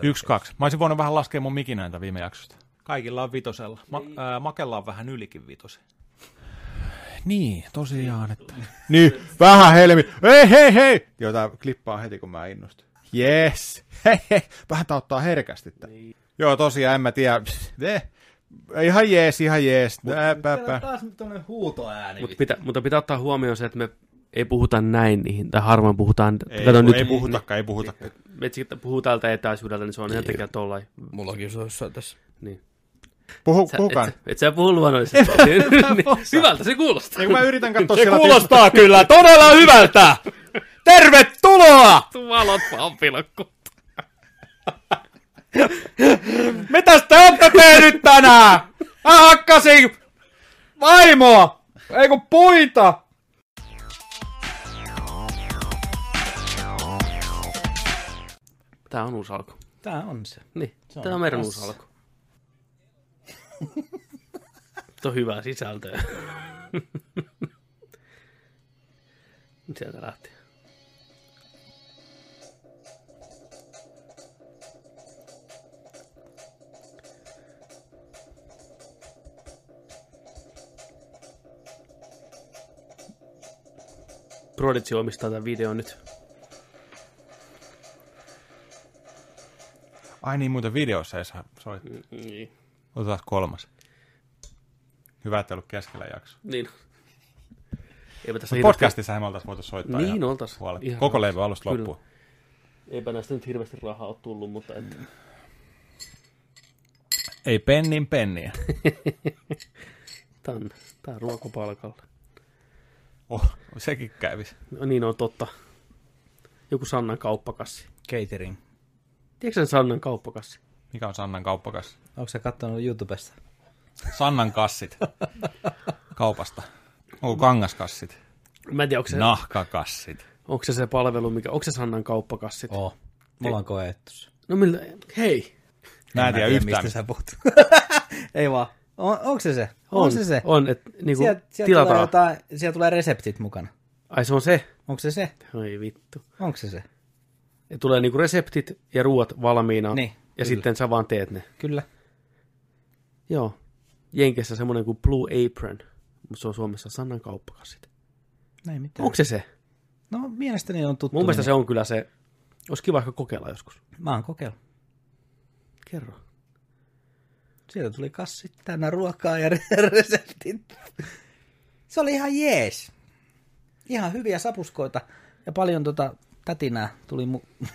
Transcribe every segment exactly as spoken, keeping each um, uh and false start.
Yksi, kaksi. Mä olisin voinut vähän laskea mun mikinäintä viime jaksosta. Kaikilla on vitosella. Ma- ää, Makella on vähän ylikin vitosen. Niin, tosiaan. Että... niin, vähän helmi. Hei, hei, hei! Jota klippaa heti, kun mä innostun. Yes. Hei, hei. Vähän tauttaa herkästi. Niin. Joo, tosiaan, en mä tiedä. Eh. Ihan jees, ihan jees. Täällä on taas tämmönen huutoääni. Mutta pitää, mutta pitää ottaa huomioon se, että me ei puhuta näin niihin, tai harvoin puhutaan. Ei, Kato, ei, nyt, ei puhutakaan, ei puhutakaan. Me puhuu täältä etäisyydeltä, niin se on ihan tekijä tollain. Mullakin se olisi tässä. Niin. Puhu, Sä, puhukaan. Et, et sä puhu luonnollisesti. Hyvältä se kuulostaa. Eikö mä yritän katsoa Se siellä... kuulostaa kyllä todella hyvältä! Tervetuloa! Valot pampilokku. Mitäs te olette tehnyt tänään? Mä hakkasin vaimoa! Ei kun puita! Tää on uusi alku. Tää on se. Niin, Se on tää on meidän tässä. uusi alku. Tuo on hyvää sisältöä. Sieltä lähti. Prodigy omistaa tämän videon nyt. Ai niin, muuten videossa ei saa soittaa. Niin. Otetaan kolmas. Hyvä, että ei ollut keskellä jakso. Niin. Eipä tässä Podcastissa me oltaisiin voitu soittaa niin, ihan oltais. puolet. Ihan Koko rauhassa. levy alusta Kyllä. loppuun. Eipä näistä nyt hirveästi rahaa ole tullut, mutta et... Ei pennin penniä. Tää on, tää on ruokapalkalla. Oh, sekin kävis. No niin on totta. Joku Sannan kauppakassi. Catering. Tiedätkö sen Sannan kauppakassi? Mikä on Sannan kauppakassi? Onko sä kattonut YouTubesta? Sannan kassit. Kaupasta. Onko kangaskassit? Mä en tiedä, onko se, Nahkakassit. onko se se palvelu, mikä... Onko se Sannan kauppakassit? Oo. Mulla on koettu se. No millä... Hei! Mä en tiedä yhtään. mistä sä puhut. Ei vaan. On, onko se se? On, On se se? On, että niinku Sieltä, sieltä, tilataan. tulee jotain, sieltä tulee reseptit mukana. Ai se on se? Onko se se? Oi vittu. Onko se se? Ja tulee niinku reseptit ja ruuat valmiina. Niin, ja kyllä. sitten sä vaan teet ne. Kyllä. Joo. Jenkessä semmoinen kuin Blue Apron. Mutta se on Suomessa Sannan kauppakassit. Ei mitään. Onko se se? No mielestäni on tuttu. Mun mielestä nimi. se on kyllä se. Olisi kiva ehkä kokeilla joskus. Mä oon kokeillut. Kerro. Sieltä tuli kassit täynnä ruokaa ja reseptit. Se oli ihan jees. Ihan hyviä sapuskoita ja paljon tota tätinää tuli mu-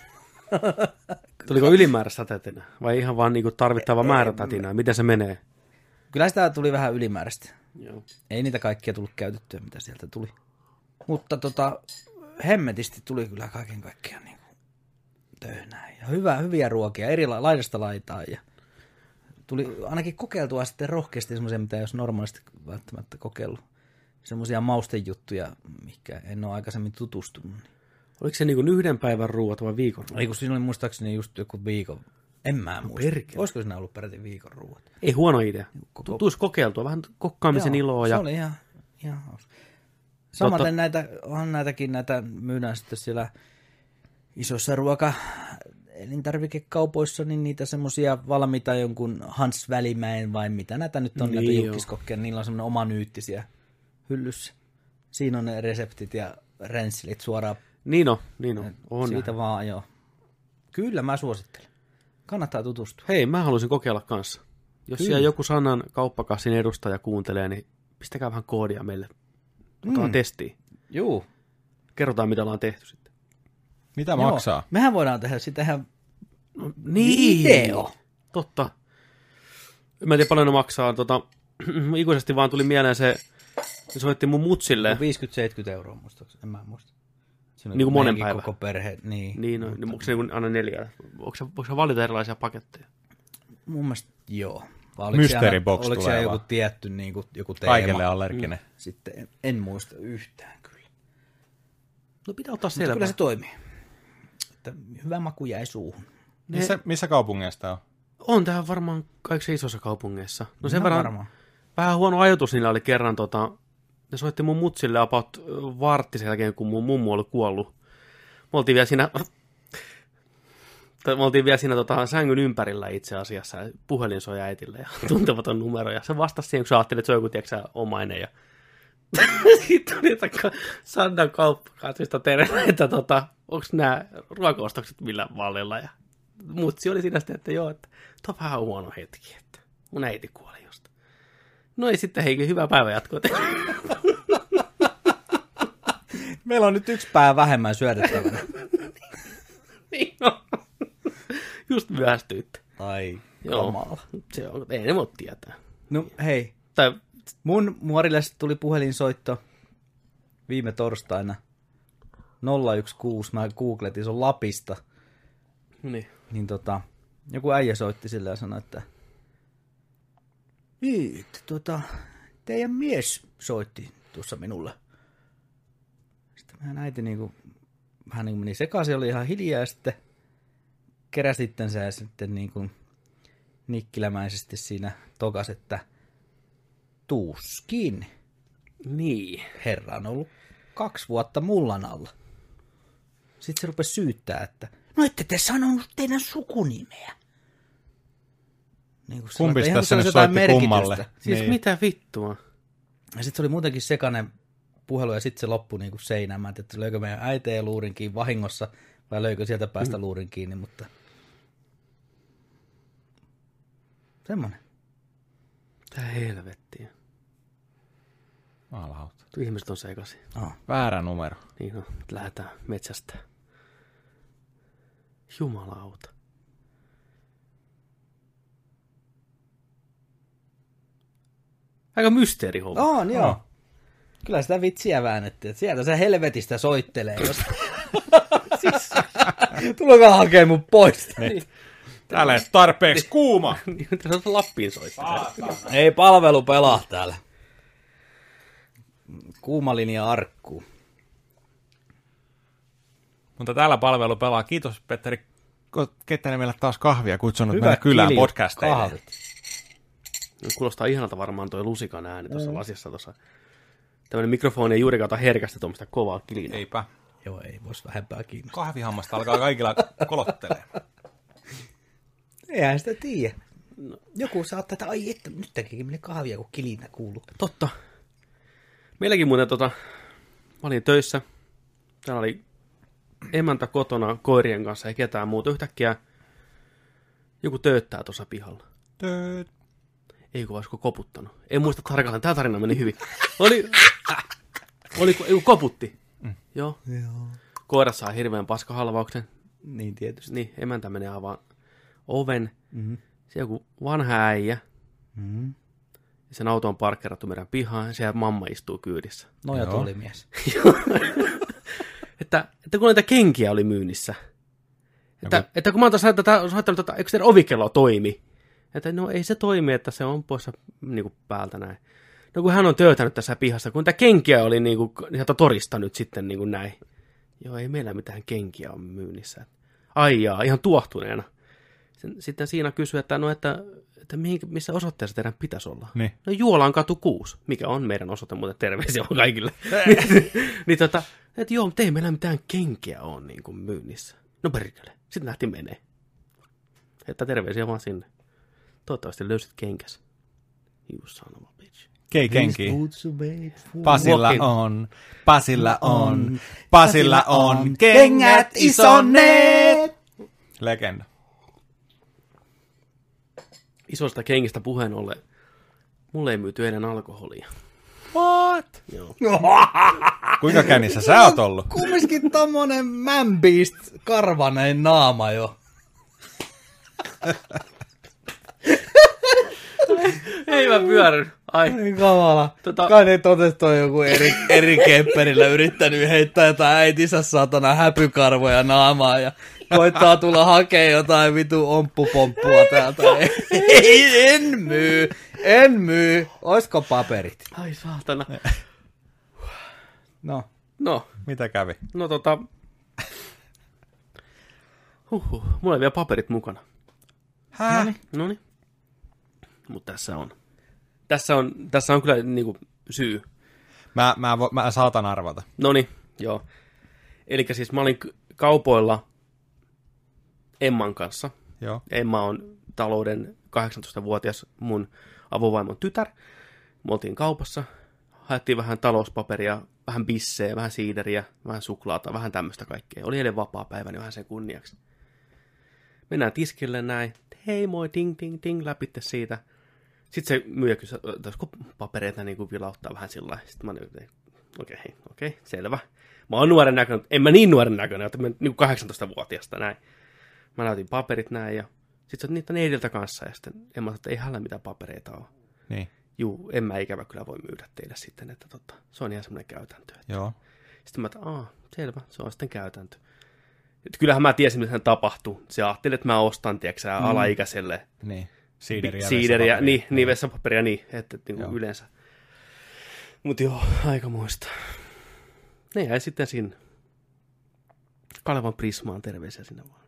Tuliko ylimääräistä tätinää? Vai ihan vaan niinku tarvittava määrä tätinää? Miten se menee? Kyllä sitä tuli vähän ylimääräistä. Joo. Ei niitä kaikkia tullut käytettyä, mitä sieltä tuli. Mutta tota, hemmetisti tuli kyllä kaiken kaikkiaan niin kuin töhnää. Ja hyvä, hyviä ruokia, eri la- laidasta laitaan. Ja tuli ainakin kokeiltua sitten rohkeasti semmoisia, mitä ei olisi normaalisti välttämättä kokeillut. Semmoisia maustejuttuja, mikä en ole aikaisemmin tutustunut. Oliko se niinku yhden päivän ruuat vai viikon ruuat? Ei kun siinä oli muistaakseni just joku viikon. En mä muista. perkele. Olisiko siinä ollut peräti viikon ruuat? Ei huono idea. Koko- Tuisi kokeiltua vähän kokkaamisen Joo, iloa. se Ja... oli ihan, ihan hauska. Samaten näitä, on näitäkin, näitä myydään sitten siellä isossa ruoka elintarvikekaupoissa, niin niitä semmoisia valmiita jonkun Hans Välimäen vai mitä näitä nyt on, Niin näitä joo. jukkiskokkeja, niillä on semmoinen oma nyyttisiä hyllyssä. Siinä on ne reseptit ja renssilit suoraan. Niin on, niin on. on Siitä vaan, joo. Kyllä mä suosittelen. Kannattaa tutustua. Hei, mä haluaisin kokeilla kanssa. Jos Kyllä. siellä joku Sannan kauppakassin edustaja kuuntelee, niin pistäkää vähän koodia meille. Otetaan Mm. testiin. Juu. Kerrotaan, mitä ollaan tehty sitten. Mitä Joo. maksaa? Mehän voidaan tehdä sitähän No, niin. video. Totta. Mä en tiedä paljon ne maksaa. Tota, ikuisesti vaan tuli mieleen se, se soitti mun mutsille. viisikymmentä seitsemänkymmentä euroa muistaakseni, en mä muista. Siinä on Niin kuin monen meidänkin päivän. koko perhe, niin. Niin, no, niin onko se niin aina neljä? Onko se, voiko se valita erilaisia paketteja? Mun mielestä joo. Vai oliko Mystery siellä- box Oliko tulee siellä joku vaan. tietty niin kuin, joku teema? Kaikelle allerginen. Mm. Sitten en, en muista yhtään kyllä. No pitää ottaa Mutta selvää. kyllä se toimii. Että hyvä maku jäi suuhun. Missä, missä kaupungeista on? On tähän varmaan kaikissa isossa kaupungeissa. No sen Ihan verran, varmaan. vähän huono ajatus niillä oli kerran, tota, ne soitti mun mutsille about vartti sen jälkeen, kun mun mummu oli kuollut. Me oltiin vielä siinä Me oltiin vielä siinä tota, sängyn ympärillä itse asiassa, ja puhelin soi äitille ja tuntematon numero, ja se vastasi siihen, kun sä ajattelit, että se on joku, tiedätkö, omainen, ja sitten tuli, että Sandan kauppakatsista terve, että tota, onko nämä ruokaostokset millään mallilla, ja mutsi oli siinä sitten, että joo, että tuo on vähän huono hetki, että mun äiti kuoli just. No ei sitten, hei, hyvää päivän jatkoa. Meillä on nyt yksi päivä vähemmän syötettävänä. Niin on. Just myöhästyitte. Ai, Joo, kamala. se on, ei ne voi tietää. No hei, Tai, mun muorille tuli puhelinsoitto viime torstaina nolla yksi kuusi, mä googletin, se on Lapista. niin. Niin tota, joku äijä soitti sille ja sanoi, että niin, tota, teidän mies soitti tuossa minulle. Sitten meidän äiti niinku, vähän niin kuin meni sekaisin, oli ihan hiljaa ja sitten keräsi itsensä ja sitten niinku nikkilämäisesti siinä tokas, että tuskin Niin. herra on ollut kaksi vuotta mullan alla. Sitten se rupesi syyttää, että no ette te sanonut teidän sukunimeä. Niin Kumpi ihan, tässä kun nyt se olisi jotain soitti kummalle? merkitystä. Siis Niin. mitä vittua? Ja sitten se oli muutenkin sekainen puhelu ja sitten se loppui niin kuin seinään. Mä en tiedä, että löykö meidän äiteen luurin kiinni vahingossa vai löykö sieltä päästä Mm. luurin kiinni, mutta semmoinen. Tää helvettiä. Maalahauta. Ihmiset on sekaisin. Oh. Väärä numero. Niin on, nyt lähdetään metsästä. Jumalauta. Aika mysteerihomma. On, joo. Oh. Kyllä sitä vitsiä väännettiin, että sieltä se helvetistä soittelee. Jos... siis... Tulokaa hakee mun pois. Niin. Täällä ei ole tarpeeksi kuuma. Niin, tässä on Lappiin soittaa. Ei palvelu pelaa täällä. Kuuma linja arkkuu. Mutta täällä palvelu pelaa. Kiitos Petteri Kettänen meille taas kahvia kutsunut Hyvä meille kylään kiljut podcasteille. kahvit. Kuulostaa ihanalta varmaan toi lusikan ääni tuossa lasissa tuossa. Tämmönen mikrofoni ei juurikaan ota herkästä tuommoista kovaa kilinaa. Eipä. Joo, ei vois vähempää kiinnostaa. Kahvihammasta alkaa kaikilla kolottelee. Eihän sitä tiedä. No. Joku saattaa, että ai että nyt tekikin meille kahvia, kun kilinä kuuluu. Totta. Meilläkin muuten tota, mä olin töissä. Täällä oli emäntä kotona koirien kanssa ei ketään muuta. Yhtäkkiä joku tööttää tuossa pihalla. Tööt. Ei kun olisiko koputtanut. En muista tarkalleen. Tämä tarina meni hyvin. Oli, oli joku koputti. Mm. Joo. Joo. Koira saa hirveän paskahalvauksen. Niin tietysti. Niin, emäntä menee avaan oven. Mm-hmm. Se joku vanha äijä. Mm-hmm. Sen auto on parkkerattu meidän pihaan. Ja siellä mamma istuu kyydissä. No ja Joo. tuli mies. että, että kun näitä kenkiä oli myynnissä. Että, kun... että kun mä oon tuossa soittanut, että eikö teidän ovikello toimi? Että no ei se toimi, että se on poissa niin kuin päältä näin. No kun hän on töötänyt tässä pihassa, kun niitä kenkiä oli niin kuin, sieltä torista nyt sitten niin kuin näin. Joo, ei meillä mitään kenkiä on myynnissä. Ai jaa, ihan tuohtuneena. Sitten siinä kysyi, että no että, että mihin, missä osoitteessa teidän pitäisi olla? Niin. No Juolan katu kuusi, mikä on meidän osoite, muuten terveisiä on kaikille. niin, niin tota, että joo, mutta ei meillä mitään kenkiä ole niin kuin myynnissä. No perkele, sitten lähti menee. Että terveisiä vaan sinne. Toivottavasti löysit kenkäs. You son of a bitch. Kei kenki. Pasilla on, Pasilla on, Pasilla on, kengät isonneet. Legenda. Isosta kengistä puheen ollen, mulle ei myyty ennen alkoholia. What? Joo. Kuinka kännissä sä oot ollut? Kumminkin tommonen man beast karvanen naama jo. Ei mä pyörry. Ai. Ai kamala. Tota- Kai ne totes toi joku eri, eri kempperillä yrittänyt heittää jotain äitinsä saatana häpykarvoja naamaa ja koittaa tulla hakee jotain vitu omppupomppua täältä. Ei, en myy, en myy. Oisko paperit? Ai saatana. No. No, Mitä kävi? no tota. Huhhuh, mulla ei vielä paperit mukana. Häh? Noniin. Mutta tässä on. Tässä on, tässä on kyllä niinku syy. Mä, mä, vo- mä saatan arvata. Noniin, joo. Elikkä siis mä olin k- kaupoilla Emman kanssa. Joo. Emma on talouden kahdeksantoistavuotias mun avovaimon tytär. Me oltiin kaupassa, haettiin vähän talouspaperia, vähän bissejä, vähän siideriä, vähän suklaata, vähän tämmöistä kaikkea. Oli eilen vapaa päivä, niin vähän sen kunniaksi. Mennään tiskille näin, hei moi, ding, ding, ding, läpitte siitä. Sitten se myyjä kysyi, olisiko papereita niin kuin vilauttaa vähän sillä lailla. Sitten mä olin, okei, okay, okei, okay, selvä. Mä oon nuoren näköinen, en mä niin nuoren näköinen, että mä niin kahdeksantoistavuotiaasta näin. Mä näytin paperit näin ja sitten sä niitä neidiltä kanssa ja sitten en mä että ei hänellä mitään papereita ole. Niin. Juu, en mä ikävä kyllä voi myydä teille sitten, että tota, se on ihan semmoinen käytäntö. Että. Joo. Sitten mä että aah, selvä, se on sitten käytäntö. Et kyllähän mä tiesin, mitä hän tapahtuu. Se ajatteli, että mä ostan, tiedätkö mm. alaikäiselle. Niin. Siideriä, Siideriä, vessapaperia. niin, niin vessapaperia, niin, että niin kuin yleensä. Mutta joo, aika muista. Ne jäi sitten siinä Kalevan Prismaan, terveisiä sinne vaan.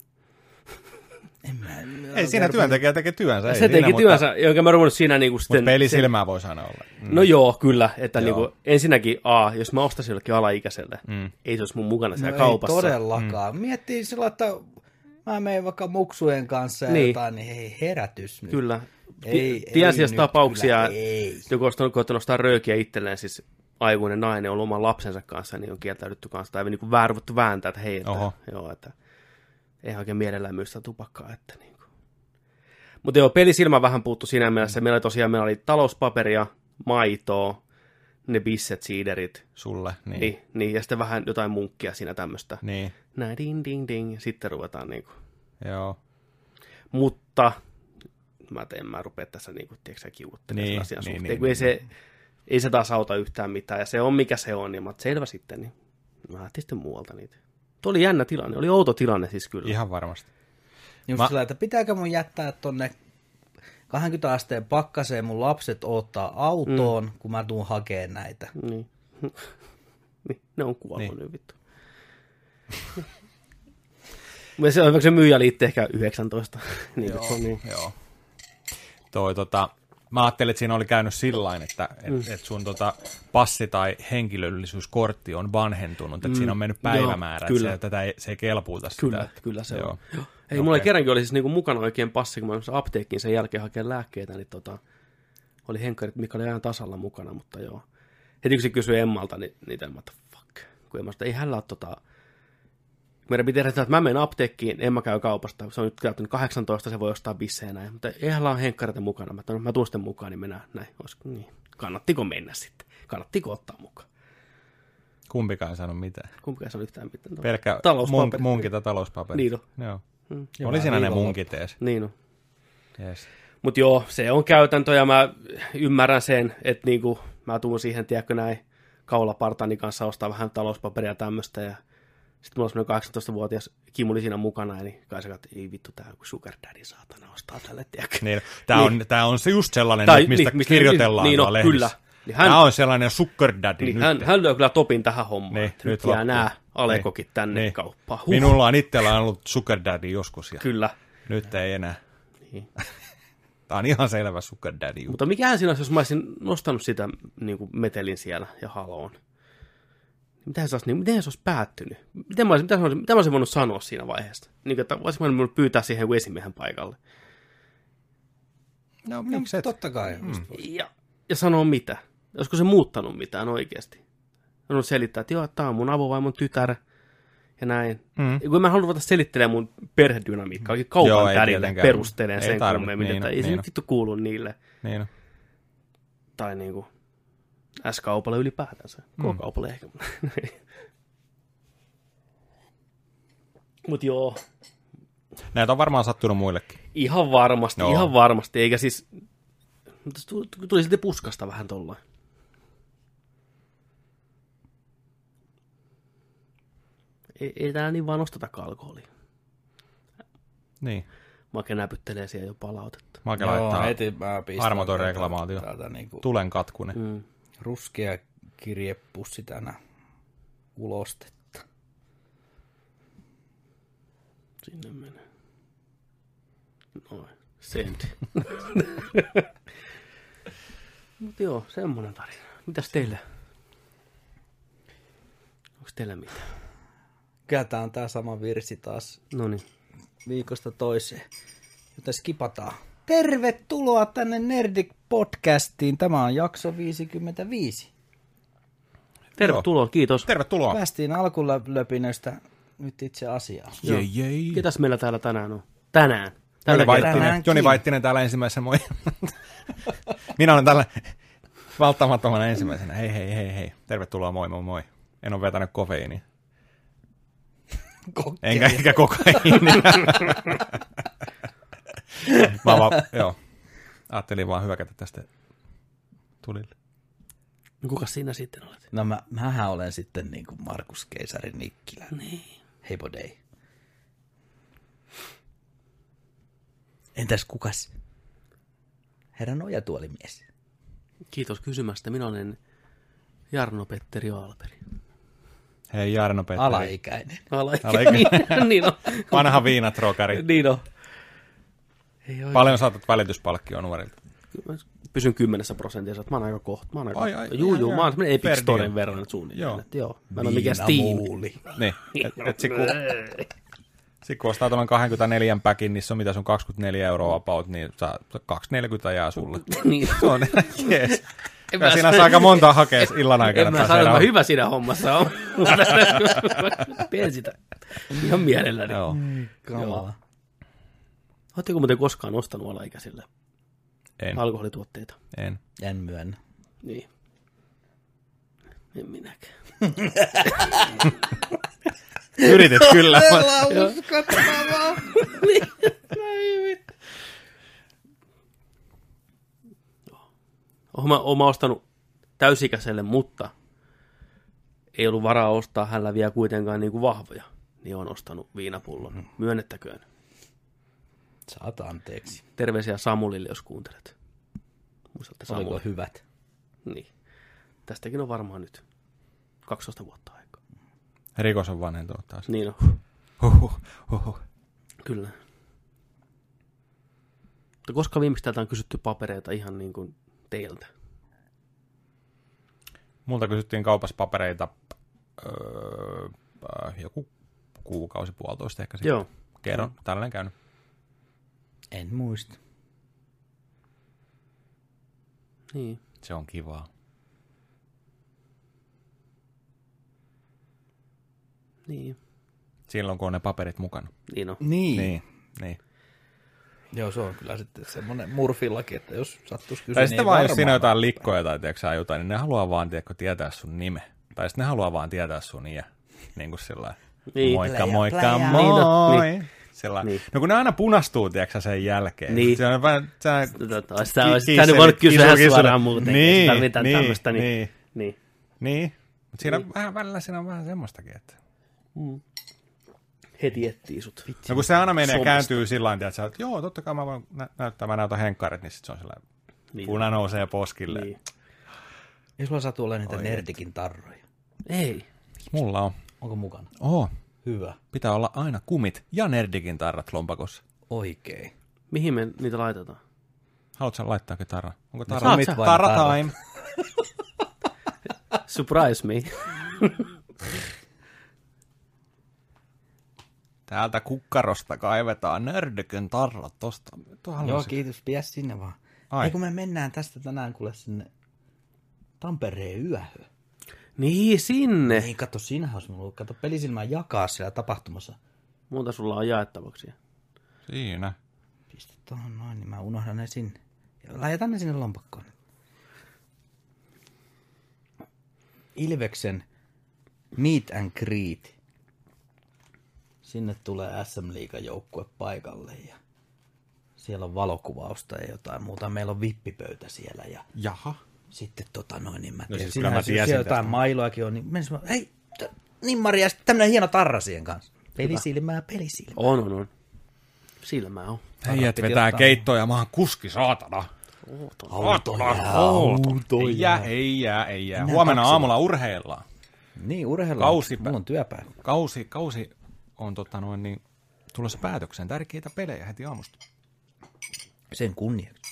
En mä, en Ei, siinä työntekijä tekee työnsä. Ei se siinä, teki mutta, työnsä, jonka mä ruvennut siinä niinku sitten... Mutta pelisilmää voisi aina olla. Mm. No joo, kyllä. Että Joo. niinku, ensinnäkin A, jos mä ostaisin jollekin alaikäiselle, Mm. ei se olisi mun mukana siellä no kaupassa. ei todellakaan. Mm. Miettii sillä, että mä menen vaikka muksujen kanssa ja Niin. jotain, niin hei, herätys nyt. Kyllä. Ei, Tiedän siis nyt tapauksia, kyllä, ei. joku on koettanut ostaa röökiä itselleen, siis aikuinen nainen on ollut oman lapsensa kanssa, niin on kieltäydytty kanssa, tai niin väärvottu vääntää, että hei, että, joo, että ei oikein mielellään myy sitä tupakkaa, että niin kuin. Mutta joo, pelisilmä vähän puuttu siinä mielessä, meillä oli tosiaan, meillä oli talouspaperia, maitoa, ne bisset, siiderit. Sulle, niin. Niin, niin, ja sitten vähän jotain munkkia siinä tämmöistä. Niin. Näin, ding, ding, ding, ja sitten ruvetaan niinku. Joo. Mutta mä en mä rupea tässä niinku, tiedätkö sä, kiukuttelemaan Niin, sen asian niin, suhteen, niin, kun ei, niin, se, ei se taas auta yhtään mitään, ja se on mikä se on, ja mä oon, selvä sitten, niin mä ajattelin sitten muualta niitä. Tuo oli jännä tilanne, oli outo tilanne siis kyllä. Ihan varmasti. Just Mä- sillä, että pitääkö mun jättää tonne kaksikymmentä asteen pakkaseen mun lapset odottaa autoon, mm. kun mä tuun hakeen näitä. Niin. niin, ne on kuollut Niin. nyt vittu. Mutta se on, se myyjä liitti ehkä yhdeksäntoista. niin, Joo, on, niin. joo. Toi, tota, mä ajattelin, että siinä oli käynyt sillain, että et, mm. et sun tota, passi tai henkilöllisyyskortti on vanhentunut, että mm. siinä on mennyt päivämäärä, Joo, että kyllä. se, tätä ei, se ei kelpuuta sitä. Kyllä, että, kyllä se joo. on. Joo. Ei, Okei. mulla okay. kerrankin oli siis niinku mukana oikein passi, kun mä olin apteekkiin sen jälkeen hakemaan lääkkeitä, niin tota, oli henkkarit, mikä oli ajan tasalla mukana, mutta joo. Heti kun se kysyi Emmalta, niin niitä mä että fuck. Kun Emma sitä, ei hänellä ole tota... Meidän pitää tehdä, että mä menen apteekkiin, Emma käy kaupasta, se on nyt käyttänyt kahdeksantoista, se voi ostaa bissejä näin, mutta ei hänellä ole henkkareita mukana. Mä, että, no, mä tuun sitten mukaan, niin mennään näin. Olisiko, niin. Kannattiko mennä sitten? Kannattiko ottaa mukaan? Kumpikaan ei saanut mitään. Kumpikaan se on yhtään mitään. Pelkkä Talouspaperi. munk, munkit ja talouspaperi. Niin on. Joo. Mm. Oli siinä ne munkit ees. Niin on. Yes. Mutta joo, se on käytäntö ja mä ymmärrän sen, että niinku, mä tuun siihen, tiedätkö näin, kaulapartani kanssa ostaa vähän talouspaperia ja tämmöistä. Ja sitten mulla on semmoinen kahdeksantoistavuotias Kimuli siinä mukana, ja niin kai se katsoi, ei vittu, tää on kuin sugar daddy saatana ostaa tälle, tiedätkö. Niin, tää, niin. on, tää on se just sellainen, Tai, mistä niin, mistä kirjoitellaan niin, tuolla no, lehdissä. kyllä. Niin hän, Tää on sellainen sugar daddy niin, nyt. hän, hän lyö kyllä topin tähän hommaan. Niin, Nyt, nyt nyt jää loppuu. nämä alekokit Niin, tänne niin. kauppaan. Huh. Minulla on itsellä ollut sugar daddy joskus, ja Kyllä. nyt ei enää. Niin. Tää on ihan selvä sugar daddy juttu. Mutta mikähän siinä olisi, jos mä olisin nostanut sitä niin kuin metelin siellä ja haloon? Miten se olisi, niin, miten se olisi päättynyt? Miten mä, olisin, mitä, mä olisin, mitä mä olisin voinut sanoa siinä vaiheessa? Niin, että olisinko mä voinut pyytää siihen joku esimiehen paikalle? No, No, miksi et? totta kai. Mm. Ja, ja sanoa mitä? Olisiko se muuttanut mitään oikeasti? On selittää, että joo, tää on mun avovaimon tytär ja näin. Mm. Ja kun mä haluan ruveta selittelemään mun perhedynamiikkaa, oikein kaupan Joo, ei tädille tietenkään. perustelen Ei sen tarvi, kummemmin, niin että on, ei se niin nyt vittu kuulu niille. Niin on. Tai niinku S-kaupalle ylipäätänsä. Mm. K-kaupalle ehkä. Mut joo, Näitä on varmaan sattunut muillekin. ihan varmasti, Joo. ihan varmasti. Eikä siis, mutta se tuli, tuli sitten puskasta vähän tollain. Ei, ei täällä niin vaan nostetakaan alkoholia. Niin. Make näpyttelee siellä jo palautetta. Make Joo, laittaa heti mä pistän armoton täältä- reklamaatio. täältä niinku Tulen katkunen. Mm. ruskea kirjepussi tänä ulostetta. Sinne menee. Noin, send. Mut joo, semmonen tarina. Mitäs teille? Onks teillä mitään? Kyllä tää on tää sama virsi taas. Noniin. viikosta toiseen. Joten skipataan. Tervetuloa tänne Nerdik-podcastiin. Tämä on jakso viisikymmentäviisi. Tervetuloa, kiitos. Tervetuloa. Päästiin alkulöpinöistä nyt itse asiaan. Jei, jei. Ketäs meillä täällä tänään on? Tänään. Tällä Joni Vaittinen, Tänäänkin. Joni Vaittinen täällä ensimmäisenä, moi. Minä olen täällä välttämättömänä ensimmäisenä. Hei, hei, hei, hei. Tervetuloa, moi, moi, moi. En ole vetänyt kofeiinia. Enkä, enkä kokaiinia. Mä vaan, joo. Ajattelin vaan hyökätä tästä tulille. No kukas siinä sitten olet? No mä, mähän olen sitten niin kuin Markus Keisari Nikkilä. Niin. Hei bodei. Entäs kukas? Herra nojatuolimies. Kiitos kysymästä. Minä olen Jarno-Petteri Aalperi. Hei Jarno Petteri. Alaikäinen. Alaikäinen. niin, niin on. Vanha viinatrokari. Niin on. Ei ole. Paljon saatat välityspalkkioon nuorilta. Mä pysyn kymmenessä prosentissa. Mä oon aika kohta. Mä oon aika... Ai, ai, juu, ai, juu, ai. mä oon semmonen Epic Fair Storen deal. verran suunnilleen. Joo. Joo. Joo. Mä en ole mikään Steam. Niin, et, et sit kun, sit kun ostaa tuollainen kaksikymmentäneljä päkin, niin se on mitä sun kaksikymmentäneljä euroa about, niin saa kaksi neljäkymmentä jää sulle. niin. Se on jees. En Ja mä siinä sa- saa aika monta hakea illan aikana. En mä pääsee sano, että mä rauhaan. hyvä siinä hommassa on. Teen sitä. Ihan mielelläni. Joo. Kamala. Oletteko muuten koskaan ostanut alaikäisille En, alkoholituotteita? en. En myönnä. Niin. En minäkään. Yritit kyllä. Uskottavaa. Olen mä, oon mä ostanut täysikäiselle, mutta ei ollut varaa ostaa hänellä vielä kuitenkaan niin kuin vahvoja. Niin on ostanut viinapullon. Myönnettäköön. Saat anteeksi. Terveisiä Samulille, jos kuuntelet. Muistatte Oliko Samuli. hyvät? Niin. Tästäkin on varmaan nyt kaksitoista vuotta aikaa. Rikos on vanhentunut taas. Niin on. Huhhuh, huhhuh. Kyllä. Mutta koska viimeksi täältä on kysytty papereita ihan niin kuin teiltä? Multa kysyttiin kaupassa papereita öö, äh, joku kuukausi, puolitoista ehkä sitten. Joo. Kerron, tällainen käynyt. En muista. Niin. Se on kivaa. Niin. Silloin kun on ne paperit mukana. Niin on. Niin. Niin, niin. Joo, se on kyllä sitten semmoinen murfillakin, että jos sattuisi kysyä, Tai niin sitten ei vaan, jos varmaan siinä on jotain ole. likkoja tai tiedätkö, jotain, niin ne haluaa vaan tiedätkö, tietää sun nime. Tai sitten ne haluaa vaan tietää sun iä. Niin kuin sillä Niin. moikka, Playa, moikka, playa. moi. Niin, no, niin. Sillä, Niin. no kun ne aina punastuu, tiedätkö, sen jälkeen. Niin. Se on vähän, sä, Tota, olisi tää- Ki- olisi tää nyt kiiseli- voinut kysyä kisu- kisu- suoraan muuten. Niin, Ei sitä mitään niin, tämmöistä. Niin. niin. Niin. Niin. Mut siinä Niin. on vähän välillä siinä on vähän semmoistakin, että... Heti etsii sut. No kun se aina menee Somesta. kääntyy sillä tavalla, että, että joo, totta kai mä voin nä- näyttää, mä näytän henkkarit, niin sit se on sellainen, Niin. puna nousee poskille. Niin. Ei sulla saatu olla niitä Oi, Nerdikin tarroja. Ei. Mulla on. Onko mukana? Oo, Hyvä. pitää olla aina kumit ja nerdikin tarrat lompakossa. Oikein. Mihin me niitä laitetaan? Haluatko sä laittaa tarra? Onko tarra? saat Kumit, sä. tarra Vain tarra. time. Surprise me. Täältä kukkarosta kaivetaan nerdikin tarrat tosta. Tuohon Joo, haluaisin- kiitos. Pidä sinne vaan. Ai. Ei kun me mennään tästä tänään kuule sinne Tampereen yöhön. Niin, sinne. Niin, kato, siinähän olisi ollut. Kato, pelisilmää jakaa siellä tapahtumassa. Muuta sulla on jaettavaksi. Siinä. Pistä tuohon noin, niin mä unohdan ne sinne. Ja laitetaan ne sinne lompakkoon. Ilveksen Meet and Greet. Sinne tulee S M-liigan joukkue paikalle ja siellä on valokuvausta ja jotain muuta. Meillä on vippipöytä siellä ja Jaha. sitten tota noin, niin mä No tiedän. siis Siinä kyllä mä jos tiesin siellä jotain tästä. mailoakin on, niin mennessä mä, hei, t- niin Mari, ja sitten tämmönen hieno tarra siihen kanssa. Pelisilmää, pelisilmää. On, on, on. Silmää on. Heijät piti vetää ottaa- keittoa ja mä oon kuski, saatana. Autoja, Ei jää, ei jää, ei jää. Mennään Huomenna taksilla. aamulla urheillaan. Niin, urheillaan. Kausipä- Mulla on työpäivä. Kausi, kausi on tota noin niin, tulossa päätökseen. Tärkeitä pelejä heti aamusta. Sen kunniaksi.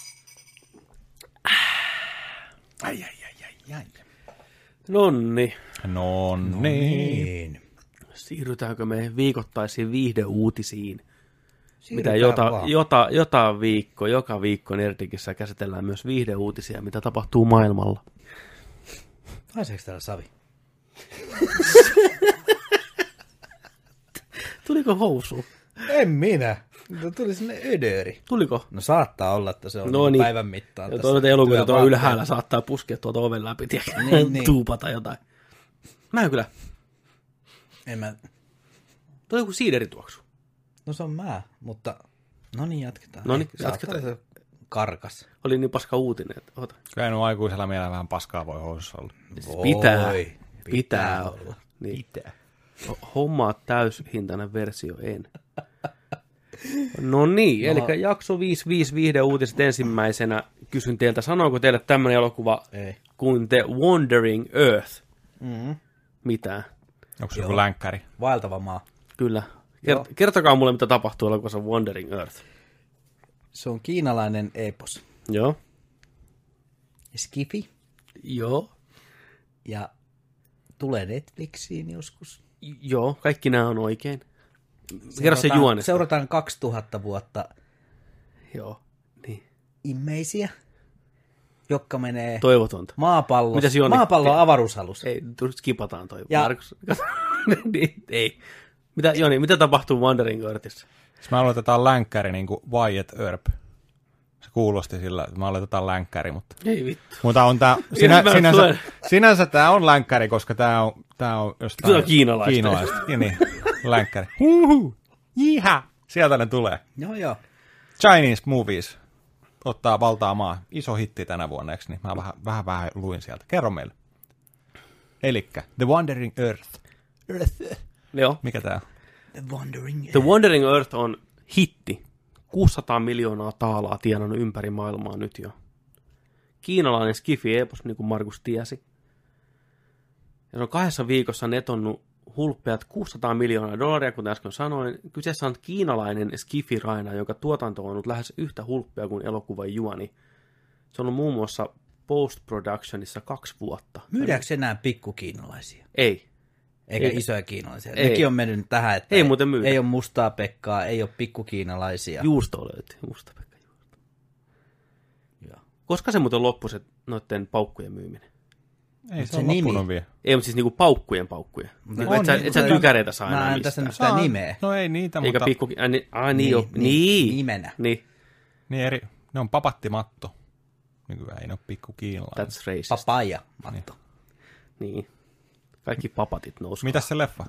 Ai, ai, ai, ai, ai. Nonni. No niin. Niin. Siirrytäänkö me viikoittaisiin viihdeuutisiin? mitä jota, jota, jota viikko, joka viikko Nerdikissä käsitellään myös viihdeuutisia, mitä tapahtuu maailmalla. Haiseeko täällä savi? Tuliko housu? En minä. No, tuli sinne ödööri. Tuliko? No saattaa olla, että se on no niin. päivän mittaan. Ja toivottavasti elokuva tuolla ylhäällä saattaa puskea tuolta oven läpi, tiedä, niin, niin. tuupata jotain. Mä en kyllä. En mä. Tuo on joku siiderituoksu. No se on mä, mutta no niin jatketaan. No niin, jatketaan. Se karkas. Oli niin paska uutinen, että ota. Kyllä en ole aikuisella mielellä vähän paskaa voi housussa olla. Pitää. Voi, pitää. Pitää olla. Niin. Pitää. Hommaa täyshintainen versio en. No niin, no. Eli jakso viisi viisi viihdeuutiset ensimmäisenä. Kysyn teiltä, sanooko teille tämmöinen elokuva Ei. kuin The Wandering Earth? Mm-hmm. Mitään. Onko se joku länkkäri? Vaeltava maa. Kyllä. Kert- kertokaa mulle, mitä tapahtuu elokuvassa Wandering Earth. Se on kiinalainen epos. Joo. Skifi. Joo. Ja tulee Netflixiin joskus. Joo, kaikki nämä on oikein. Kerro se juonesta. Seurataan kaksituhatta vuotta Joo, niin. immeisiä, jotka menee toivotonta. Maapallo, maapallon avaruusalus. Ei, skipataan toi. Ja... niin, ei. Mitä, Joni, mitä tapahtuu Wandering Earthissa? Siis me aloitetaan länkkäri niin kuin Wyatt Earp. Se kuulosti sillä, että me aloitetaan länkkäri, mutta... Ei vittu. Mutta on tää, sinä, sinänsä, sinänsä tämä on länkkäri, koska tämä on, tää on jostain... Kyllä kiinalaista. Kiinalaista, ja niin, länkkäri. Huhu, jiha, sieltä ne tulee. Joo, joo. Chinese Movies ottaa valtaa maa. Iso hitti tänä vuonna, eikö niin? Mä vähän, vähän, vähän luin sieltä. Kerro meille. Elikkä The Wandering Earth. Earth. Joo. Mikä tää on? The Wandering Earth. The Wandering Earth on hitti. kuusisataa miljoonaa taalaa tienannut ympäri maailmaa nyt jo. Kiinalainen skifi-epos, niin kuin Markus tiesi. Ja se on kahdessa viikossa netonnut hulppeat kuusisataa miljoonaa dollaria, kuten äsken sanoin. Kyseessä on kiinalainen skifi-raina, jonka tuotanto on ollut lähes yhtä hulppea kuin elokuvan juoni. Se on ollut muun muassa post-productionissa kaksi vuotta. Myydäänkö enää pikkukiinalaisia? Ei. Eikä ei. Isoja kiinalaisia. Ei. Nekin on mennyt tähän, että ei, muuten myydä. Ei ole mustaa Pekkaa, ei ole pikkukiinalaisia. Juustoa löytyy, musta Pekka juusto. Joo. Koska se muuten loppui se noiden paukkujen myyminen? Ei se, se nimi. Vielä. Ei, mutta siis niinku paukkujen paukkujen. Niin, et sä, et sä tykäreitä saa enää mistään. Tässä nyt sitä nimeä. No ei niitä, eikä mutta... Pikku... Ai, niin, ai, niin, niin, niin. Nimenä. Niin. Niin eri... Ne on papattimatto. Nykyään ei ne ole pikku kiinalainen. That's racist. Papaja matto. Niin. niin. Kaikki papatit nousivat. Mitäs se leffa?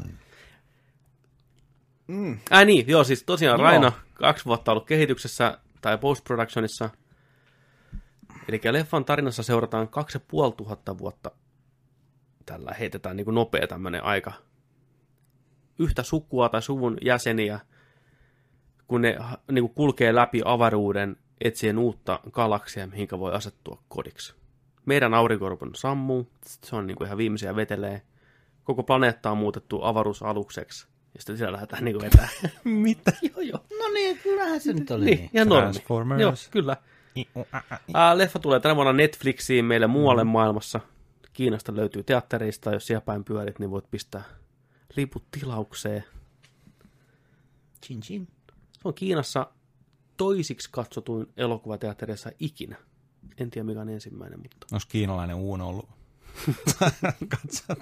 Mm. Äh niin, joo, siis tosiaan no. Raina kaksi vuotta ollut kehityksessä tai post-productionissa. Eli leffan tarinassa seurataan kaksi ja puoli tuhatta vuotta. Tällä heitetään niin kuin nopea tämmöinen aika. Yhtä sukua tai suvun jäseniä, kun ne niin kuin kulkee läpi avaruuden etsien uutta galaksia, mihinkä voi asettua kodiksi. Meidän aurinkorpun sammuu, se on niin kuin ihan viimeisiä vetelee. Koko planeetta on muutettu avaruusalukseksi. Ja sitten siellä lähdetään niin kuin vetää. Mitä? Joo, joo. No niin, kyllähän se nyt oli niin. niin. Ja normi. Joo, kyllä. Ää, leffa tulee tänä vuonna Netflixiin meille muualle mm. maailmassa. Kiinasta löytyy teattereista. Jos siellä päin pyörit, niin voit pistää liput tilaukseen. Chin chin. Se on Kiinassa toisiksi katsotuin elokuvateatterissa ikinä. En tiedä mikä on ensimmäinen, mutta... Olisi kiinalainen Uuno ollut. Katsot.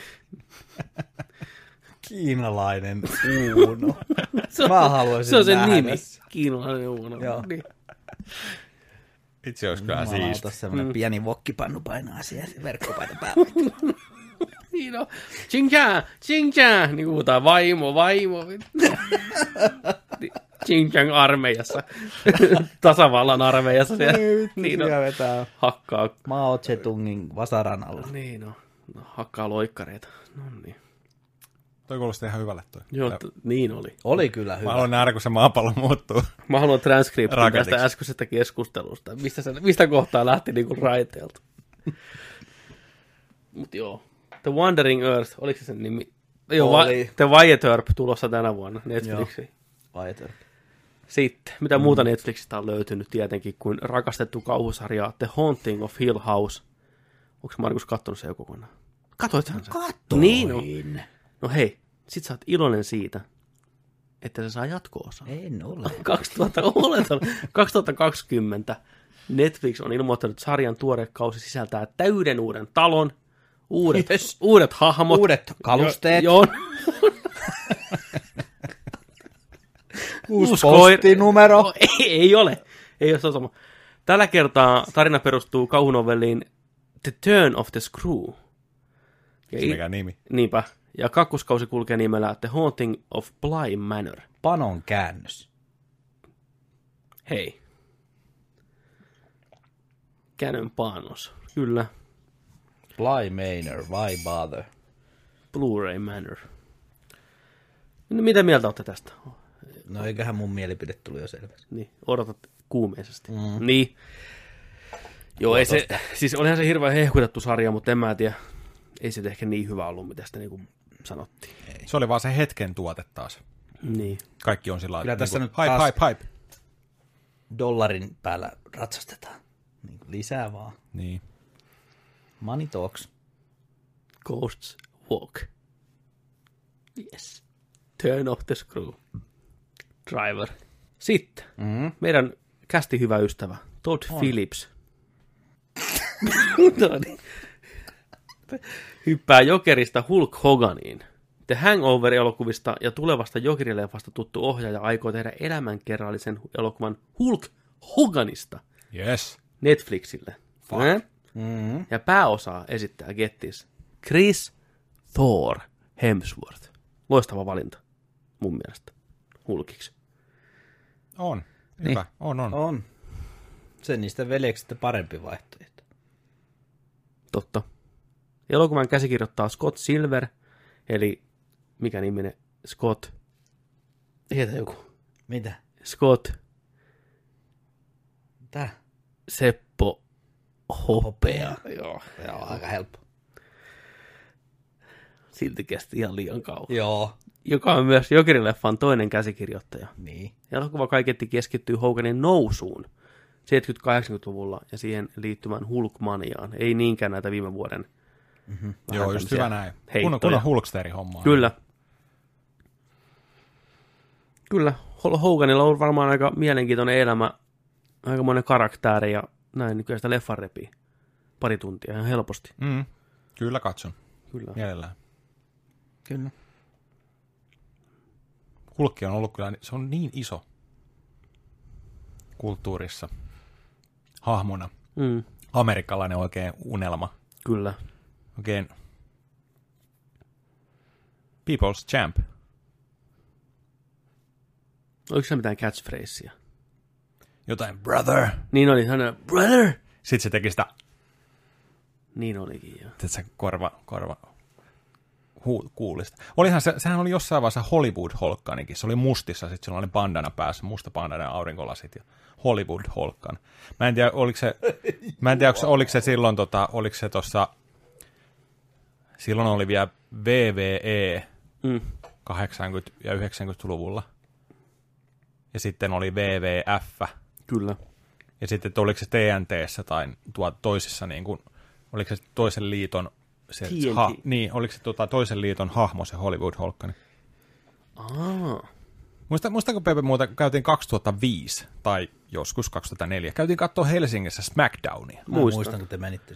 Kiinalainen Uuno. Mä haluaisin Se on sen nähdä. nimi. Kiinalainen Uuno. Joo. Niin. Itse olisi kyllä siisti. Semmoinen mm. pieni wokkipannu painaa siellä verkkopaino päällä. Niin on. Xinjiang, Xinjiang. Niin kuin puhutaan vaimo, vaimo. Xinjiang armeijassa. Tasavallan armeijassa siellä. Niin on. Vetää hakkaa. Mao Zedongin vasaran alla. Niin on. No, hakkaa loikkareita. No niin. Toi kuulosti ihan hyvälle toi. Joo, t- niin oli. Oli kyllä hyvä. Mä haluan nähdä, kun se maapallo muuttuu. Mä haluan transkriptin tästä äskeisestä keskustelusta. Mistä, se, mistä kohtaa lähti niinku raiteelta. Mut joo. The Wandering Earth, oliko se sen nimi? Joo, oli. Va- The Wyatt Earp tulossa tänä vuonna Netflixiin. Wyatt Earp. Sitten, mitä mm. muuta Netflixistä on löytynyt tietenkin kuin rakastettu kauhusarja The Haunting of Hill House. Onko Markus kattonut se jo kokonaan? Katoithan sä? Kattoin. Niin no. No hei, sit sä oot iloinen siitä, että se saa jatko-osaa. En ole. kaksituhatta, oletan, kaksituhattakaksikymmentä Netflix on ilmoittanut, että sarjan tuore kausi sisältää täyden uuden talon, uudet, Yes. uudet hahmot. Uudet kalusteet. Jo, Uusi koira- postinumero. No, ei, ei ole. Ei ole sama. Tällä kertaa tarina perustuu kauhunovelliin The Turn of the Screw. Ja i- Mikä nimi? Niinpä. Ja kakkoskausi kulkee nimellä The Haunting of Bly Manor. Panon käännös. Hei. Canon Panos. Kyllä. Bly Manor, why bother? Blu-ray Manor. No, mitä mieltä olette tästä? No eiköhän mun mielipide tuli jo selväksi. Niin, odotat kuumeisesti. Mm. Niin. Joo, ei se, siis olihan se hirveän hehkutettu sarja, mutta en mä tiedä. Ei se ehkä niin hyvä ollut, mitä sitä niin sanottiin. Se oli vaan se hetken tuote taas. Niin. Kaikki on sillä Kyllä lailla, tässä niin nyt kuin, hype, taas- hype, hype. Dollarin päällä ratsastetaan. Niin kuin lisää vaan. Niin. Money talks. Ghosts Walk. Yes. Turn off the screw. Driver. Sitten Mm-hmm. meidän kästi hyvä ystävä Todd On. Phillips. no niin. Hyppää Jokerista Hulk Hoganiin. The Hangover-elokuvista ja tulevasta Jokerileffasta tuttu ohjaaja aikoo tehdä elämänkerrallisen elokuvan Hulk Hoganista Yes. Netflixille. Fuck. Eh? Mm-hmm. Ja pääosaa esittää Gettis Chris Thor Hemsworth. Loistava valinta mun mielestä Hulkiksi. On. Niin. Hyvä. On, on. On. Se niistä veljeksistä parempi vaihtoehto. Totta. Elokuvan käsikirjoittaa Scott Silver, eli mikä niminen Scott? Heitä joku. Mitä? Scott Tää? Seppo Hopea. Joo. Joo, aika helppo. Silti kesti ihan liian kauan. Joo. Joka on myös Jokerileffan toinen käsikirjoittaja. Niin. Elokuva kaiketti keskittyy Hoganin nousuun seitsemänkymmentä-kahdeksankymmentäluvulta ja siihen liittymään Hulkmaniaan. Ei niinkään näitä viime vuoden. Mm-hmm. Vähän Joo, just tämmöisiä hyvä näin. heittoja. Kun on, kun on Hulksteri-hommaa. Kyllä. Kyllä. Hoganilla on varmaan aika mielenkiintoinen elämä, aika monen karakteri ja näin, niin kyllä sitä leffan repii pari tuntia ihan helposti. Mm. Kyllä katson. Kyllä. Mielellään. Kyllä. Hulkki on ollut kyllä, se on niin iso kulttuurissa hahmona. Mm. Amerikkalainen oikein unelma. Kyllä. Oikein people's champ. Oliko se mitään catchphrasea? Jotain brother. Niin oli, hän brother! Sitten se teki sitä, Niin olikin, joo. että se korva, korva hu, kuulista. Olihan se, sehän oli jossain vaiheessa Hollywood-holkkanikin. Se oli mustissa, sitten sillä oli bandana päässä, musta bandana ja aurinkolasit ja Hollywood-holkkan. Mä en tiedä, oliko se, mä en tiedä, oliko se silloin, tota, oliko se tossa, silloin oli vielä V V E Mm. kahdeksankymmentä- ja yhdeksänkymmentäluvulla. Ja sitten oli W W F. Kyllä. Ja sitten, että oliko se T N T:ssä tai tuo toisissa, niin kuin, oliko se toisen liiton, se, T N T. ha, niin, oliko se tuota, toisen liiton hahmo, se Hollywood-holkkani. Aa. Muista, muistatko Pepe muuta, kun käytiin kaksituhattaviisi tai joskus kaksituhattaneljä, käytiin katsoa Helsingissä SmackDownia. Mä Muistan. muistan, kun te menitte.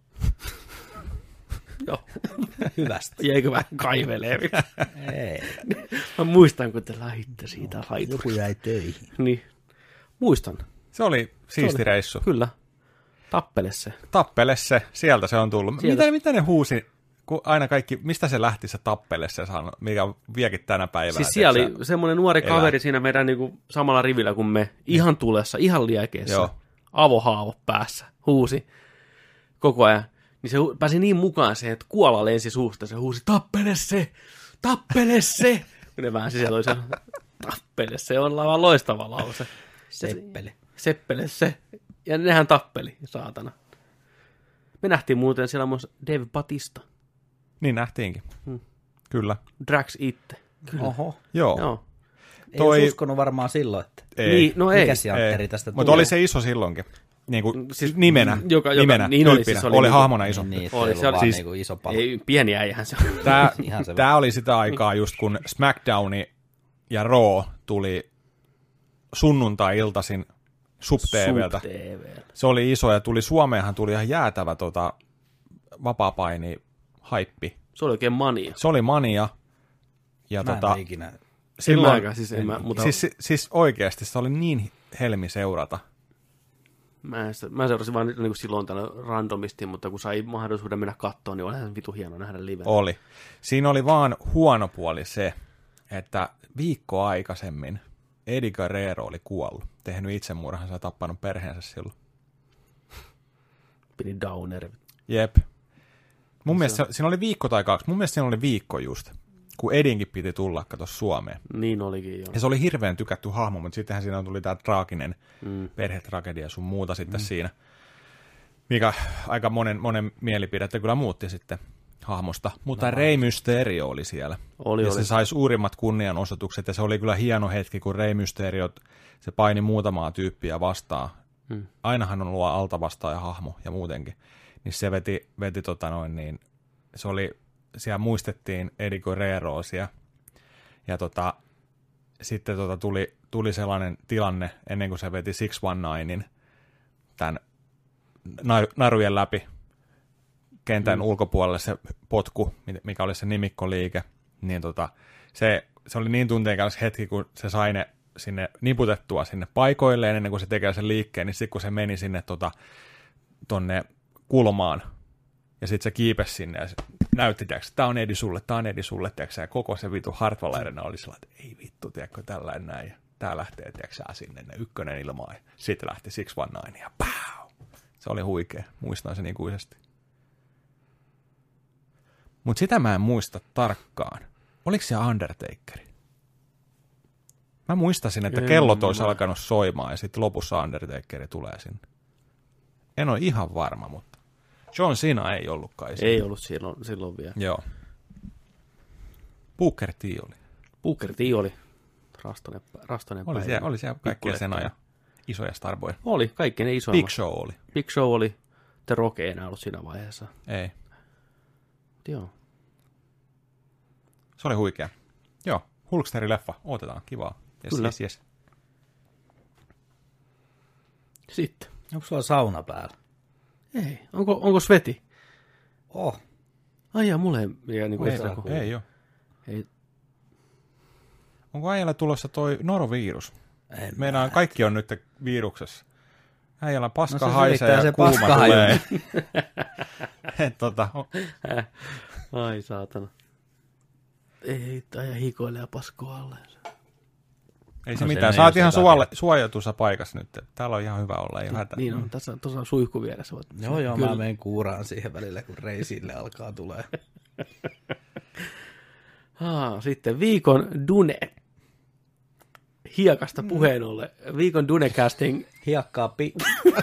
Joo. Hyvästä. Jäikö vähän kaivelee? Ei. Mä muistan, kun te lähditte siitä Joku laiturista. jäi töihin. Niin. Muistan. Se oli siisti Se oli. reissu. Kyllä. Tappele se. Tappele se, sieltä se on tullut. Sieltä. Mitä, mitä ne huusi, kun aina kaikki, mistä se lähti se Tappele se sano, mikä on vieläkin tänä päivänä. Siis siellä tiedätkö oli semmoinen nuori elää. kaveri siinä meidän niinku samalla rivillä kuin me. Ihan tulessa, ihan liekeessä. Joo. Avohaavo päässä. Huusi koko ajan. Niin se hu- pääsi niin mukaan se, että kuola lensi suusta. Se huusi, tappele se! Tappele se! Kun ne väänsi siellä, oli se, tappele se on aivan loistava lause. Seppele. Seppele se. Ja nehän tappeli, saatana. Me nähtiin muuten siellä myös Dave Batista. Niin nähtiinkin. Hmm. Kyllä. Drax itse. Oho. Joo. Joo. Ei Toi- olisi uskonut varmaan silloin, että Ei. Niin, no ei. mikäs jantteri tästä Mutta tulee. oli se iso silloinkin. Niin kuin, Siis- siis nimenä. joka- joka- nimenä. niin oli, tyyppinä. siis oli oli niinku- hahmona iso. Niin, niin että Oli, ei se ollut oli vaan siis- niinku iso palo. Ei, pieni äijähän se on. Tää, Ihan se tää oli sitä aikaa just kun SmackDowni ja Raw tuli sunnuntai-iltaisin Sub-TVltä. Sub-TV:llä. Se oli iso ja tuli Suomeenhan tuli ihan jäätävä tota, vapaapaini haippi. Se oli oikein mania. Se oli mania. Ja Mä tota, en ikinä. silloin, mäkään, siis en mä, mutta... siis, siis oikeasti se oli niin helmi seurata. Mä, en sitä, mä seurasin vaan niin silloin tällä randomisti, mutta kun sai mahdollisuuden mennä kattoon, niin oli ihan vitu hieno nähdä livenä. Oli. Siinä oli vaan huono puoli se, että viikko aikaisemmin Eddie Guerrero oli kuollut, tehnyt itsemurhansa ja tappanut perheensä silloin. Pini downer. Jep. Mun mielestä se, siinä oli viikko tai kaksi. Mun mielestä siinä oli viikko just, kun Edinkin piti tulla kato Suomeen. Niin olikin jo. Ja se oli hirveän tykätty hahmo, mutta sittenhän siinä tuli tää traaginen Mm. perhetragedia sun muuta sitten mm. siinä, mikä aika monen, monen mielipidettä kyllä muutti sitten hahmosta. Mutta no, Rey Mysterio oli siellä. Oli, ja oli. se sai suurimmat kunnianosoitukset, ja se oli kyllä hieno hetki, kun Rey Mysterio, se paini muutamaa tyyppiä vastaan. Mm. Ainahan on ollut altavastaaja hahmo ja muutenkin. Niin se veti, veti tota noin niin, se oli, siellä muistettiin Eddie Guerreroa siellä. Ja tota, sitten tota tuli, tuli sellainen tilanne, ennen kuin se veti six one ninein tämän narujen läpi kentän mm. ulkopuolelle se potku, mikä oli se nimikkoliike, niin tota, se, se oli niin tunteikas hetki, kun se sai ne sinne niputettua sinne paikoilleen ennen kuin se tekee sen liikkeen, niin sitten kun se meni sinne tota, tonne kulmaan, ja sitten se kiipesi sinne ja se näytti, että tämä on Eddie sulle, tämä on Eddie sulle, tiiäksä, ja koko se vitu Hartwell Arena oli sellainen, että ei vittu, tiedätkö, tällainen näin, ja tää lähtee, tiiäksä, sinne, ne ykkönen ilmaan, ja sitten lähti six one nine, ja pow! Se oli huikea, muistan sen ikuisesti. Mutta sitä mä en muista tarkkaan. Oliko se Undertakeri? Mä muistasin, että kellot olisi alkanut soimaan, ja sitten lopussa Undertakeri tulee sinne. En ole ihan varma, mutta John Cena ei ollutkaan. Ei ollut silloin, silloin vielä. Joo. Booker T oli. Booker T oli. Rastonen, rastonen oli päivä. Siellä, oli siellä kaikkia sen ajan isoja starboja. Oli, kaikki ne isoimmat. Big Show oli. Big Show oli. The Rock ei enää ollut siinä vaiheessa. Ei. Joo. Se oli huikea. Joo, Hulksteri-leffa. Otetaan, kivaa. Yes, Kyllä. Yes, yes. Sitten. Onko sulla sauna päällä? Ei. Onko, onko sveti? Oh. Ai jaa, mulle ei jää niinku Ei, extra. ei, ei ole. Ei. Onko äijällä tulossa toi norovirus? En Meidän kaikki on nyt viruksessa. Äijällä paska No se haisee ja se kuuma paska tulee. Et tota, o- Ai saatana. Ei, tai hikoilee paskoa alle. ei se se mitään. ei Sä oot ole ihan se suolle, suojatussa paikassa nyt. Täällä on ihan hyvä olla, ei ole hätää. Niin on, tässä tuossa on suihku vieressä. Voit... Joo, joo, Kyllä. mä menen kuuraan siihen välillä, kun reisille alkaa tulee. Haa, sitten viikon Dune. Hiekasta puheen ollen. Viikon Dune-casting. Hiekkaa pi...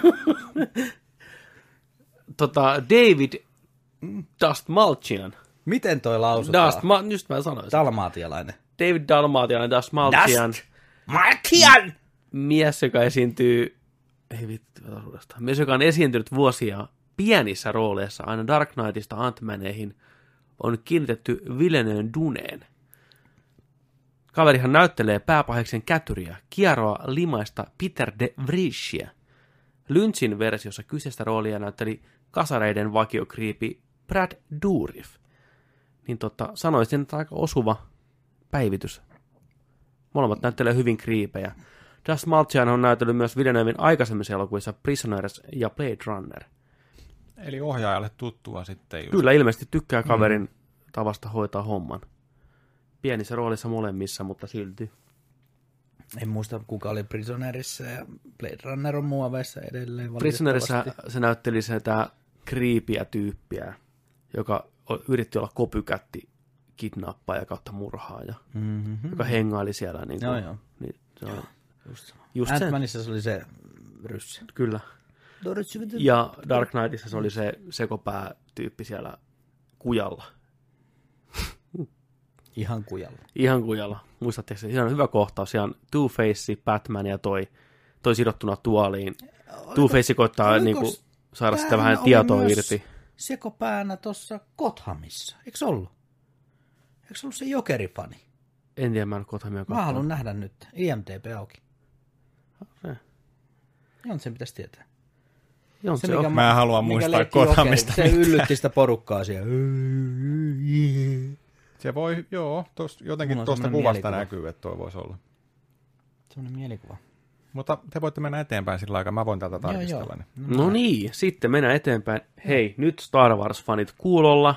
tota, David Dastmalchian. Miten toi lausutaan? Dust, ma, just mä sanoin. Dalmaatialainen. David Dalmatian, Dastmalchian. Dastmalchian! Mies, joka esiintyy, ei vittu, uudestaan. Mies, joka on esiintynyt vuosia pienissä rooleissa, aina Dark Knightista Ant-Maneihin, on kiinnitetty Villeneuven Duneen. Kaverihan näyttelee pääpaheksen kätyriä, kieroa limaista Peter de Vriesia. Lynchin versiossa kyseistä roolia näytteli kasareiden vakiokriipi Brad Dourif. Niin totta, sanoisin, että aika osuva päivitys. Molemmat näyttelee hyvin kriipejä. Dust Malchian on näytellyt myös Villeneuven aikaisemmissa elokuvissa Prisoners ja Blade Runner. Eli ohjaajalle tuttua sitten just. Kyllä, ilmeisesti tykkää kaverin mm. tavasta hoitaa homman. Pienissä roolissa molemmissa, mutta silti. En muista, kuka oli Prisonerissa ja Blade Runner on muoveissa edelleen. Prisonerissa se näytteli sitä kriipiä tyyppiä, joka yritti olla kopykätti kidnappaaja kautta murhaaja, mm-hmm. joka hengaili siellä. Niin kuin, joo, joo. Niin, se on, Just, just Ant-Manissa se oli se ryssä. Kyllä. Ja Dark Knightissa se oli se sekopää-tyyppi siellä kujalla. Ihan kujalla. Ihan kujalla. Muistatteko se? Siinä on hyvä kohtaus. Siellä on Two-Face, Batman ja toi, toi sidottuna tuoliin. Two-Face koittaa niinku, saada sitä vähän tietoa irti. Sekopäänä tuossa Gothamissa. Eikö ollut? Eikö ollut se Jokerifani? En tiedä, mä en kohta meidän Mä haluan nähdä nyt. I M D B auki. Se. Jon sen pitäisi tietää. Jon Se, se mikä on. Mä en halua mikä muistaa leikki jokeri, Kotamista Se mitään. yllytti sitä porukkaa siellä. Se voi, joo, tos, jotenkin Mulla on tuosta semmoinen kuvasta mielikuva. näkyy, että toi voisi olla. Semmoinen mielikuva. Mutta te voitte mennä eteenpäin sillä aikaa, mä voin täältä Joo, tarkistella. joo. Niin. No niin, sitten mennään eteenpäin. Hei, nyt Star Wars-fanit kuulolla.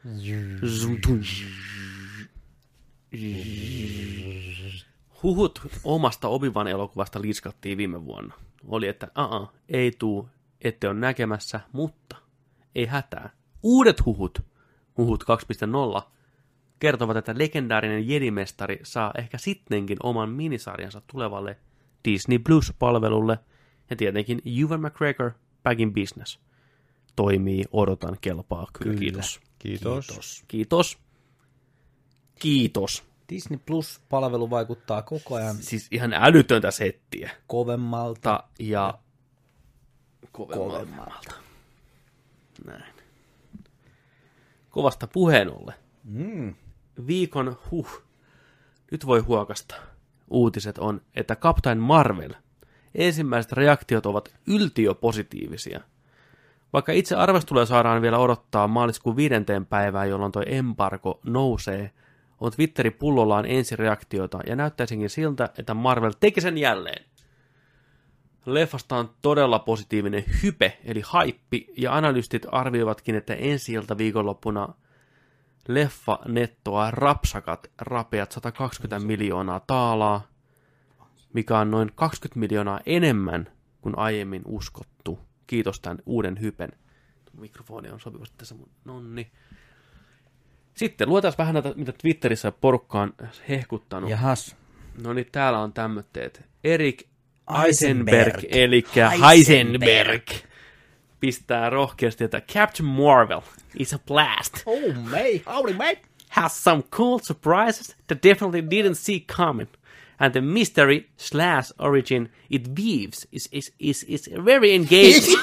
Huhut omasta Obi-Wan elokuvasta liskattiin viime vuonna. Oli, että aa, ei tuu, ette ole näkemässä, mutta ei hätää. Uudet huhut, huhut kaksi piste nolla, kertovat, että legendaarinen jedimestari saa ehkä sittenkin oman minisarjansa tulevalle Disney Plus-palvelulle, ja tietenkin Ewan McGregor, back in business. Toimii, odotan, kelpaa, kyllä, Kyllä. kiitos. Kiitos. Kiitos. Kiitos. Kiitos. Disney Plus-palvelu vaikuttaa koko ajan Siis ihan älytöntä settiä. kovemmalta. Ta- ja kovemmalta. Kovemmalta. Näin. Kovasta puheen ollen. Mm. Viikon huh. Nyt voi huokasta. Uutiset on, että Captain Marvel. Ensimmäiset reaktiot ovat yltiöpositiivisia. Vaikka itse arvosteluja saadaan vielä odottaa maaliskuun viidenteen päivään, jolloin toi embargo nousee, on Twitteri pullollaan ensireaktioita ja näyttäisinkin siltä, että Marvel teki sen jälleen. Leffasta on todella positiivinen hype, eli haippi, ja analystit arvioivatkin, että ensi-ilta viikonloppuna leffa nettoaa rapsakat rapeat sata kaksikymmentä miljoonaa taalaa, mikä on noin kaksikymmentä miljoonaa enemmän kuin aiemmin uskottu. Kiitos tämän uuden hypen. Mikrofoni on sopivasti tässä mun nonni. Sitten luetaan vähän näitä, mitä Twitterissä porukka on hehkuttanut. Jahas. No niin, täällä on tämmöitteet. Erik Eisenberg. Eisenberg, eli Heisenberg. Heisenberg, pistää rohkeasti, että Captain Marvel is a blast. Oh, mate. Howdy, mate. Has some cool surprises that definitely didn't see coming. And the mystery slash origin it weaves is, is, is, is very engaging.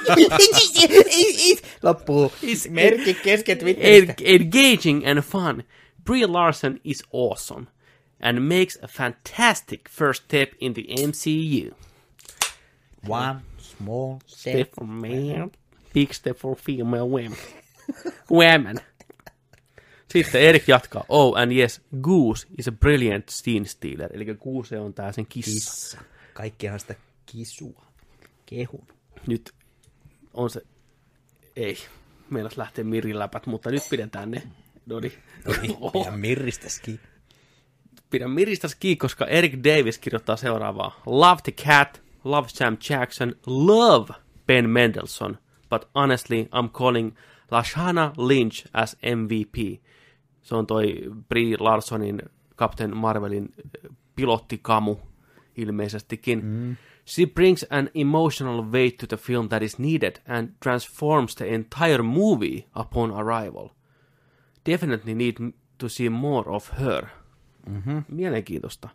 Loppuu. Is- Merkki kesken Twitteristä. en- engaging and fun. Brie Larson is awesome and makes a fantastic first step in the M C U. One small step. Step for man, big step for female women. Women. Sitten Erik jatkaa. Oh, and yes, Goose is a brilliant scene stealer. Eli Goose on tää sen kissa. Kissa. Kaikkihan sitä kisua. Kehun. Nyt on se... Ei. Meinas lähtee Mirri-läpät, mutta nyt pidetään ne. Noniin. Ja mirristäskin. Pidän Miristä kiinni, koska Eric Davis kirjoittaa seuraavaa. Love the cat, love Sam Jackson, love Ben Mendelsohn, but honestly I'm calling Lashana Lynch as M V P. Se on toi Brie Larsonin Captain Marvelin pilottikamu ilmeisestikin. Mm. She brings an emotional weight to the film that is needed and transforms the entire movie upon arrival. Definitely need to see more of her. Mm-hmm. Mielenkiintoista.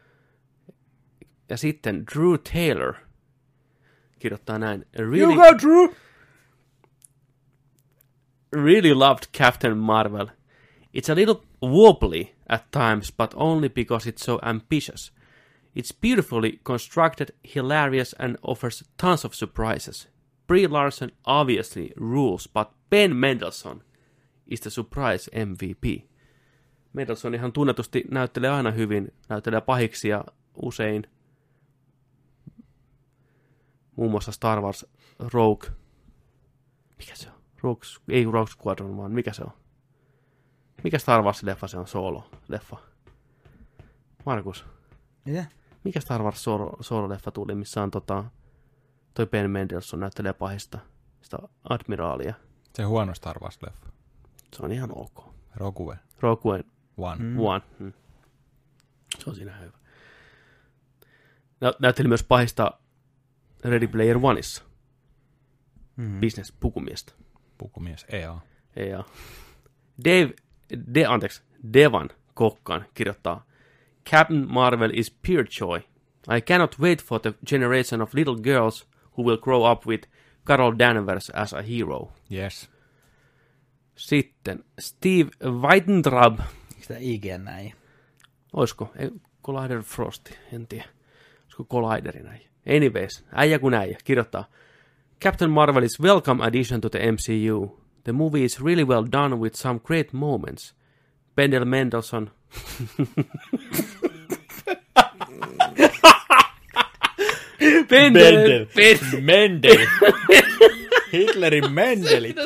Ja sitten Drew Taylor kirjoittaa näin. Really, You got Drew! really loved Captain Marvel. It's a little wobbly at times, but only because it's so ambitious. It's beautifully constructed, hilarious, and offers tons of surprises. Brie Larson obviously rules, but Ben Mendelsohn is the surprise M V P. Mendelsohn ihan tunnetusti näyttelee aina hyvin, näyttelee pahiksia usein. Muun muassa Star Wars Rogue. Mikä se on? Rogue, ei Rogue Squadron, vaan mikä se on? Mikä Star Wars-leffa se on? Solo-leffa. Markus, Mitä? mikä Star Wars solo, solo-leffa tuli, missä on tota, toi Ben Mendelsohn näyttelee pahista sitä admiraalia. Se huono Star Wars-leffa. Se on ihan ok. Rogue Rogue One. Mm. One. Mm. Se on siinä hyvä. Nä- näytteli myös pahista Ready Player Oneissa. Mm. Business pukumiestä. Pukumies E A. Ja Dave, de, anteeksi, Devan Kokkan kirjoittaa, Captain Marvel is pure joy. I cannot wait for the generation of little girls who will grow up with Carol Danvers as a hero. Yes. Sitten Steve Weidentraub. Sitä I G näin. Olisiko? Ei, Collider Frosti, en tiedä. Olisiko Colliderin äijä? Anyways, äijä kun äijä, kirjoittaa. Captain Marvel is welcome addition to the M C U. The movie is really well done with some great moments. Pendel Mendelssohn. Pendel. Pendel. Mendel. Hitlerin Mendeli.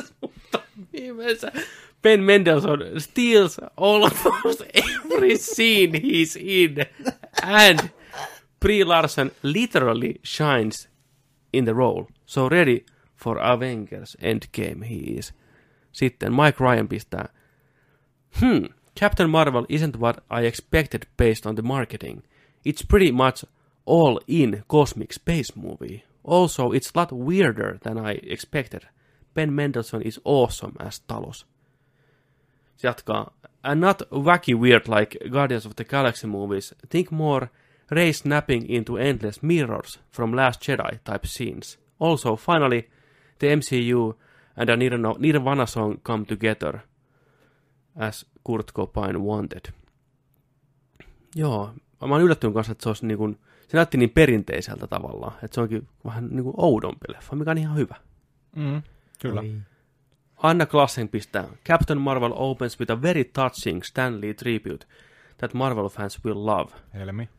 Ben Mendelssohn steals almost every scene he's in, and Brie Larson literally shines in the role. So ready for Avengers Endgame he is. Sitten Mike Ryan pistää, hmm, Captain Marvel isn't what I expected based on the marketing. It's pretty much all in cosmic space movie. Also, it's a lot weirder than I expected. Ben Mendelssohn is awesome as Talos. Se jatkaa, and not wacky weird like Guardians of the Galaxy movies. Think more Rey snapping into endless mirrors from Last Jedi type scenes. Also, finally, the M C U and a Nirvana song come together as Kurt Cobain wanted. Joo, mä oon yllättynyt kanssa, että se olisi niin kuin, se näytti niin perinteiseltä tavallaan, että se onkin vähän niin kuin oudompi leffa, mikä on ihan hyvä. Mm, kyllä. Oi. Anna Klassen pistää, Captain Marvel opens with a very touching Stan Lee tribute that Marvel fans will love. Helmi.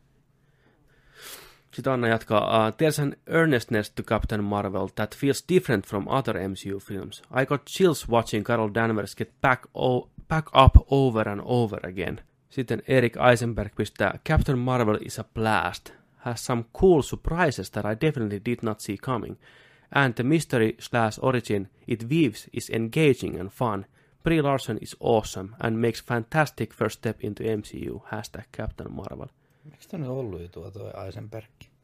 Sitten Anna jatkaa, uh, there's an earnestness to Captain Marvel that feels different from other M C U films. I got chills watching Carol Danvers get back, o- back up over and over again. Sitten Erik Eisenberg pistää, Captain Marvel is a blast. Has some cool surprises that I definitely did not see coming. And the mystery slash origin it weaves is engaging and fun. Brie Larson is awesome and makes fantastic first step into M C U. Hashtag Captain Marvel. Miksi tämä on ollut jo tuo toi Eisenberg?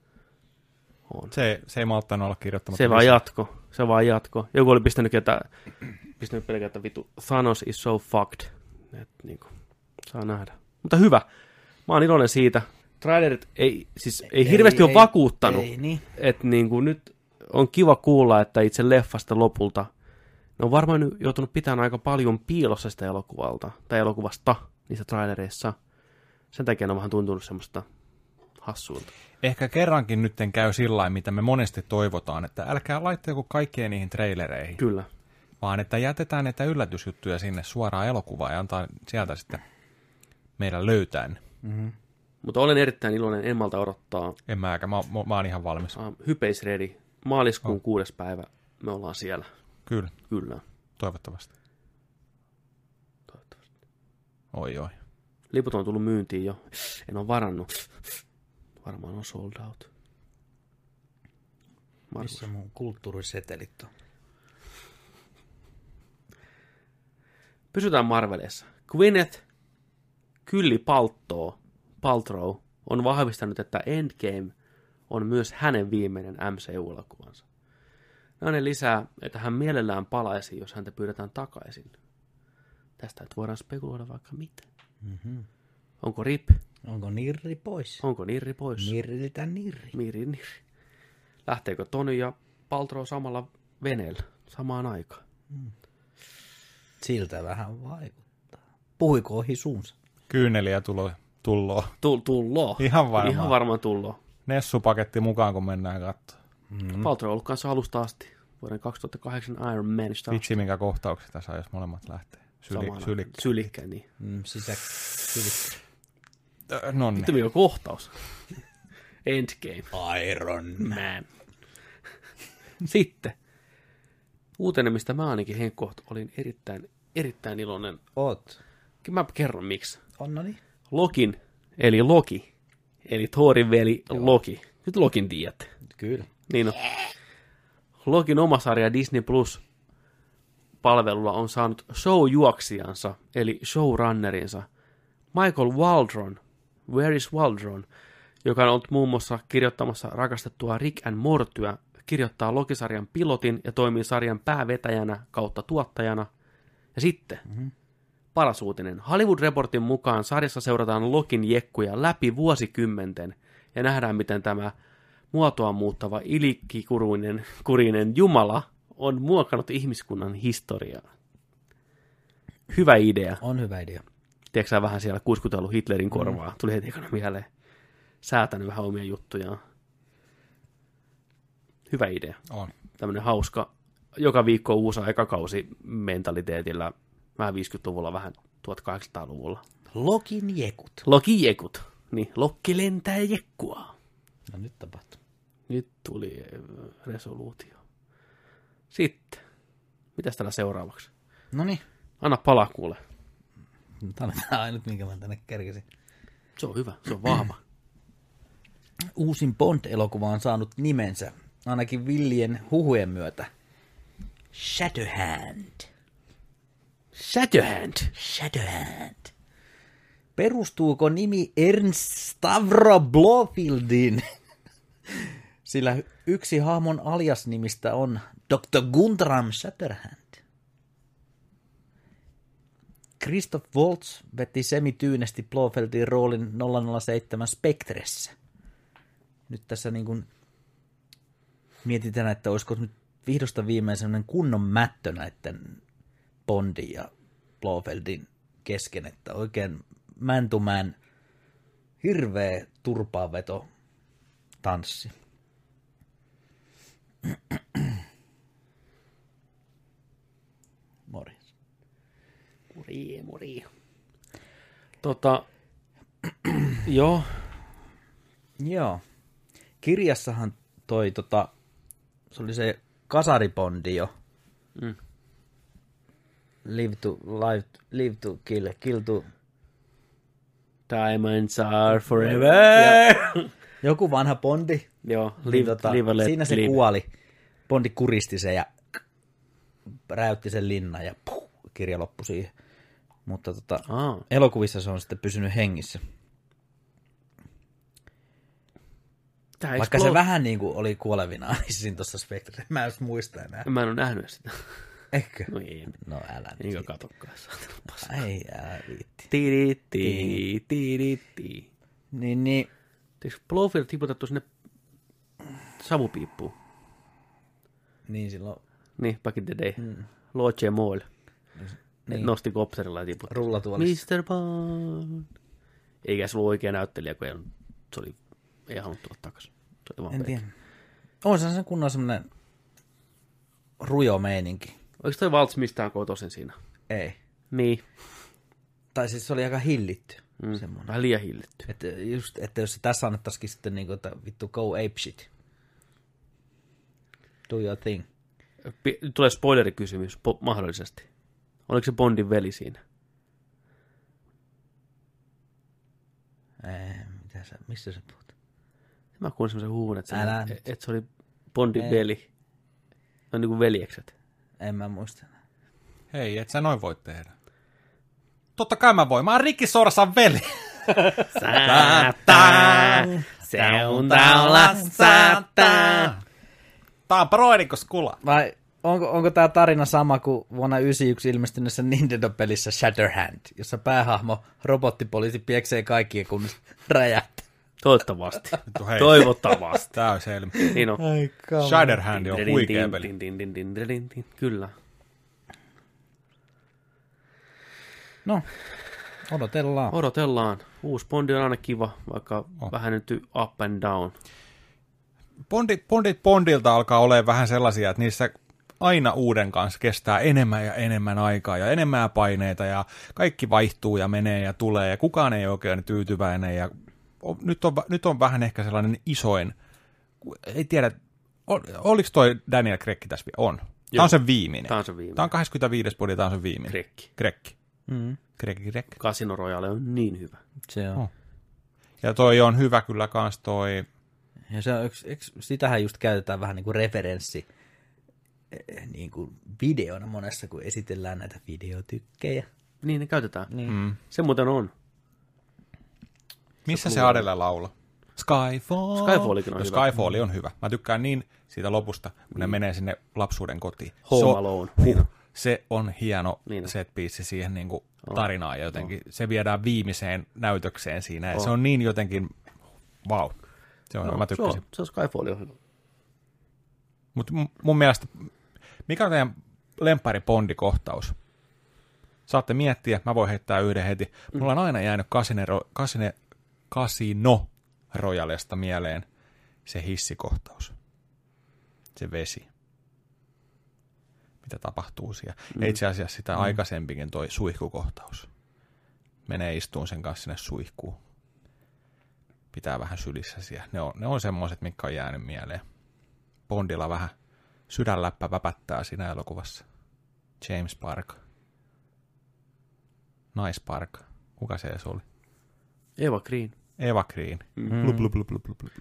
On. Se, se ei malttanut olla kirjoittamatta. Se vaan jatko. Se vaan jatko. Joku oli pistänyt, että, pistänyt pelkää, että vittu Thanos is so fucked. Et, niin kuin, saa nähdä. Mutta hyvä. Mä oon iloinen siitä. Trailerit ei, siis ei, ei hirveästi ei, ole ei, vakuuttanut. Ei, niin. Että niin kuin, nyt on kiva kuulla, että itse leffasta lopulta ne on varmaan joutunut pitämään aika paljon piilossa sitä elokuvalta, tai elokuvasta niissä trailereissa. Sen takia ne on vähän tuntunut semmoista hassuilta. Ehkä kerrankin nytten käy sillain, mitä me monesti toivotaan, että älkää laittako kaikkeen niihin trailereihin. Kyllä. Vaan että jätetään näitä yllätysjuttuja sinne suoraan elokuvaan ja antaa sieltä sitten meidän löytää. Mm-hmm. Mutta olen erittäin iloinen, en malta odottaa. En mäkään, mä, mä, mä oon ihan valmis. Uh, hypeis ready. Maaliskuun oh. kuudes päivä me ollaan siellä. Kyllä. Kyllä. Toivottavasti. Toivottavasti. Oi oi. Liput on tullut myyntiin jo. En ole varannut. Varmaan on sold out. Markus. Missä mun kulttuurisetelit on? Pysytään Marvelissa. Gwyneth Kylli Palttoo, Paltrow on vahvistanut, että Endgame on myös hänen viimeinen M C U-elokuvansa. Näin lisää, että hän mielellään palaisi, jos häntä pyydetään takaisin. Tästä et voidaan spekuloida vaikka mitä. Mm-hmm. Onko rip? Onko nirri pois? Onko nirri pois? Nirritään nirri. Mirri, nirri. Lähteekö Tony ja Paltrow samalla veneellä samaan aikaan? Mm. Siltä vähän vaikuttaa. Puhuiko ohi suunsa? Kyyneliä tulo, tulloo. Tull, tulloo. Ihan varmaan. Ihan varmaan tulloo. Nessupaketti mukaan, kun mennään katsomaan. Mm-hmm. Paltrow on ollut kanssa alusta asti. Vuoden kaksituhattakahdeksan Iron Manista. Vitsi, minkä kohtaukset tässä jos molemmat lähtee. Syli, sylikkä. Sylikkä, niin. Mm, sisä, sylikkä. Äh, nonni. Vittu mikä kohtaus. Endgame. Iron Man. Sitten. Uutenen, mistä mä ainakin henkkoht olin erittäin, erittäin iloinen. Oot. Mä kerron miksi. Onnani. Lokin, eli Loki. Eli Thorin veli Loki. Nyt Lokin tiedätte. Kyllä. Niin on. Lokin oma sarja Disney Plus-palvelulla on saanut show-juoksijansa, eli showrunnerinsa, Michael Waldron, Where is Waldron, joka on ollut muun muassa kirjoittamassa rakastettua Rick and Mortyä, kirjoittaa Loki-sarjan pilotin ja toimii sarjan päävetäjänä kautta tuottajana. Ja sitten, mm-hmm. paras uutinen, Hollywood Reportin mukaan sarjassa seurataan Lokin jekkuja läpi vuosikymmenten ja nähdään, miten tämä muotoa muuttava ilikkikurinen kurinen Jumala on muokannut ihmiskunnan historiaa. Hyvä idea. On hyvä idea. tiedätkö sä vähän siellä kuiskutellut Hitlerin korvaa. Mm. Tuli heti ekana mieleen. Säätänyt vähän omia juttujaan. Hyvä idea. On. Tämmöinen hauska, joka viikko uusi aikakausi mentaliteetillä. Vähän viisikymmentäluvulla, vähän tuhatkahdeksansataaluvulla. Lokin jekut. Loki jekut. Niin, Lokki lentää jekkua. No nyt tapahtuu. Nyt tuli resoluutio. Sitten. Mitäs täällä seuraavaksi? Noniin. Anna palaa kuule. Tämä on ainut, minkä mä tänne kerkesin. Se on hyvä, se on vahva. Uusin Bond-elokuva on saanut nimensä, ainakin villien huhujen myötä. Shadowhand. Shadowhand. Shadowhand. Perustuuko nimi Ernst Stavro Blofieldin? Sillä yksi hahmon alias-nimistä on doktor Guntram Shadowhand. Christoph Waltz veti semityynesti Blofeldin roolin nolla nolla seitsemän Spectressä. Nyt tässä niin kuin mietitään, että olisiko nyt vihdosta viimein sellainen kunnon mättö näiden Bondin ja Blofeldin kesken, että oikein man to man hirveä turpaanveto tanssi. Morjens. Mori, mori. Tota, joo. Joo. Kirjassahan toi tota, se oli se kasaribondi jo. Mm. Live to, live, live to kill, kill to... Diamonds are forever. Ja, joku vanha bondi. Joo, Niin live, tota, live, let, siinä se live. kuoli. Bondi kuristi sen ja räytti sen linnan ja puh, kirja loppui siihen. Mutta tota, Aa. elokuvissa se on sitten pysynyt hengissä. Tää Vaikka Explo- se vähän niin kuin oli kuolevina siinä tuossa Spectressa. Mä en muista enää. Mä en ole nähnyt sitä. Eikö? No ei. No älä nyt. Eikä katokkaan. Ei, älä viitti. Tiditti, tiditti. Niin, niin. Eikö Blofeld tiputettu sinne savupiippuun? Niin silloin Niin, back in the day. Mm. Lord J. Moyle. Niin. Nosti kopterilla ja tiputti. rullatuolissa. mister Bond. Eikä se ollut oikea näyttelijä, kun ei, se oli, ei halunnut tulla takaisin. Se oli vaan En peikki. tiedä. On se kunnon semmoinen rujo meininki. Oliko toi Waltz mistään kotoisin siinä? Ei. Niin. Tai siis se oli aika hillitty. Mm. Semmoinen. Vähän liian hillitty. Että, just, että jos se tässä annettaisikin sitten niin kuin, että vittu go ape shit. Do your thing. Pi- Tulee spoilerikysymys po- mahdollisesti. Oliko se Bondin veli siinä? Ei, mitä sä, missä sä puhut? Mä kuulin semmoisen huuvun, että, Älä se, nyt. että se oli Bondin Ei. veli. On niin kuin veljekset. En mä muista enää. Hei, et sä noin voi tehdä. Totta kai mä voin. Mä oon Rikki Sorsan veli. Se on taula saattaa. Tää on Broidikos kula. Vai onko, onko tämä tarina sama kuin vuonna yhdeksänkymmentäyksi ilmestyneessä Nintendo-pelissä Shatterhand, jossa päähahmo robottipoliisi pieksee kaikkia kun räjähtää? Toivottavasti. Vittu, hei. Toivottavasti. Tää on selmä. Niin on. Shadowhand on huikea peli. Kyllä. No, odotellaan. Odotellaan. Uusi Bondi on aina kiva, vaikka On. vähän nyt up and down. Bondit, Bondit Bondilta alkaa olemaan vähän sellaisia, että niissä aina uuden kanssa kestää enemmän ja enemmän aikaa ja enemmän paineita ja kaikki vaihtuu ja menee ja tulee ja kukaan ei oikein tyytyväinen ja o- nyt on, nyt on vähän ehkä sellainen isoin, ei tiedä, ol, oliko toi Daniel Craig tässä? On. Tämä Joo. on sen viimeinen. Tämä on se viimeinen. Tämä on kaksikymmentäviisi Bondi, tämä on sen viimeinen. Krekki. Krekki. Mm, Krekki, Krekki. Casino Royale on niin hyvä. se on. Oh. Ja toi on hyvä kyllä kans toi, Ja se on yksi, yksi, sitähän just käytetään vähän niin kuin referenssi eh, niin kuin videona monessa, kun esitellään näitä videotykkejä. Niin ne käytetään. Niin. mm. Se muuten on. missä se Adele laula? Skyfall. Skyfallikin on No, hyvä. Skyfall on hyvä. Mä tykkään niin siitä lopusta, kun Niin. ne menee sinne lapsuuden kotiin. Home Se on- Alone. Huh, se on hieno Niin on. set-piece siihen niin kuin On. tarinaan ja jotenkin se viedään viimeiseen näytökseen siinä. Ja On. se on niin jotenkin, vau. Wow. Se on, No, mä se on, tykkäsin. se on Skyfall on hyvä. Mutta mun mielestä, mikä on teidän lemppari Bondi-kohtaus? Saatte miettiä, mä voin heittää yhden heti. Mulla on aina jäänyt Casino, Casino, Casino Royalesta mieleen se hissikohtaus. Se vesi. Mitä tapahtuu siellä. Mm. Itse asiassa sitä mm. aikaisempikin toi suihkukohtaus. Menee istuun sen kanssa sinne suihkuun. Pitää vähän sylissä siellä. Ne on, ne on semmoiset, mitkä on jäänyt mieleen. Bondilla vähän sydänläppä väpättää siinä elokuvassa. James Park. Nice Park. Kuka se edes oli? Eva Green. Eva Green. Mm. Blub, blub, blub, blub, blub, blub.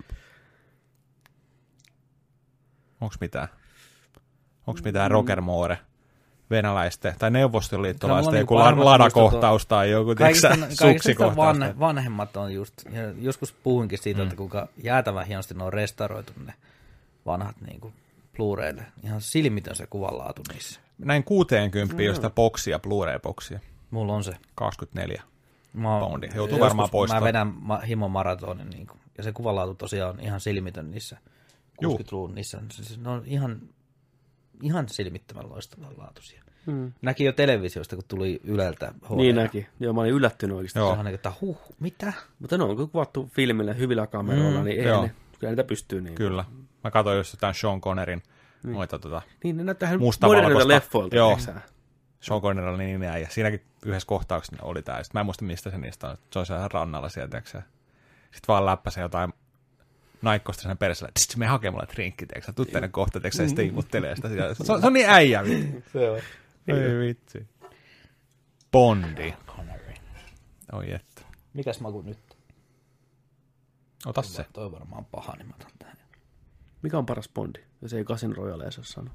Onks mitään? Onks mitään mm. Roger Moore? Venäläisten tai neuvostoliittolaisten joku niin ladakohtaus tai joku suksikohtaus. Van, vanhemmat on just, joskus puhuinkin siitä, mm. että kuinka jäätävän hienosti ne on restauroitu ne vanhat niin kuin Blu-raylle. Ihan silmitön se kuvanlaatu niissä. Näin kuuteenkymppiä mm. josta boksia, Blu-ray-boksia. Mulla on se. kaksikymmentäneljä mä, poundia. Joutuu varmaan poistamaan. Mä vedän ma- himo maratonin, niin kuin, ja se kuvanlaatu tosiaan on ihan silmitön niissä kuusikymmentäluvun niissä. Siis ne on ihan, ihan silmittömän loistavan laatuisia. Hmm. Näki jo televisiosta, kun tuli Yleltä H D. Niin näki. Joo, mä olin yllättynyt oikeasti. Joo. Se että huh, mitä? Mutta ne on kuvattu filmille hyvillä kameroilla, mm, niin ei ne, kyllä niitä pystyy niin. Kyllä. Mä katsoin just jotain Sean Connerin niin. noita tota niin, ne näyttää mustavalkoista leffoilta. Joo. Sean Connery oli niin näin. Ja siinäkin yhdessä kohtauksessa oli tää. Sitten mä en muista, mistä se niistä on. Se on siellä rannalla sieltä. Sitten vaan läppäsi jotain naikkosta sen perässä. Sitten me hakemalla trinkki, teeksä. Tuu tänne kohta, teeksä, ja sitten imuttelee sitä. Se, se, se on niin äijä. Se on. Ei vitsi. Bondi. Oi että. Mikäs maku nyt? Ota se. Toi on varmaan paha, niin mä otan tähän. Mikä on paras Bondi, jos ei Casino Royale saa sanoa?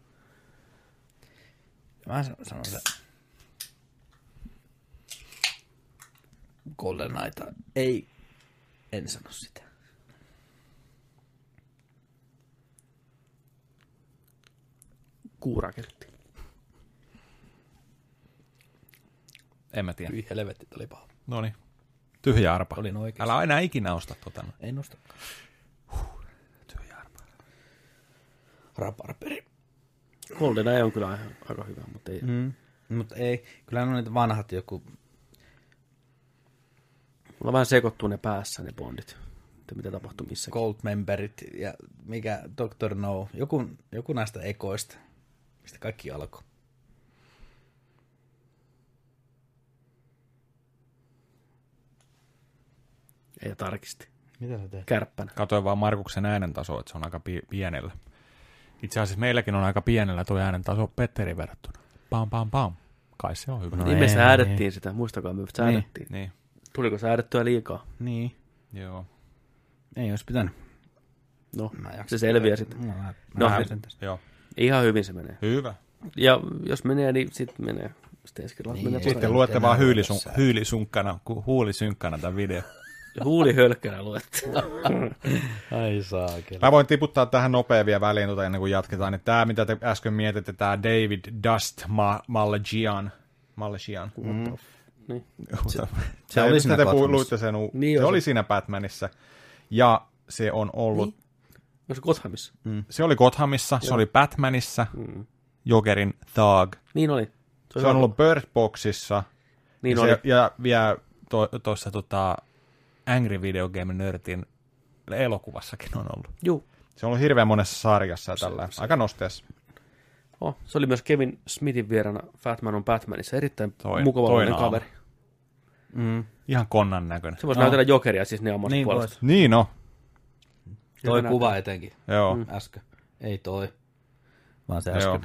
Mä sanon se. Golden Knight. Ei, en sano sitä. Kuuraketti. En mä tiedä. Hyi helvetti, oli paha. Noniin. Tyhjä arpa. Olin oikein. Älä enää ikinä osta tota. Ei nostakaan. Huh. Tyhjä arpa. Raparperi. GoldenEye on kyllä aika hyvä, mutta ei. Mm. Mutta ei. Kyllä ne on niitä vanhat joku. Mulla vähän sekoittuu ne päässä ne Bondit. Että mitä tapahtuu missäkin. Goldmemberit ja mikä doctor No. Joku, joku näistä ekoista. Mistä kaikki alkoi. Ei tarkisti. Mitä sä teet? Kärppänä. Katoin vaan Markuksen äänen taso, että se on aika pi- pienellä. Itse asiassa meilläkin on aika pienellä tuo äänen taso Petterin verrattuna. Pam, pam, pam. Kai se on hyvä. No niin me säädettiin niin. Sitä. Muistakaa, me säädettiin. Niin, niin. Tuliko säädettyä liikaa? Niin. Joo. Ei olisi pitänyt. No, se selviää sitten. No, mä, no, mä joo. Ihan hyvin se menee. Hyvä. Ja jos menee, niin sitten menee. Sitten, niin, menee sitten luette vaan hyylisun- hyylisunkkana, huulisynkkana tämän video. Huuli hölkkänä luette. Ai saakeli. Mä voin tiputtaa tähän nopea vielä väliin, tuota ennen kuin jatketaan. Että tämä, mitä te äsken mietitte, tämä David Dust Ma- Malagian. Malagian. Mm. Niin. Se, se oli siinä Batmanissa. Sen, niin se oli siinä Batmanissa. Ja se on ollut... Niin. Se Gothamissa. Mm. Se oli Gothamissa, Joo. se oli Batmanissa, mm. Jokerin Thug. Niin oli. Se, se on ollut Bird Boxissa. Niin ja, oli. Se, ja vielä tuossa to, tota, Angry Video Game Nerdin elokuvassakin on ollut. Juu. Se on ollut hirveän monessa sarjassa ja tällä. Aika nosteessa. Oh, se oli myös Kevin Smithin vierana Batman on Batmanissa. Erittäin Toi, mukavallinen kaveri. Mm. Ihan konnan näköinen. Se voisi no. näytellä Jokeria siis ne ammassa niin puolesta. Niin no. Toi kuva näyttää. Etenkin. Joo. Mm. Äsken. Ei toi, vaan se äsken. Joo.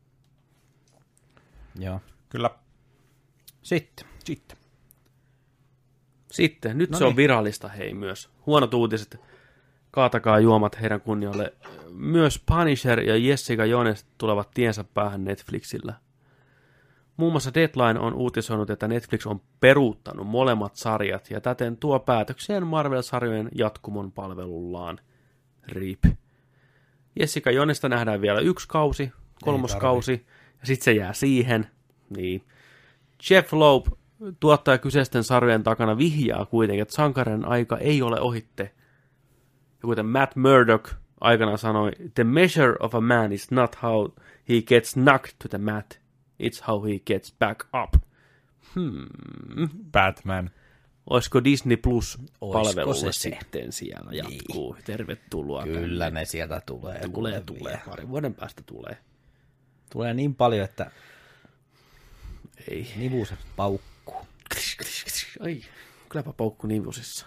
Joo. Kyllä. Sitten. Sitten. Sitten. Nyt no se niin. on virallista hei myös. Huonot uutiset. Kaatakaa juomat heidän kunnialle. Myös Punisher ja Jessica Jones tulevat tiensä päähän Netflixillä. Muun muassa Deadline on uutisoinut, että Netflix on peruuttanut molemmat sarjat ja täten tuo päätökseen Marvel-sarjojen jatkumon palvelullaan. R I P. Jessica Jonesta nähdään vielä yksi kausi, kolmoskausi, ja sitten se jää siihen. Niin. Jeff Loeb, tuottaja kyseisten sarjojen takana, vihjaa kuitenkin, että sankarien aika ei ole ohitte. Ja kuten Matt Murdock aikanaan sanoi, the measure of a man is not how he gets knocked to the mat, it's how he gets back up. Hmm. Batman. Olisiko Disney Plus-palvelulle se se? sitten siellä jatkuu? Niin. Tervetuloa. Kyllä tänne. ne sieltä tulee. Tulee, tulee. Pari vuoden päästä tulee. Tulee niin paljon, että Ei. nivuset paukkuu. Ai, kylläpä paukku nivusissa.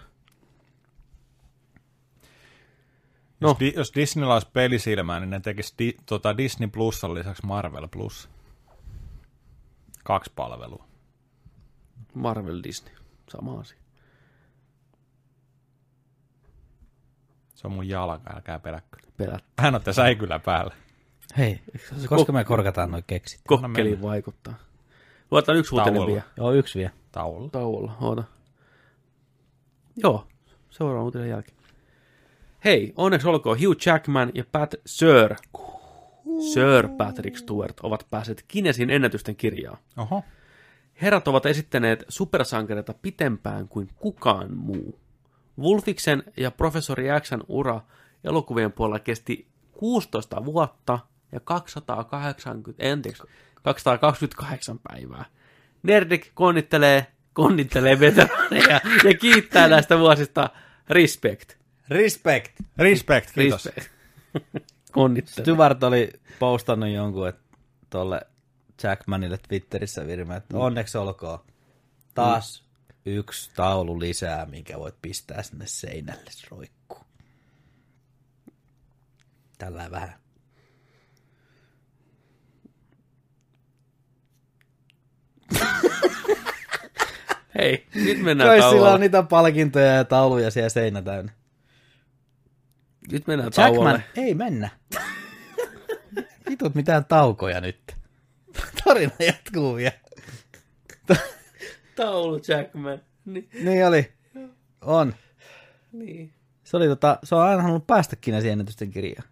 No. Jos, di, jos Disneyllä olisi pelisilmää, niin ne tekisi di, tota Disney Plusan lisäksi Marvel Plus. Kaksi palvelua. Marvel Disney. Sama asia. Se on mun jalka, älkää peläkkö. Pelät. Hän otte säikyllä päällä. Hei, koska me korkataan noin keksit? Kokkeliin vaikuttaa. Luotaan yksi uutinen Tauolla. vielä. Joo, yksi vielä. Tauolla. Tauolla, oota. Joo, seuraava uutinen jälkeen. Hei, onneksi olkoon Hugh Jackman ja Pat Sir, Sir Patrick Stewart ovat päässeet Guinnessin ennätysten kirjaan. Oho. Herrat ovat esittäneet supersankareita pitempään kuin kukaan muu. Wolfiksen ja professori Xn ura elokuvien puolella kesti kuusitoista vuotta ja kaksisataakahdeksankymmentä, anteeksi, kaksisataakaksikymmentäkahdeksan päivää. Nerdik konnittelee, konnittelee veteraaneja ja kiittää näistä vuosista. Respect. Respect. Respect, kiitos. Respect. Konnittelee. Stewart oli postannut jonkun, että tolle Jackmanille Twitterissä virme, että onneksi olkoon. Taas mm. yksi taulu lisää, minkä voit pistää sinne seinälle roikkuu. Tällä vähän. Hei, nyt mennään Kai tauolle. sillä on niitä palkintoja ja tauluja siellä seinä täynnä. Nyt mennään Jackman, tauolle. ei mennä. Vitut mitään taukoja nyt. Tarina jatkuu vielä. Taulu Jackman. Niin. Niin oli. On. Niin. Se, oli tota, se on aina halunnut päästäkin näihin ennätysten kirjaan.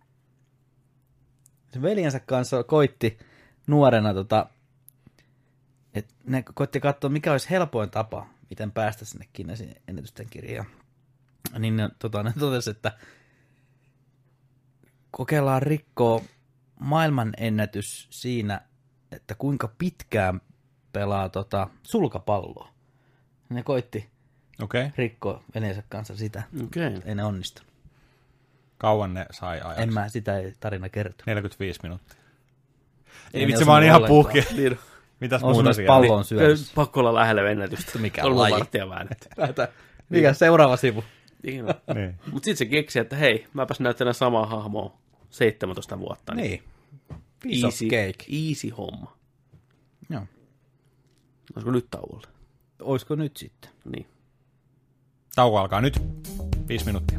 Se veljensä kanssa koitti nuorena, tota, että ne koitti katsoa, mikä olisi helpoin tapa, miten päästä sinne Guinnessin ennätysten kirjaan. Niin ne, tota, ne totesi, että kokeillaan rikkoa maailman ennätys siinä, että kuinka pitkään pelaa tota, sulkapalloa. Ne koitti Okei. Okay. rikkoa veneensä kanssa sitä. Okei. Ei ne onnistunut. Kauan ne sai ajaksi? En mä, sitä ei tarina kertoa. neljäkymmentäviisi minuuttia. Ei, Ei vitsi, ne mä oon osunut ihan ollenkaan. puhki. Niin. Mitäs On muuta sun siellä? pallon syödessä. Pakko olla lähellä ennätystä. Mikä Kolme laji? varttia väännetty. Mikä seuraava sivu? Niin. Niin. Mutta sitten se keksi, että hei, mäpäs näyttelen samaa hahmoa seitsemäntoista vuotta. Niin. Piece of Easy, cake. easy homma. Joo. Olisiko nyt tauolla? Oisko nyt sitten? Niin. Tauko alkaa nyt. Viisi minuuttia.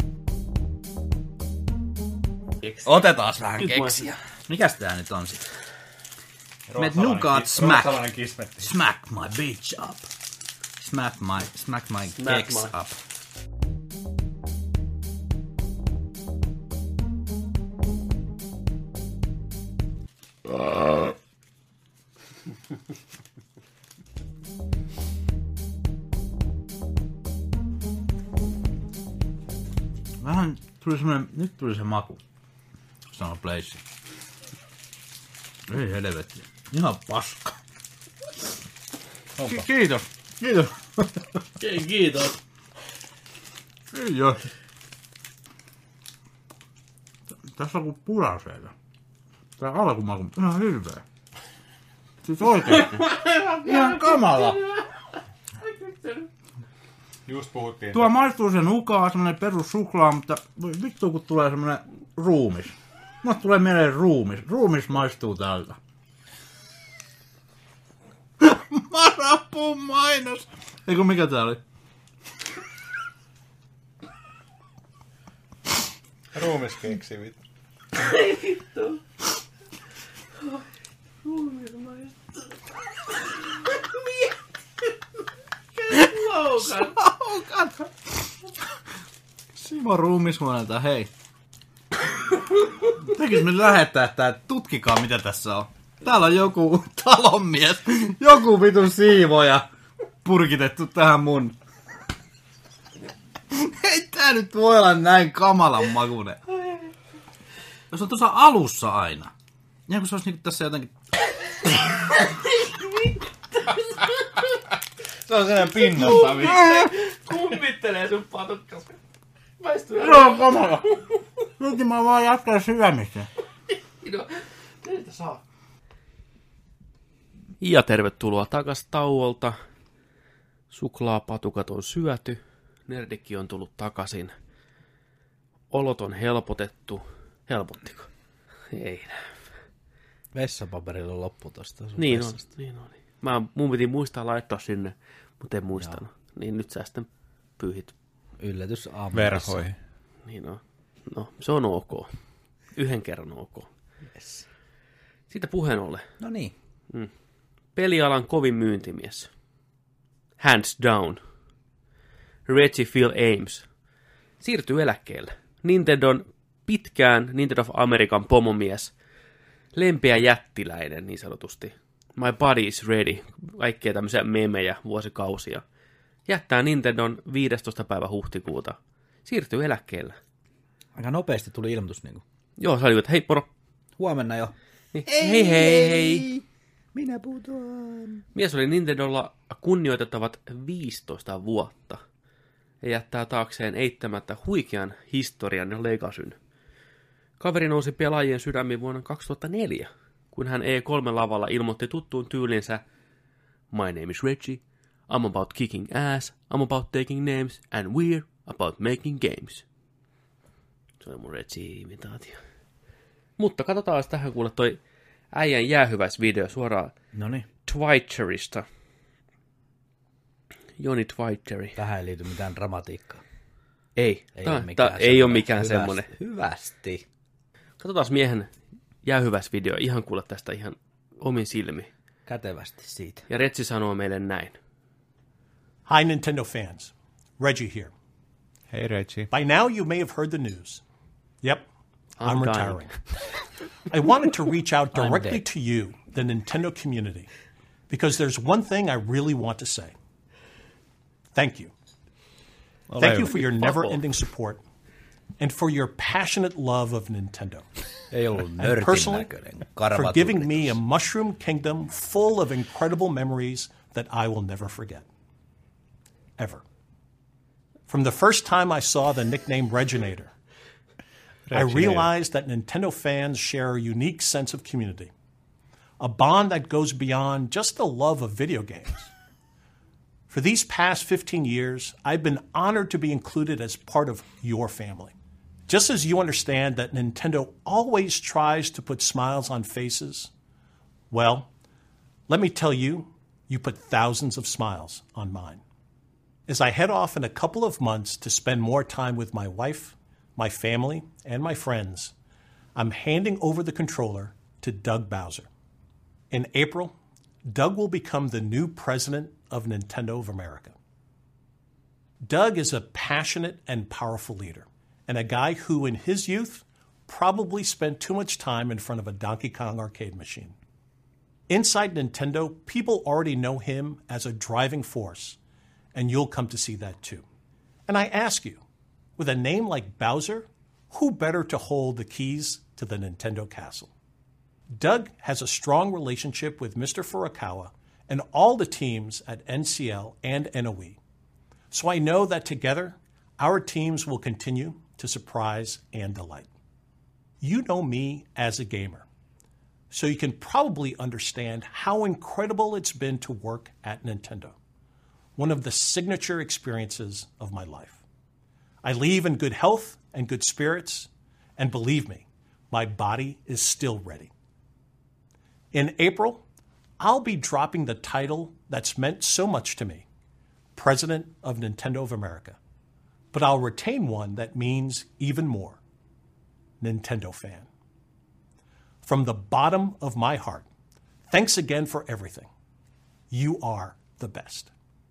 Otetaan vähän Nyt keksiä. Mikäs tää nyt on sitten? Met nougat smack. Smack my bitch up. Smack my, smack my Smack keks my- up. Vähän tuli semmonen, nyt tuli se maku. Sano Blaze. Ei helvetti. Ihan paska. Ki- kiitos. Kiitos. Ei, kiitos. Ei oo. Tässä on kuin puraseita. Tää alkumaku on ihan hirveä. Siis oikeesti. Ihan kamala. Just puhuttiin. Tuo maistuu se nukaa, semmonen perus suklaa, mutta voi vittu kun tulee semmonen ruumis. Mulle tulee mieleen ruumis. Ruumis maistuu täältä. Marapun mainos. Eikö mikä tää oli? Ruumiskeksi, vittu. Laukan. Simo ruumishuoneelta, hei. Tekis me lähettää tää, tutkikaa mitä tässä on. Täällä on joku talonmies, joku vitun siivoja purkitettu tähän mun. Ei tää nyt voi olla näin kamalan makuinen. Jos on tuossa alussa aina. Ihan kun se olisi niinku tässä jotenkin... Se on sellainen pinnasta. Kumpittelee sun patukkas. Väistyy. Se on kamala. Nyt mä vaan jatkan syömistä. No, teiltä saa. Ja tervetuloa takas tauolta. Suklaapatukat on syöty. Nerdikki on tullut takaisin. Olot on helpotettu. Helpottiko? Ei näy. Vessapaperilla on loppu tosta. Niin on, niin on. Mä, mun piti muistaa laittaa sinne, mutta en muistanut. Joo. Niin nyt sä sitten pyyhit. Yllätys aamuissa. Verhoihin. Niin on. No, se on ok. Yhden kerran ok. Yes. Siitä puheen ollen. No niin. Mm. Pelialan kovin myyntimies. Hands down. Reggie Phil Ames siirtyy eläkkeelle. Nintendon pitkään Nintendo of American pomomies. Lempeä jättiläinen niin sanotusti. My body is ready. Kaikkea tämmöisiä memejä vuosikausia. Jättää Nintendon viidestoista päivä huhtikuuta. Siirtyy eläkkeelle. Aika nopeasti tuli ilmoitus niinku. Joo, se oli, että hei moro. Huomenna jo. Niin, hei hei hei. hei. Minä putoan. Mies oli Nintendolla kunnioitettavat viisitoista vuotta. Ja jättää taakseen eittämättä huikean historian ja legasyn. Kaveri nousi pelaajien sydämiin vuonna kaksituhattaneljä, kun hän E kolme -lavalla ilmoitti tuttuun tyylinsä My name is Reggie, I'm about kicking ass, I'm about taking names, and we're about making games. Se oli mun Reggie-imitaatio. Mutta katsotaan tähän kuule toi äijän jäähyväisvideo suoraan Noniin. Twitterista. Joni Twitteri. Tähän ei liity mitään dramatiikkaa. Ei, Ei ta, ole mikään, ta, ei ole mikään hyvästi, semmoinen. Hyvästi. Katsotaan miehen jäähyväisvideo ihan kuule tästä ihan omin silmi. Kätevästi siitä. Ja Retsi sanoo meille näin. Hi, Nintendo fans. Reggie here. Hei Reggie. By now, you may have heard the news. Yep, I'm, I'm retiring. I wanted to reach out I'm directly dead. to you, the Nintendo community, because there's one thing I really want to say. Thank you. Ole Thank hyvä. you for your never-ending support and for your passionate love of Nintendo. Ei ollut And nörtin personally, näköinen. for giving me a mushroom kingdom full of incredible memories that I will never forget. Ever. From the first time I saw the nickname Reginator, I realized that Nintendo fans share a unique sense of community, a bond that goes beyond just the love of video games. For these past fifteen years, I've been honored to be included as part of your family. Just as you understand that Nintendo always tries to put smiles on faces, well, let me tell you, you put thousands of smiles on mine. As I head off in a couple of months to spend more time with my wife, my family, and my friends, I'm handing over the controller to Doug Bowser. In April, Doug will become the new president of Nintendo of America. Doug is a passionate and powerful leader, and a guy who in his youth probably spent too much time in front of a Donkey Kong arcade machine. Inside Nintendo, people already know him as a driving force, and you'll come to see that too. And I ask you, with a name like Bowser, who better to hold the keys to the Nintendo castle? Doug has a strong relationship with Mister Furukawa and all the teams at N C L and N O E. So I know that together, our teams will continue to surprise and delight. You know me as a gamer, so you can probably understand how incredible it's been to work at Nintendo, one of the signature experiences of my life. I leave in good health and good spirits, and believe me, my body is still ready. In April, I'll be dropping the title that's meant so much to me, President of Nintendo of America. But I'll retain one that means even more, Nintendo fan. From the bottom of my heart, thanks again for everything. You are the best.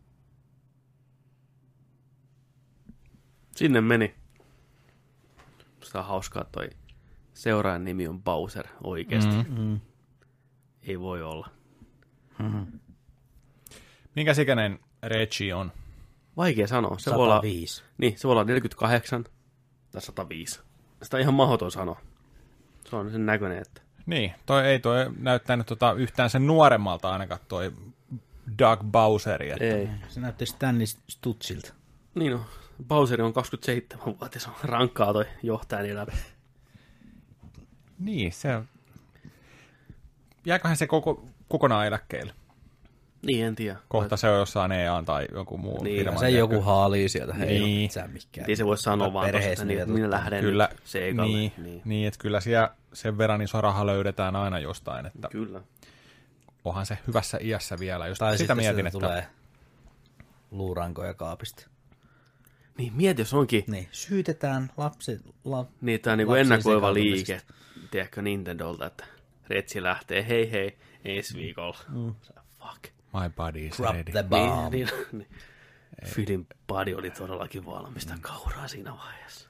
Sinne meni. Sitä on hauskaa, toi seuraajan nimi on Bowser oikeasti. Mm-hmm. Ei voi olla. Mm-hmm. Minkä sikäinen Reggie on? Vaikea sanoa. Se sata viisi. Voi olla, niin, se voi olla neljäkymmentäkahdeksan tai sata viisi. Sitä on ihan mahdoton sanoa. Se on sen näköinen, että... Niin, toi ei toi näyttänyt tota yhtään sen nuoremmalta ainakaan toi Doug Bowseri. Että... Ei. Se näytti Stanley Stutsilta. Niin no, Bowser on kaksikymmentäseitsemänvuotias, on rankkaa toi johtaja niin läpi. Niin, se on... Jääköhän se koko, kokonaan eläkkeelle? Niin, en tiedä. Kohta se on jossain E A tai joku muu Niin, firma. Se joku haalii sieltä. Hei, Niin. niin. Sä mikään. Ei se voi sanoa vaan tosta, että niin, minä lähden Kyllä, nyt seikalle. niin, niin. niin, että kyllä siellä sen verran iso raha löydetään aina jostain, että Kyllä. onhan se hyvässä iässä vielä. Just Tai sitä sitten mietin, sieltä että tulee luurankoja kaapista. Niin, mieti, jos onkin. Niin, syytetään lapsi... La, Niin, tämä on niinku lapsen ennakoiva liike, sekaantumisesta. tiedätkö, Nintendolta, että Retsi lähtee, hei hei, ensi viikolla. Mm. Fuck. my body is Drop ready. the bomb. Niin, niin, niin. Philin body oli todellakin valmista kauraa siinä vaiheessa.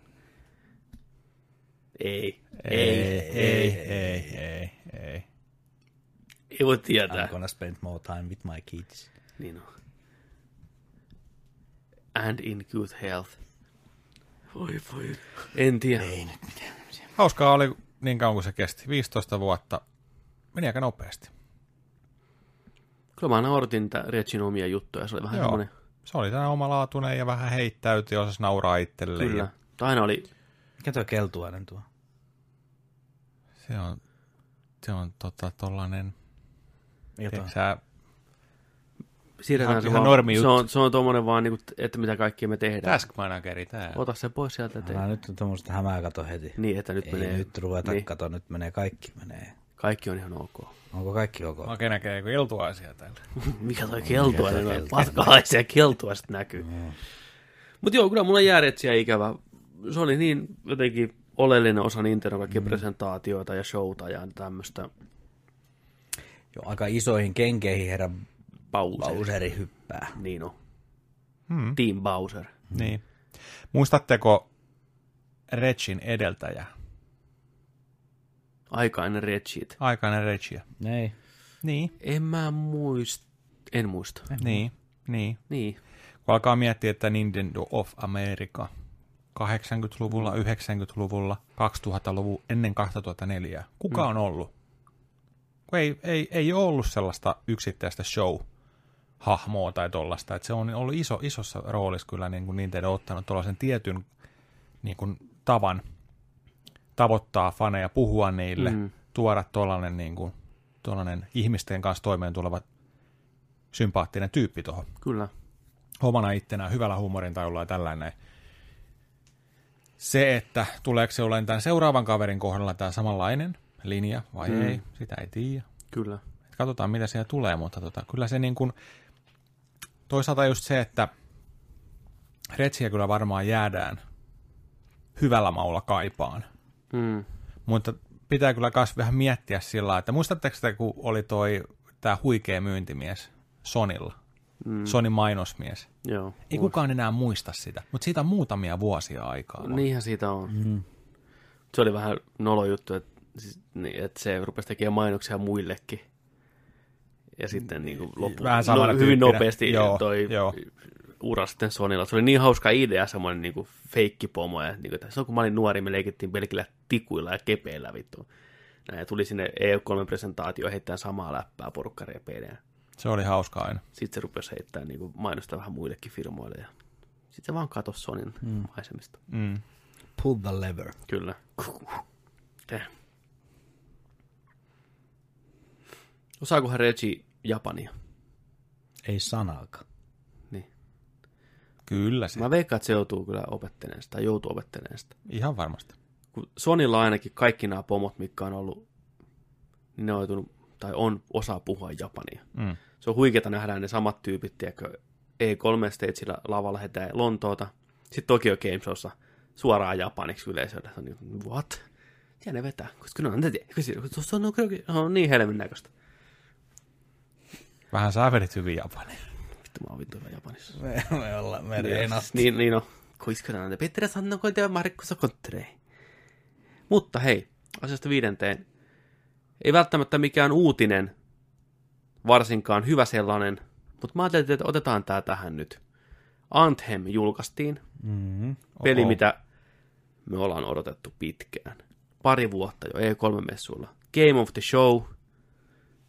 Ei, ei, Ei, ei, ei, ei, ei. ei voi tietää. I'm gonna spend more time with my kids. Niin on. And in good health. Voi voi. En tiedä. Ei nyt mitään. Hauskaa oli niin kauan kuin se kesti. viisitoista vuotta. Meni aika nopeasti. Kyllä mä naurotin niitä Regin omia juttuja. Se oli vähän Joo. semmoinen. Se oli tänään omalaatuinen ja vähän heittäytyi ja osasi nauraa itselleen. Kyllä. Ja Tai aina oli. Mikä tuo keltuainen tuo? se on, se on tota tollanen, Jotain. sä, Siirretään Ihan- se ihan vaan. normi Se juttu. on, se on tommonen vaan, niinku, että mitä kaikkia me tehdään. task manageri tää. Ota se pois sieltä. Te... Älä nyt on tommoista hämää kato heti. Niin, että nyt Ei menee. nyt ruveta niin. kato, nyt menee kaikki menee. Kaikki on ihan ok. Onko kaikki ok? Oikein näkee joku iltuaisia täällä. Mikä toi keltuainen toi on? keltuainen? Paskalaisia keltuaiset näkyy. Mm. Mutta joo, kyllä mulla jää Retsiä ikävä. Se oli niin jotenkin oleellinen osa Nintendo, kaikkia mm. presentaatioita ja showta ja tämmöistä. Joo, aika isoihin kenkeihin herra Bowser. Bowseri hyppää. Niin on. Hmm. Team Bowser. Niin. Muistatteko Regin edeltäjä? Aika ennen Regit. Aikainen Regia. Ei. Niin, En mä muista. En muista. niin, niin. Niin. Kun alkaa miettiä, että Nintendo of America kahdeksankymmentäluvulla, yhdeksänkymmentäluvulla, kaksituhattaluvun, ennen kaksituhattaneljä. Kuka mm. on ollut? Kun ei, ei, ei ole ollut sellaista yksittäistä show-hahmoa tai tollaista. Että se on ollut iso, isossa roolissa kyllä niin kuin Nintendo ottanut tuollaisen tietyn niin kuin tavan tavoittaa faneja, puhua niille, mm. tuoda tuollainen, niin kuin, tuollainen ihmisten kanssa toimeen tuleva sympaattinen tyyppi tuohon. Kyllä. Omana ittenään, hyvällä huumorintajulla ja tällainen. Se, että tuleeko se olemaan tämän seuraavan kaverin kohdalla tämä samanlainen linja vai mm. ei, sitä ei tiedä. Kyllä. Et katsotaan, mitä siellä tulee, mutta tota, kyllä se niin kuin, toisaalta just se, että Retsiä kyllä varmaan jäädään hyvällä maulla kaipaan. Mm. Mutta pitää kyllä myös vähän miettiä sillä lailla, että muistatteko te, kun oli toi tämä huikea myyntimies Sonilla, mm. Sonin mainosmies. Joo. Ei kukaan enää muista sitä, mutta siitä on muutamia vuosia aikaa. Niinhän siitä on. Mm. Se oli vähän nolo juttu, että, siis, niin, että se rupesi tekemään mainoksia muillekin. Ja sitten niin kuin loppu, Vähän samana no, hyvin tyyppinä. nopeasti Joo, toi joo. ura sitten Sonilla. Se oli niin hauska idea, semmoinen niin kuin feikkipomo. Ja, niin kuin, että silloin kun mä olin nuori, me leikittiin pelkillä tikuilla ja kepeillä vittu. Näin, ja tuli sinne E kolme-presentaatioon heittämään samaa läppää porukkaria peilejä. Se oli hauska aina. Sitten se rupesi heittämään niin kuin mainosta vähän muillekin firmoille. Ja sitten se vaan katosi Sonin mm. maisemista. Mm. Pull the lever. Kyllä. Tää. Osaakohan Regi Japania? Ei sanaakaan. Niin. Kyllä se. Mä veikkaan, että se joutuu kyllä opettelemaan sitä, tai joutuu opettelemaan sitä. Ihan varmasti. Kun Sonylla ainakin kaikki nämä pomot, mitkä on ollut, niin ne on joutunut, tai on osaa puhua japania. Mm. Se on huikeeta nähdään ne samat tyypit, tiedätkö, E kolme Stagella lavalla lähdetään Lontoota, sitten Tokyo Game Showssa suoraan japaniksi yleisölle. Se on niin, what? Ja ne vetää, koska no, se on, on niin helmin näköistä. Vähän sä vedit hyvin Japania. Vittu, mä oon vittu hyvä Japanissa. Me, me ollaan, me reenasti. Niin, niin on. Koiska näin, Petteri sanoo, kun te Marikko Sokontrei. Mutta hei, asiasta viidenteen. Ei välttämättä mikään uutinen, varsinkaan hyvä sellainen, mutta mä ajattelin, että otetaan tää tähän nyt. Anthem julkaistiin. Mm-hmm. Peli, Oho. mitä me ollaan odotettu pitkään. Pari vuotta jo E kolme-messuilla. Game of the Show.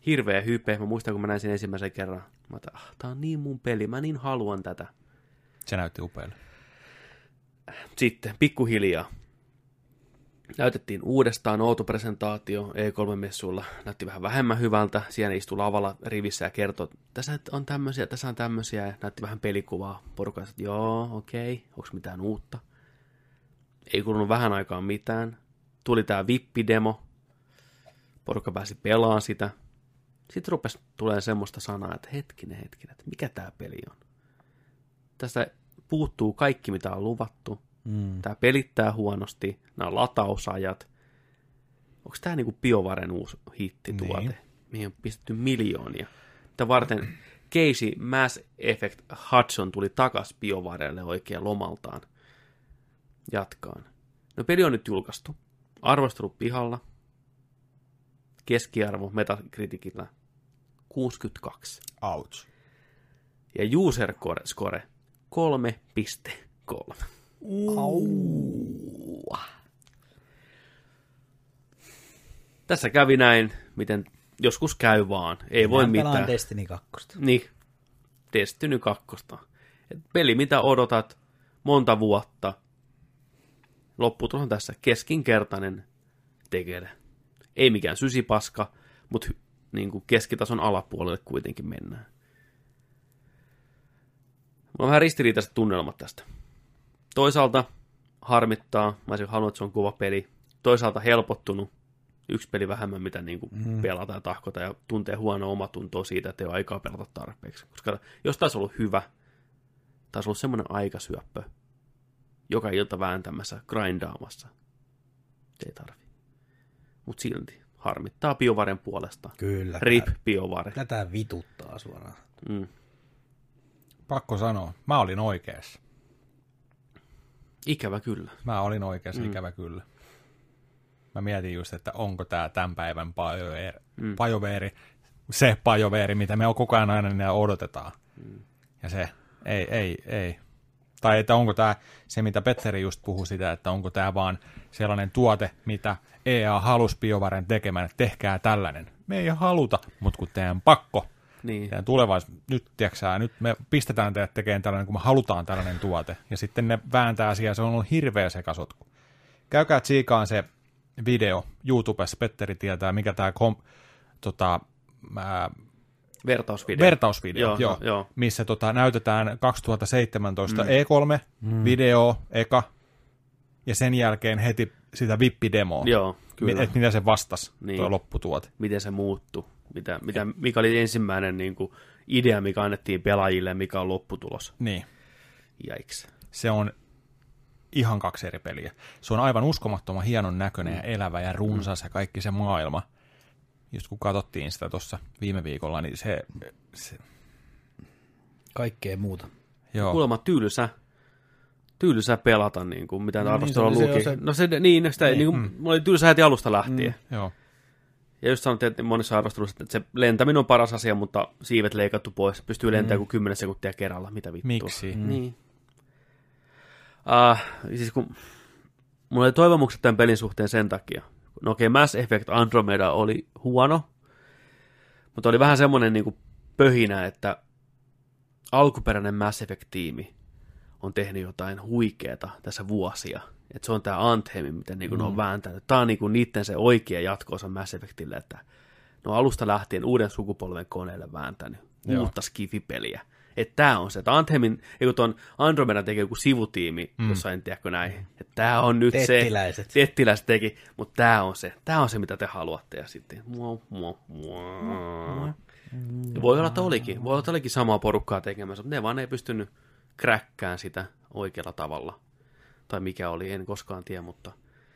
hirveä hype. Mä muistan, kun mä näin sen ensimmäisen kerran. Mä ajattelin, ah, tää on niin mun peli, mä niin haluan tätä. Se näytti upealle. Sitten, pikkuhiljaa. Näytettiin uudestaan outopresentaatio E kolme -messuilla. Näytti vähän vähemmän hyvältä. Siellä istui lavalla rivissä ja kertoi, tässä on tämmöisiä, tässä on tämmöisiä. Ja näytti vähän pelikuvaa. Porukka sanoi, että joo, okei, onko mitään uutta? Ei kulunut vähän aikaa mitään. Tuli tää vippidemo. Porukka pääsi pelaamaan sitä. Sitten rupesi tulee semmoista sanaa, että hetkinen, hetkinen, että mikä tää peli on. Tästä puuttuu kaikki, mitä on luvattu. Mm. Tää pelittää huonosti. Nämä latausajat. Onko tää niinku BioWaren uusi hittituote, niin. mihin on pistetty miljoonia? Tätä varten Casey Mass Effect Hudson tuli takas BioWarelle oikein lomaltaan jatkaan. No peli on nyt julkaistu. Arvostelu pihalla. Keskiarvo Metacriticillä kuusikymmentäkaksi. Ouch. Ja user score kolme pilkku kolme. Au. Tässä kävi näin, miten joskus käy vaan. Ei Minä voi pelaan mitään. Destiny kaksi. Niin, Destiny kaksi. Et peli, mitä odotat monta vuotta. Lopputulos on tässä keskinkertainen tekele. Ei mikään sysipaska, mutta niin kuin keskitason alapuolelle kuitenkin mennään. Mulla on vähän ristiriitaiset tunnelmat tästä. Toisaalta harmittaa, mä olisin halunnut, että se on kova peli. Toisaalta helpottunut, yksi peli vähemmän, mitä niin kuin mm. pelata ja tahkota, ja tuntee huonoa omatuntoa siitä, että ei ole aikaa pelata tarpeeksi. Koska jos taisi ollut hyvä, taisi ollut semmoinen aikasyöppö, joka ilta vääntämässä, grindaamassa. Ei tarvi. Mutta silti harmittaa BioWaren puolesta. Kyllä. Rip BioWare. Tätä vituttaa suoraan. Mm. Pakko sanoa, mä olin oikeassa. Ikävä kyllä. Mä olin oikeassa, mm. ikävä kyllä. Mä mietin just, että onko tää tämän päivän BioWare, mm. BioWare se BioWare, mitä me koko ajan aina odotetaan. Mm. Ja se, ei, ei, ei. Tai että onko tämä se, mitä Petteri just puhui sitä, että onko tämä vaan sellainen tuote, mitä E A halusi BioWaren tekemään, että tehkää tällainen. Me ei haluta, mutta kun teidän pakko. Niin. Teidän tulevaisuus, nyt, tiiäksä, nyt me pistetään teidät tekemään tällainen, kun me halutaan tällainen tuote. Ja sitten ne vääntää asiaa, se on ollut hirveä sekasotku. Käykää tsiikaan se video YouTubessa, Petteri tietää, mikä tämä kom, tota, ää, Vertausvideo. Vertausvideo, joo, joo, joo. missä tota, näytetään kaksituhattaseitsemäntoista mm. E kolme, mm. video, eka, ja sen jälkeen heti sitä vippidemoa. Joo, kyllä. Että mitä se vastasi, niin. tuo lopputuote. Miten se muuttui, mitä, mitä, mikä oli ensimmäinen niin kuin, idea, mikä annettiin pelaajille, mikä on lopputulos. Niin. Jaiks. Se on ihan kaksi eri peliä. Se on aivan uskomattoman hienon näköinen mm. ja elävä ja runsas mm. ja kaikki se maailma. Just kun katsottiin sitä tuossa viime viikolla, niin se... se... Kaikkea muuta. Joo. Kuulemma tylsä. Tylsä pelata, niin kuin, mitä no, arvostella niin, luki. Se, no se, niin, sitä, niin. Niin kuin, mm. mulla oli tylsä heti alusta lähtien. Mm. Joo. Ja just sanottiin, että monissa arvosteluissa, että se lentäminen on paras asia, mutta siivet leikattu pois. Pystyy lentämään mm. kuin kymmenen sekuntia kerralla. Mitä vittua? Miksi? Mm. Niin. Uh, siis kun... Mulla oli toivomukset tämän pelin suhteen sen takia. No okei, okay, Mass Effect Andromeda oli huono, mutta oli vähän semmoinen niin kuin pöhinä, että alkuperäinen Mass Effect-tiimi on tehnyt jotain huikeeta tässä vuosia. Että se on tämä Anthem, miten niin kuin mm. ne on vääntänyt. Tämä on niin kuin niiden se oikea jatko-osa Mass Effectille, että ne on alusta lähtien uuden sukupolven koneelle vääntänyt Joo. uutta skifipeliä. Että tämä on se, että Anthemin, eikö tuon Andromeda teki joku sivutiimi, mm. jossa en tiedäkö näin, että tämä on nyt Tettiläiset. se, Tettiläiset teki, mutta tämä on se, tämä on se, mitä te haluatte, ja sitten mua, mua, mua. Ja voi olla, että olikin, voi olla, että olikin samaa porukkaa tekemässä, mutta ne vaan ei pystynyt kräkkään sitä oikealla tavalla, tai mikä oli, en koskaan tiedä, mutta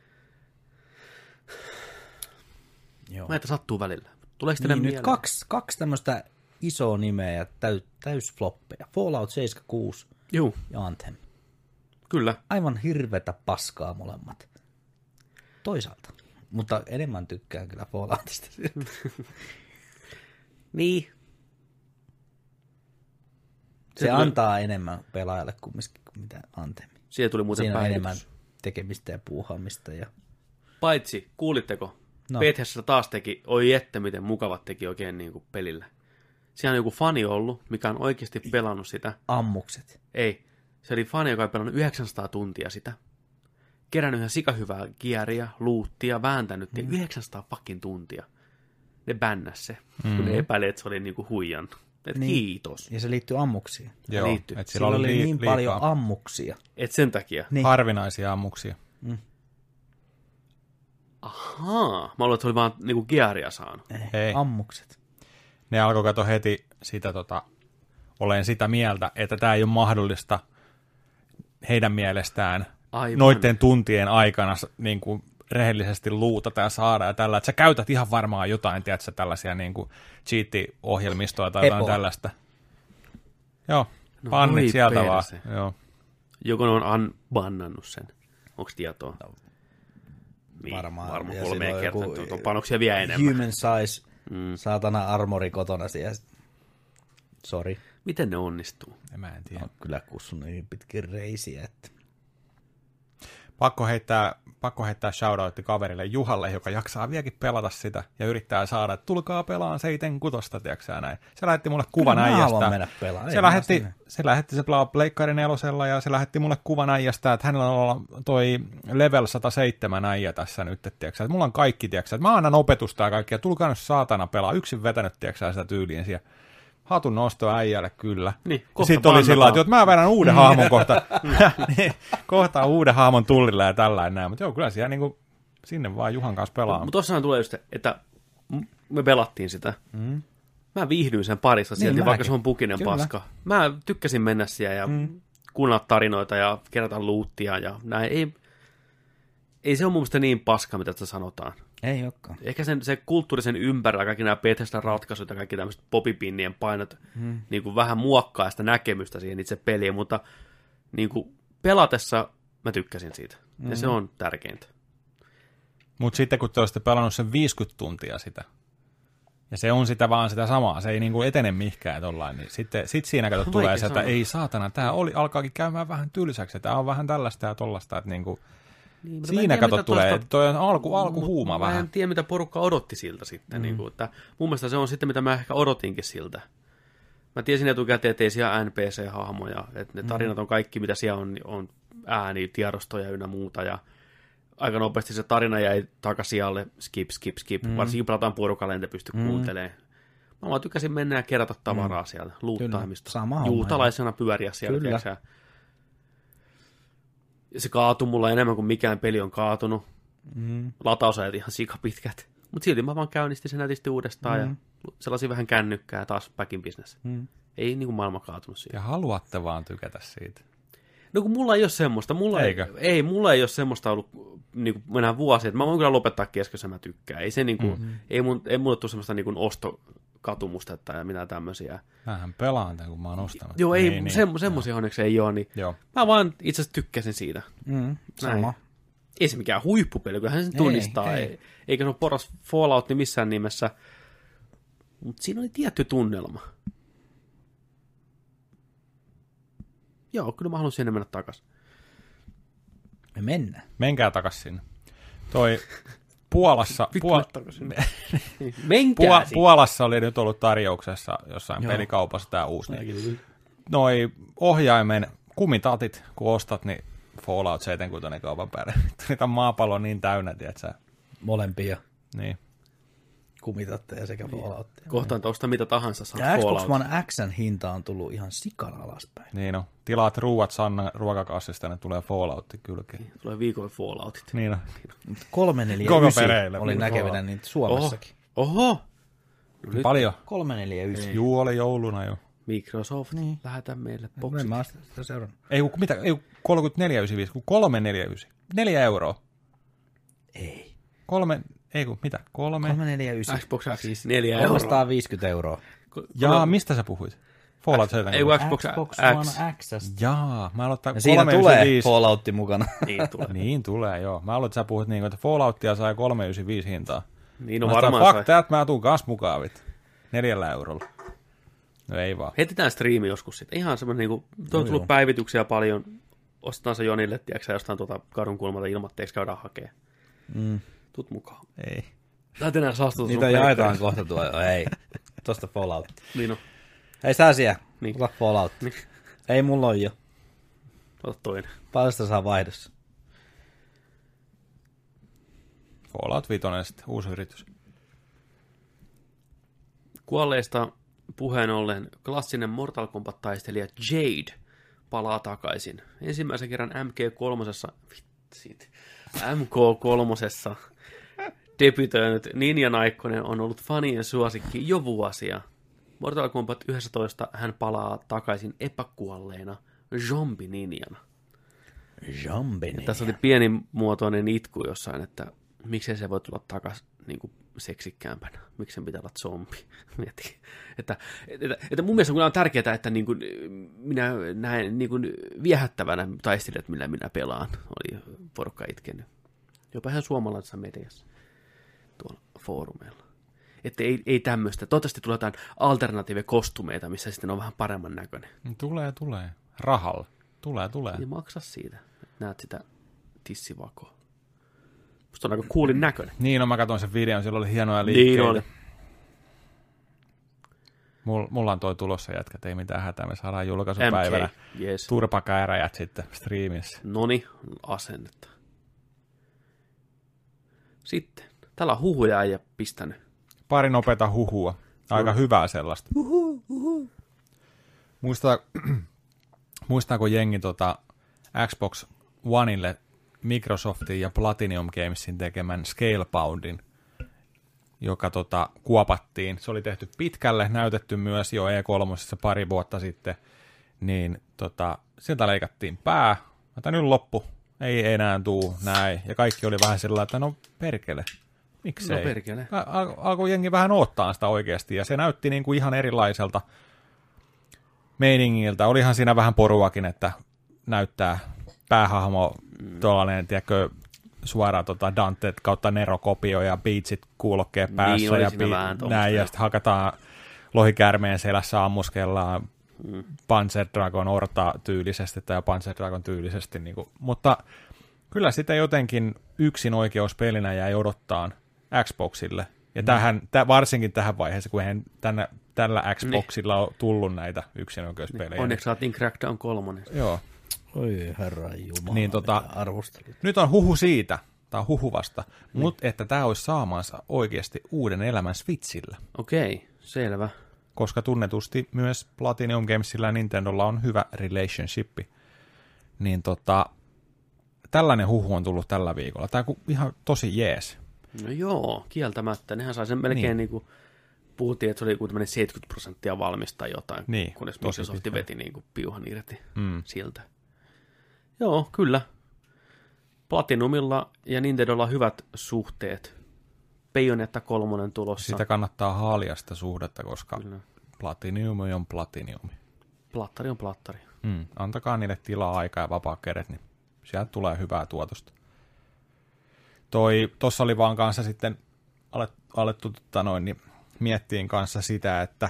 Joo. näitä sattuu välillä. Tuleeko teille niin, mieleen? Nyt kaksi, kaksi tämmöistä isoa nimeä ja täys, täysfloppeja. Fallout seitsemänkymmentäkuusi Juu. ja Anthem. Kyllä. Aivan hirvetä paskaa molemmat. Toisaalta. Mutta enemmän tykkään kyllä Falloutista. Niin. Se, se antaa tuli... enemmän pelaajalle kumminkin kuin mitä Anthem. Siellä tuli muuten Siinä on päivitys. enemmän tekemistä ja puuhaamista. Ja... Paitsi, kuulitteko? No. Bethesda taas teki, oi että miten mukavat teki oikein niin kuin pelillä. Siellä on joku fani ollut, mikä on oikeasti pelannut sitä. Ammukset. Ei, se oli fani, joka on pelannut yhdeksänsataa tuntia sitä. Kerännyt ihan sikahyvää gearia, luuttia, vääntänyt mm. yhdeksänsataa fucking tuntia. Ne bännäs se, mm. kun ne epäili, että se oli niinku huijannut. Et Niin. Kiitos. Ja se liittyy ammuksiin. Joo, liittyy. et Sillä oli lii- niin paljon liikaa ammuksia. Et sen takia. Niin. harvinaisia ammuksia. Ahaa, mä luulen, että se oli vaan niinku gearia saanut. Ei. Ammukset. Ne alkoi kato heti sitä, tota, olen sitä mieltä, että tämä ei ole mahdollista heidän mielestään Aivan. noiden tuntien aikana niin kuin rehellisesti luutata ja saada ja tällä, että sä käytät ihan varmaan jotain, tiedätkö, tällaisia niin kuin cheat-ohjelmistoa tai jotain Epoa. tällaista. Joo, No pannit voi sieltä perse. vaan. Joo. Joko ne on unbannannut sen. Onko tietoa? Niin, Varmaan. Varmaan Ja kolmeen sillä on kertaan. joku On panoksia vielä enemmän. Human size, Mm. saatana armori kotona siellä. Sori. Miten ne onnistuu? En mä en tiedä. On kyllä kussunut niin pitkin reisiä, että... Pakko heittää, pakko heittää shoutoutti kaverille Juhalle, joka jaksaa vieläkin pelata sitä ja yrittää saada, että tulkaa pelaan seiten kutosta, tiedätkö näin. Se lähetti mulle kuvan Kyllä mä äijästä. haluan mennä pelaamaan. Ei Se mä lähetti, siinä. se lähetti se pelaa Pleikkari nelosella ja se lähetti mulle kuvan äijästä, että hänellä on toi level sata seitsemän äijä tässä nyt, tiedätkö, että mulla on kaikki, tiedätkö, että mä annan opetusta ja kaikkea, tulkaa nyt saatana pelaa, yksin vetänyt, tiedätkö, sitä tyyliin siellä. Hatun nosto äijälle, kyllä. Niin, ja kohta sitten oli sillä bannataan. että mä vedän uuden hahmon kohta. niin, kohta uuden hahmon tullille ja tällainen näin. Mutta joo, kyllä siellä niinku, sinne vaan Juhan kanssa pelaa. Mutta tossahan tulee just, että me pelattiin sitä. Mm. Mä viihdyin sen parissa silti, Niin, vaikka mäkin. se on pukinen Kyllä. paska. Mä tykkäsin mennä siellä ja mm. kuunnella tarinoita ja kerätä luuttia ja näin. Ei, ei se ole mun mielestä niin paska, mitä sitä sanotaan. Ei olekaan. Ehkä sen, se kulttuurisen ympärillä, kaikki nämä Bethesdan ratkaisut ja kaikki tämmöiset popipinnien painot hmm. niin kuin vähän muokkaa sitä näkemystä siihen itse peliin, mutta niin kuin pelatessa mä tykkäsin siitä. Hmm. Ja se on tärkeintä. Mutta sitten kun te olisitte pelannut sen viisikymmentä tuntia sitä, ja se on sitä vaan sitä samaa, se ei niinku etene mihinkään tollain, niin sitten sit siinä kato Vaikea tulee se, että sanoa. ei saatana, tämä oli, alkaakin käymään vähän tylsäksi, tämä on vähän tällaista ja tollasta, että niinku, Niin, mutta mä en siinä tiedä, kato mitä tulee, tuosta- toi on alku, alkuhuuma Mä vähän. en tiedä, mitä porukka odotti siltä sitten. Mm. Niin kuin, että mun mielestä se on sitten, mitä mä ehkä odotinkin siltä. Mä tiesin etukäteen, että ei siellä N P C-hahmoja, että ne tarinat on kaikki, mitä siellä on, on ääni, tiedostoja ynnä muuta, ja aika nopeasti se tarina jäi takasijalle, skip, skip, skip, mm. varsinkin pelataan porukalle, en te pysty mm. kuuntelemaan. Mä vaan tykkäsin mennä ja kerätä tavaraa mm. sieltä, luuttaamista. Sama homma, Juutalaisena pyöriä siellä. Kyllä. tiedätkö sä. Se kaatui mulla enemmän kuin mikään peli on kaatunut. Mm. Latausajat ihan sikapitkät. Mutta silti mä vaan käynnistin sen nätisti uudestaan mm. ja sellaisin vähän kännykkää ja taas back in business. Mm. Ei niinku maailma kaatunut siitä. Ja haluatte vaan tykätä siitä. No kun mulla ei ole semmoista. Mulla Eikö? Ei, ei, mulla ei ole semmoista ollut niinku mennään vuosia. Että mä voin kyllä lopettaa kesken, jos mä tykkään. Ei, se, niinku, mm-hmm. ei, mun, ei mulle tule semmoista niinku ostokatumusta ja mitään tämmöisiä. Mähän pelaan tämän, kun mä oon ostanut. Joo, ei, niin, se, semmoisia onneksi ei ole. Niin Joo. mä vaan itse asiassa tykkäsin siitä. Mm, sama. Näin. Ei se mikään huippupeli, kyllähän sen tunnistaa. ei. Ei, eikä se ole paras Fallout niin missään nimessä. Mutta siinä oli tietty tunnelma. Joo, kyllä mä haluan sinne mennä takaisin. Me mennään. Menkää takas sinne. Toi Puolassa, Puol... Menkää Puol- Puolassa oli nyt ollut tarjouksessa jossain Joo. pelikaupassa tämä uusi. Niin. Noi ohjaimen kumitatit, kun ostat, niin Fallout seitsemänkymmentä kaupan päälle. Niitä maapallo on niin täynnä, tiedätkö? Molempia Niin. kumitatteja sekä Falloutteja. Kohtaan tuosta mitä tahansa saa Ja Xbox Fallout. One X:n hinta on tullut ihan sikan alaspäin. Niin on. Tilaat ruuat Sannan ruokakassista, ne tulee Falloutti kylkeen. Tulee viikolla Falloutit. Niin on. kolme neljä Koko yhdeksän pereille. oli näkevinä niitä Suomessakin. Oho! No nyt Paljon. kolme neljä yhdeksän. Juu, oli jouluna jo. Microsoft, niin. Lähetä meille En boksit. mä oon sitä seurannut. Ei, kun mitä, ei, kolmekymmentäneljä pilkku yhdeksänkymmentäviisi, kun kolme neljä yhdeksän. Neljä euroa. Ei. Kolme, ei kun mitä, kolme. kolme neljä yhdeksän. Xbox X, siis neljä euroa. kolmesataaviisikymmentä euroa. Jaa, mistä sä puhuit? Fallout seitsemänkymmentä. Ei, Xbox, Xbox X. One X. Jaa, mä aloittaa Ja siinä tulee Falloutti mukana. Niin tulee. Niin tulee, joo. Mä aloitin, että sä puhut niin, että Falloutia sai kolme yhdeksänkymmentäviisi hintaa. Niin on Mä sanoin, varmaan fuck sai. that, mä tuun kans mukaan, vit. Neljällä eurolla. No ei vaan. Heitetään striimi joskus sitten. Ihan semmoinen, niinku, tuo on tullut päivityksiä paljon. Ostetaan se Jonille, tiedätkö jostain tuota kadun kulmalta ilmatteeksi käydään hakemaan. Mm. Tut mukaan. Ei. Tää tänään saastutus. Niitä jaetaan kohta tuo. Ei, tosta Fallout. Niin on. Hei Säsiä, Niin. ota Fallout. Niin. Ei mulla on jo. Ota toinen. Paljon sitä saa vaihdossa? Fallout viisi sitten, uusi yritys. Kuolleista puheen ollen klassinen Mortal Kombat-taistelija Jade palaa takaisin. Ensimmäisen kerran M K kolme, vitsit, M K kolme debytoinut Ninja Naikkonen on ollut fanien suosikki jo vuosia. Mortal Kombat yksitoista hän palaa takaisin epäkuolleena zombi-ninjana. Zombini. Tässä oli pienimuotoinen itku jossain, että miksei se voi tulla takaisin niin kuin seksikkäämpänä. Miksi sen pitää olla zombi? Mietin. Että, että, että mun mielestä on tärkeää, että niin kuin minä näen niin kuin viehättävänä taistelijat, millä minä pelaan. Oli porukka itkenyt. Jopa ihan suomalaisessa mediassa tuolla foorumeilla. Että ei, ei tämmöistä. Toivottavasti tulee jotain alternatiivikostumeita, missä sitten on vähän paremman näköinen. Tulee, tulee. Rahalla. Tulee, tulee. Ja maksa siitä. Näet sitä tissivakoa. Musta on aika coolin näköinen. Niin, no mä katsoin sen videon, siellä oli hienoja liikkeitä. Niin oli. Mulla, mulla on toi tulossa jätkät, ei mitään hätää, me saadaan julkaisupäivänä. M K, yes. Turpakäräjät sitten striimissä. Noni, asennetta. Sitten, täällä on huhuja äijä pistänyt. Pari nopeata huhua. Aika no. hyvää sellaista. Huhu, huhu. Muistaa, muistaako jengi tota Xbox Oneille Microsoftin ja Platinum Gamesin tekemän Scaleboundin, joka tota, kuopattiin. Se oli tehty pitkälle, näytetty myös jo E kolme pari vuotta sitten, niin tota, sieltä leikattiin pää, että nyt loppu, ei enää tuu näin, ja kaikki oli vähän sellainen, että no perkele, miksei? No perkele. Al- alkoi jengi vähän odottaa sitä oikeasti, ja se näytti niin kuin ihan erilaiselta meiningiltä. Olihan siinä vähän poruakin, että näyttää päähahmo mm. tuollainen, tiedätkö, suoraan tota Dante kautta Nero-kopio ja beatsit kuulokkeen päässä niin, ja, beat, näin, ja sitten hakataan lohikäärmeen selässä, ammuskellaan mm. Panzer Dragon Orta tyylisesti tai Panzer Dragon tyylisesti, niin kuin, mutta kyllä sitä jotenkin yksin oikeuspelinä jäi odottaa Xboxille, ja mm. tähän, tä, varsinkin tähän vaiheeseen, kun eihän tänne, tällä Xboxilla niin. on tullut näitä yksin oikeuspelejä. Niin. Onneksi saatiin Crackdown kolmonen. Joo. Oi herran jumala, niin, tota, nyt on huhu siitä, tai on huhu vasta, niin. mutta että tämä olisi saamansa oikeasti uuden elämän Switchillä. Okei, selvä. Koska tunnetusti myös Platinum Gamesilla ja Nintendolla on hyvä relationship. Niin tota, tällainen huhu on tullut tällä viikolla. Tämä on ihan tosi jees. No joo, kieltämättä. Nehän sai sen melkein niin, niin kuin puhuttiin, että se oli joku tämmöinen seitsemänkymmentä prosenttia valmista jotain, niin, kunnes Microsoft veti niin kuin piuhan irti mm. siltä. Joo, kyllä. Platinumilla ja Nintendolla on hyvät suhteet. Bayonetta kolmonen tulossa. Sitä kannattaa haalia sitä suhdetta, koska kyllä. Platinumi on Platinumi. Plattari on plattari. Mm. Antakaa niille tilaa, aikaa ja vapaa kädet, niin sieltä tulee hyvää tuotosta. Toi, tossa oli vaan kanssa sitten alettu tota noin, niin miettiin kanssa sitä, että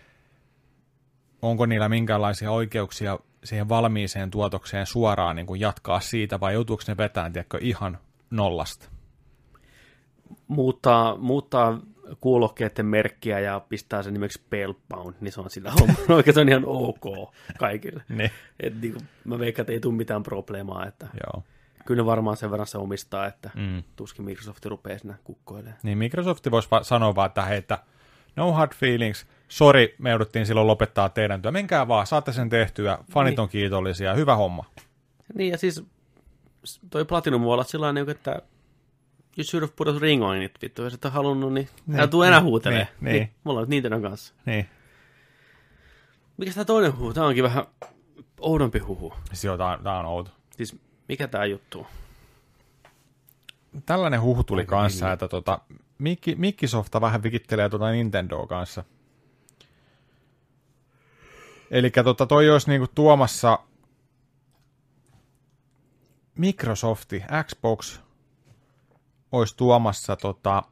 onko niillä minkälaisia oikeuksia siihen valmiiseen tuotokseen suoraan niin kuin jatkaa siitä, vai joutuuko ne vetään, tiedätkö, ihan nollasta? Muuttaa, muuttaa kuulokkeiden merkkiä ja pistää sen nimeksi Spellbound, niin se on sillä homma. Oikein se on ihan ok kaikille. Ne. Et, niin kuin, mä veikkaan, että ei tule mitään probleemaa. Että joo. Kyllä varmaan sen verran se omistaa, että mm. tuskin Microsoft rupeaa siinä kukkoilemaan. Niin Microsoft voisi va- sanoa vaan, että hei, että no hard feelings, sori, me jouduttiin silloin lopettaa teidän työ. Menkää vaan, saatte sen tehtyä, fanit niin. on kiitollisia, hyvä homma. Niin ja siis toi Platinum voi olla sellainen, että you should have put a ring on it, vittu, jos et ole halunnut, niin älä tuu enää huutelee. Niin, niin. niin. Mulla on Nintendon kanssa. Niin. Mikäs tää toinen huhu? Tää onkin vähän oudompi huhu. Siis joo, tää, tää on outo. Siis mikä tää juttu on? Tällainen huhu tuli Aika kanssa, niin. että tota, Microsoft vähän vikittelee tuota Nintendoa kanssa. Eli tota, toi olisi niinku tuomassa Microsofti, Xbox olisi tuomassa tota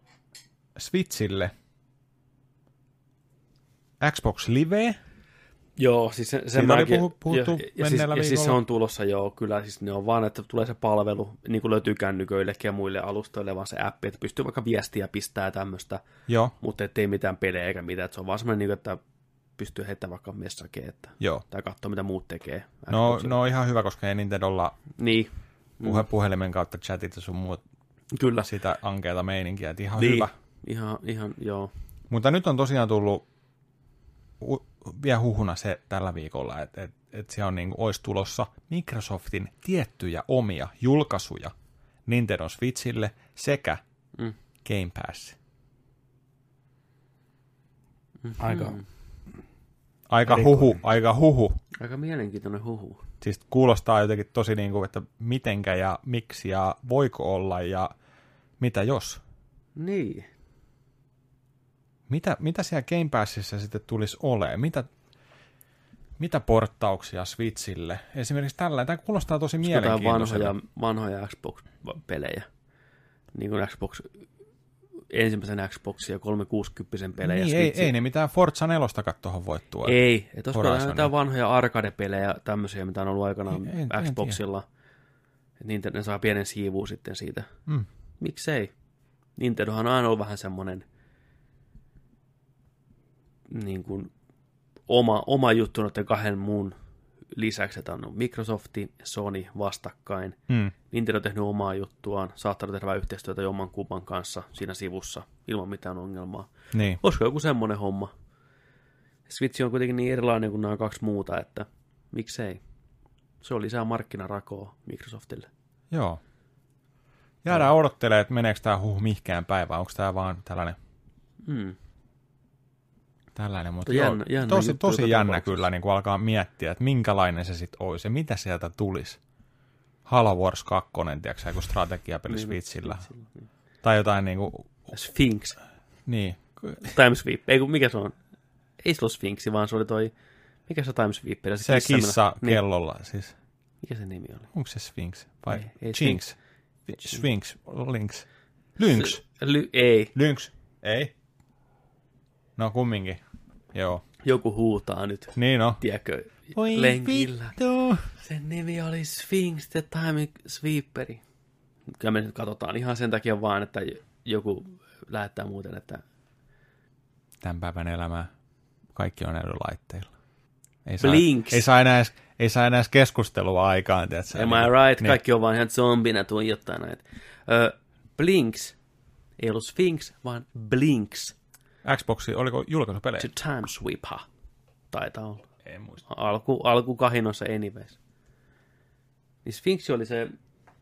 Switchille Xbox Live Joo, siis se, sen Siitä oli mäkin, puhu- puhuttu ja, ja, siis, menneellä ja siis se viikolla. on tulossa, joo, kyllä, siis ne on vaan, että tulee se palvelu, niin kuin löytyy kännyköillekin ja muille alustoille, vaan se appi, että pystyy vaikka viestiä pistää ja tämmöistä, Joo, mutta ettei mitään pelejä eikä mitään, että se on vaan semmoinen, niin että pystyy heittämään vaikka messageen, että, joo. tai katsoa, mitä muut tekee. No, Xboxilla. no ihan hyvä, koska ei Nintendolla Niin, puhe, puhelimen kautta chatit ja sun muut kyllä. sitä ankeata meininkiä, että ihan Niin. hyvä. Ihan, ihan, joo. Mutta nyt on tosiaan tullut u- vielä huhuna se tällä viikolla, että et, et siellä on niin kuin, olisi tulossa Microsoftin tiettyjä omia julkaisuja Nintendo Switchille sekä Mm. Game Pass. Aika. Aika huhu, aika huhu. Aika mielenkiintoinen huhu. Siis kuulostaa jotenkin tosi niin kuin, että mitenkä ja miksi ja voiko olla ja mitä jos. Niin. Mitä, mitä siellä Game Passissa sitten tulisi olemaan? Mitä, mitä porttauksia Switchille? Esimerkiksi tällä. Tämä kuulostaa tosi Jotain mielenkiintoiselta. vanhoja, vanhoja Xbox-pelejä. Niin kuin Xbox, ensimmäisen Xboxin ja kolmesataakuusikymmentä pelejä. Niin, ei, Switchin. ei ne mitään Forza nelostakaan tuohon voi tuoda. Ei, että olisiko Horizonia. jotain vanhoja arcade-pelejä tämmöisiä, mitä on ollut aikanaan En- en- en Xboxilla. Niin ne saa pienen siivun sitten siitä. Mm. Miksei? Nintendohan on aina ollut vähän semmoinen niin kuin oma, oma juttu noiden kahden muun lisäksi, että on Microsofti ja Sony vastakkain. Mm. Nintendo on tehnyt omaa juttuaan, saattanut tehdä yhteistyötä jomman kumman kanssa siinä sivussa ilman mitään ongelmaa. Niin. Olisiko joku semmoinen homma? Switch on kuitenkin niin erilainen kuin nämä kaksi muuta, että miksei. Se on lisää markkinarakoa Microsoftille. Joo. Jäädään odottelemaan, että meneekö tämä huh mihkään päivään. Onko tämä vaan tällainen, Mm. tällainen. Mutta Jännä- joo, jännä tosi, juttu tosi joka jännä tapauksessa. kyllä niin kun alkaa miettiä, että minkälainen se sitten olisi ja mitä sieltä tulisi. Halo Wars kaksi, tiedätkö joku strategiapeli Niin, Switchillä. Switchillä, niin. Tai jotain niin kuin, Sphinx. niin. Timesweep. Ei kun mikä se on? Ei se ollut Sphinxi, vaan se oli toi... Mikä se Timesweep? Se, Se kissa kissa mennä- kellolla, siis. Mikä se nimi oli? Onko se Sphinx? Vai Ei, ei Jinx? Sphinx? Lynx? Lynx? Ly- ei. Lynx? Ei? No kumminkin. Joo. Joku huutaa nyt. Niin on. Tiedätkö? Voi Lenkillä. vittu. Sen nimi oli Sphinx the Timesweeperi. Kyllä me nyt katsotaan ihan sen takia vaan, että joku lähettää muuten, että Tämän päivän elämää. Kaikki on älylaitteilla. Ei saa, Blinks. ei saa enää edes, ei saa enää edes keskustelua aikaan. Tiedätkö? am I right? Niin. Kaikki on vaan ihan zombina tuijottaa näitä. Ö, Blinks. Ei ollut Sphinx, vaan Blinks Xboxi, oliko julkaisupelejä? to Timesweeper. Taitaa olla. En muista. Alku, alkukahinossa anyways. Niin Sphinx oli se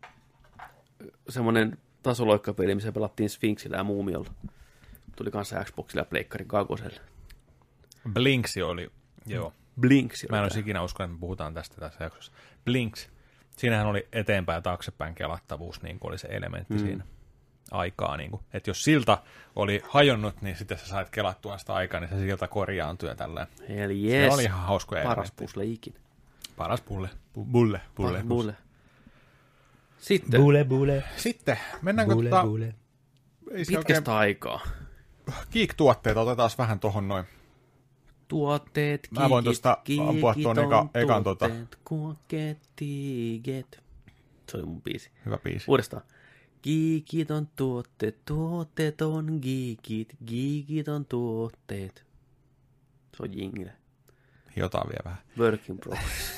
semmoinen tasoloikkapeli, missä pelattiin Sphinxillä ja Muumiolla. Tuli kanssa Xboxilla ja Pleikkarin kakoselle. Blinksi oli, joo. Blinks. Mä en olisi ikinä uskonut, että me puhutaan tästä tässä jaksossa. Blinks. Siinähän oli eteenpäin ja taaksepäin kelattavuus, niin kuin oli se elementti mm. siinä aikaa. Niin kuin. Että jos silta oli hajonnut, niin sitten sä sait kelattua sitä aikaa, niin se silta korjaantui ja tälleen. Eli Se jes. oli ihan hauskoja Paras elementtejä. pusle ikinä. Paras pulle. Bu- Bulle. Bulle. Paras bulle. Sitten Bule, bule, Sitten mennäänkö bule, tota, bule. ei se pitkästä aikaa. oikein, Geek-tuotteet otetaan vähän tohon noin. Tuotteet, Mä voin tosta ampua tuon eka- ekan tota. tuotteet, kuokkeet, tiiget. Se oli mun biisi. Hyvä biisi. Uudestaan. Geekit on tuotteet, tuotteet on geekit, geekit on tuotteet. Se on jingle. Hiotaan vielä vähän. Work in progress.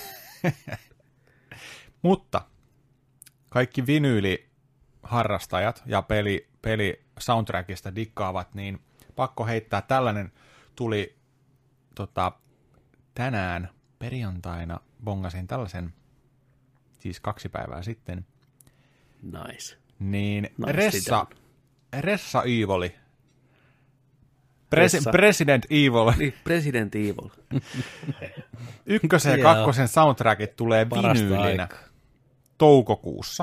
Mutta kaikki vinyyliharrastajat ja peli, peli soundtrackista dikkaavat, niin pakko heittää tällainen. Tuli tota, tänään perjantaina, bongasin tällaisen, siis kaksi päivää sitten, Nice. niin Nice Ressa, Ressa Evil, Pres, Ressa. President Evil, Niin, President Evil. ykkösen ja Joo. kakkosen soundtrackit tulee Parasta vinyylinä aikaa. toukokuussa.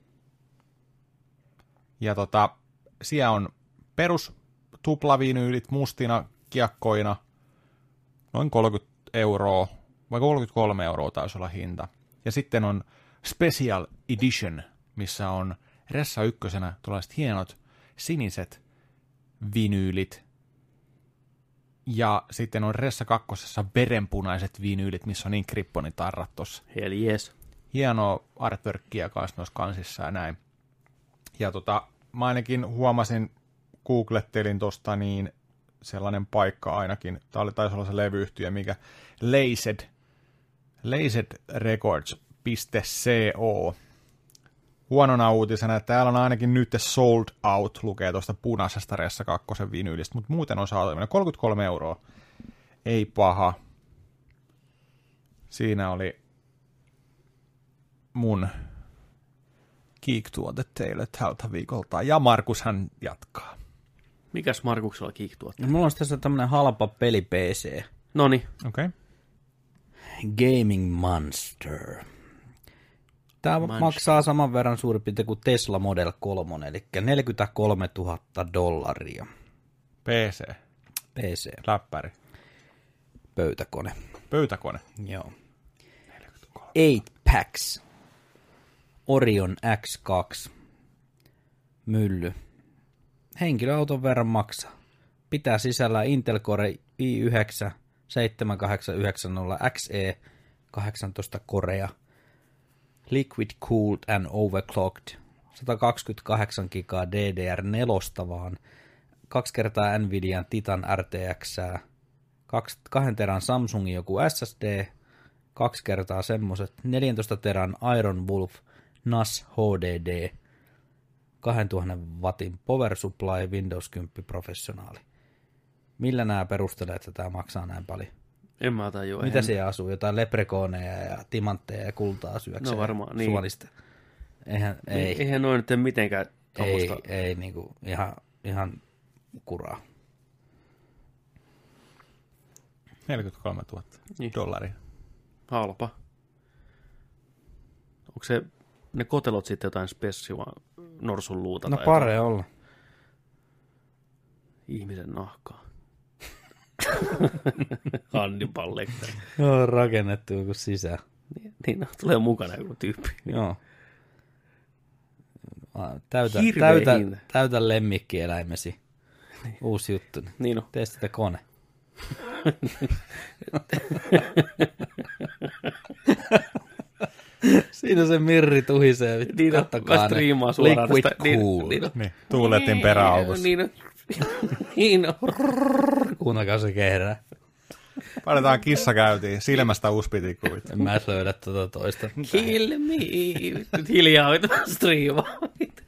Ja tota, siellä on perus tuplavinyylit mustina kiekkoina, noin kolmekymmentä euroa, vai kolmekymmentäkolme euroa taisi olla hinta. Ja sitten on Special Edition, missä on Ressa ykkösenä tällaiset hienot siniset vinyylit. Ja sitten on Ressa kakkosessa verenpunaiset vinyylit, missä on niin kripponitarrat tossa. Hell yes. Hienoa artworkia kanssa noissa kansissa ja näin. Ja tota, mä ainakin huomasin, googlettelin tosta niin sellainen paikka ainakin. Tää oli taisi olla se levyyhtiö, mikä Lazed, lazed records piste co. Huonona uutisena, että täällä on ainakin nyt sold out, lukee tuosta punaisesta Ressa kakkosen vinyylistä, mutta muuten on saatavilla kolmekymmentäkolme euroa. Ei paha. Siinä oli mun Geek-tuote teille tältä viikolta. Ja Markus hän jatkaa. Mikäs Markuksella Geek-tuote? No, mulla on tässä tämmönen halpa peli P C. Noniin. Okei. Okay. Gaming Monster. Tämä Monster. maksaa saman verran suurin piirtein kuin Tesla Model kolme, eli neljäkymmentäkolmetuhatta dollaria. P C. P C. Läppäri. Pöytäkone. Pöytäkone. Joo. Eight Packs. Orion X kaksi. Mylly. Henkilöauton verran maksaa. Pitää sisällä Intel Core i yhdeksän seitsemänkahdeksan yhdeksänkymmentä X E kahdeksantoista Corea. Liquid Cooled and Overclocked. sata kaksikymmentäkahdeksan gigaa D D R neljä vaan. Kaksi kertaa Nvidian Titan R T X. Kaksi, kahden teran Samsungin joku S S D. Kaksi kertaa semmoset. neljäntoista teran Iron Wolf N A S H D D. kaksituhatta wattin Power Supply Windows kymmenen professionaali. Millä nämä perustelee, että tämä maksaa näin paljon? En mä tajua. Mitä siellä asuu? Jotain leprekoneja ja timantteja ja kultaa syökseen? No varmaan, niin. Suolista. Eihän, ei. Eihän noin nyt mitenkään ei, ei niinku, ihan, ihan kuraa. neljäkymmentäkolmetuhatta niin. dollaria. Halpa. Onko se ne kotelot sitten jotain spessiua norsun luuta? No tai pare jotain? olla. Ihmisen nahkaa. Hannibal Lecter. Joo, rakennettu joku sisään. Niin, niin no, tulee mukana joku tyyppi. Joo. Täytä, Hirveä täytä, hinta. täytä lemmikkieläimesi. Uusi juttu. Niin on. Tee sitä kone. Siinä se mirri tuhisee. Niin on, mä striimaan suoraan. Liquid tästä. Cool. Niin, niin, Niin, tuuletin peräaukossa. niin on. Niin on. Kuunnelkaa se kerää. Painetaan kissa käyntiin. Silmästä uspitikuit. En mä löydä tuota toista. Kill me. Nyt hiljaa hoitaa striimaa.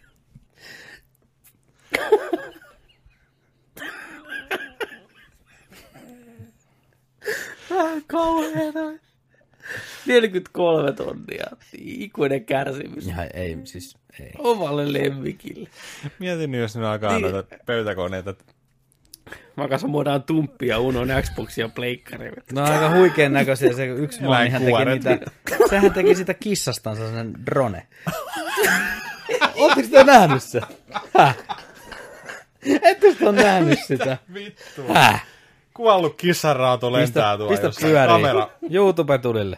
Kauheeta. neljäkymmentäkolme tonnia. Ikuinen kärsimys. Ja ei, siis ei. Omalle lemmikille. Mietin, jos ne alkaa Niin. noita pöytäkoneita. Mä kanssa muodaan tumppia Unon Xboxia pleikkaria. No aika huikean näköisiä. Se yksi monihan teki Eläinkuoret. niitä. Sehän teki sitä kissastansa sen drone. Ootteko te nähnyt se? Häh? Ettekö te on nähnyt sitä? Vittu. Häh? Kuollut kissanraato lentää tuolla Pistä jossain. pyöriin. Kamera. YouTube-tulille.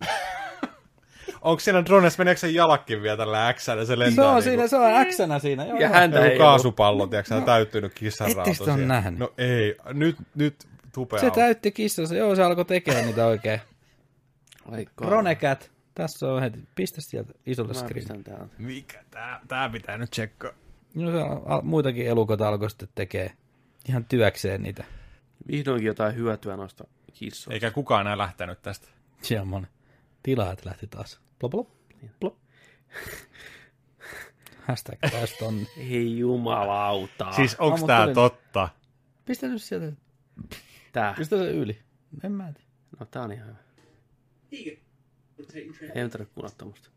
Onko siinä drones, meneekö se jalakkin vielä tällä X-llä, se lentää Se on niinku, siinä, se on X-nä siinä. Joo, Ja joo. häntä ei joku kaasupallo, tiedätkö, no, täyttynyt kissanraato. Ettekö te on siellä. nähnyt? No ei, nyt, nyt tupea Se on. täytti kissansa. Joo, se alkoi tekemään niitä oikein. Aikkaa. Ronecat. Tässä on heti. Pistä sieltä isolle Mä screen. pistän täältä. Mikä tää, tää pitää nyt tsekkaa. No se on, a- muitakin elukoita alkoi sitten tekee ihan työkseen niitä. Vihdoinkin jotain hyötyä noista kissoista. Eikä kukaan enää lähtenyt tästä. Siellä on monen. Tilaajat lähti taas. Plop, plop, plop. Hashtag taas tonni. Ei jumalauta. Siis onks mut tää tuli- totta? Pistä nyt sieltä. Tää. Pistä se yli. En mä tiedä. No tää on ihan hyvä. Ei nyt tarvitse kuunnella tommoista.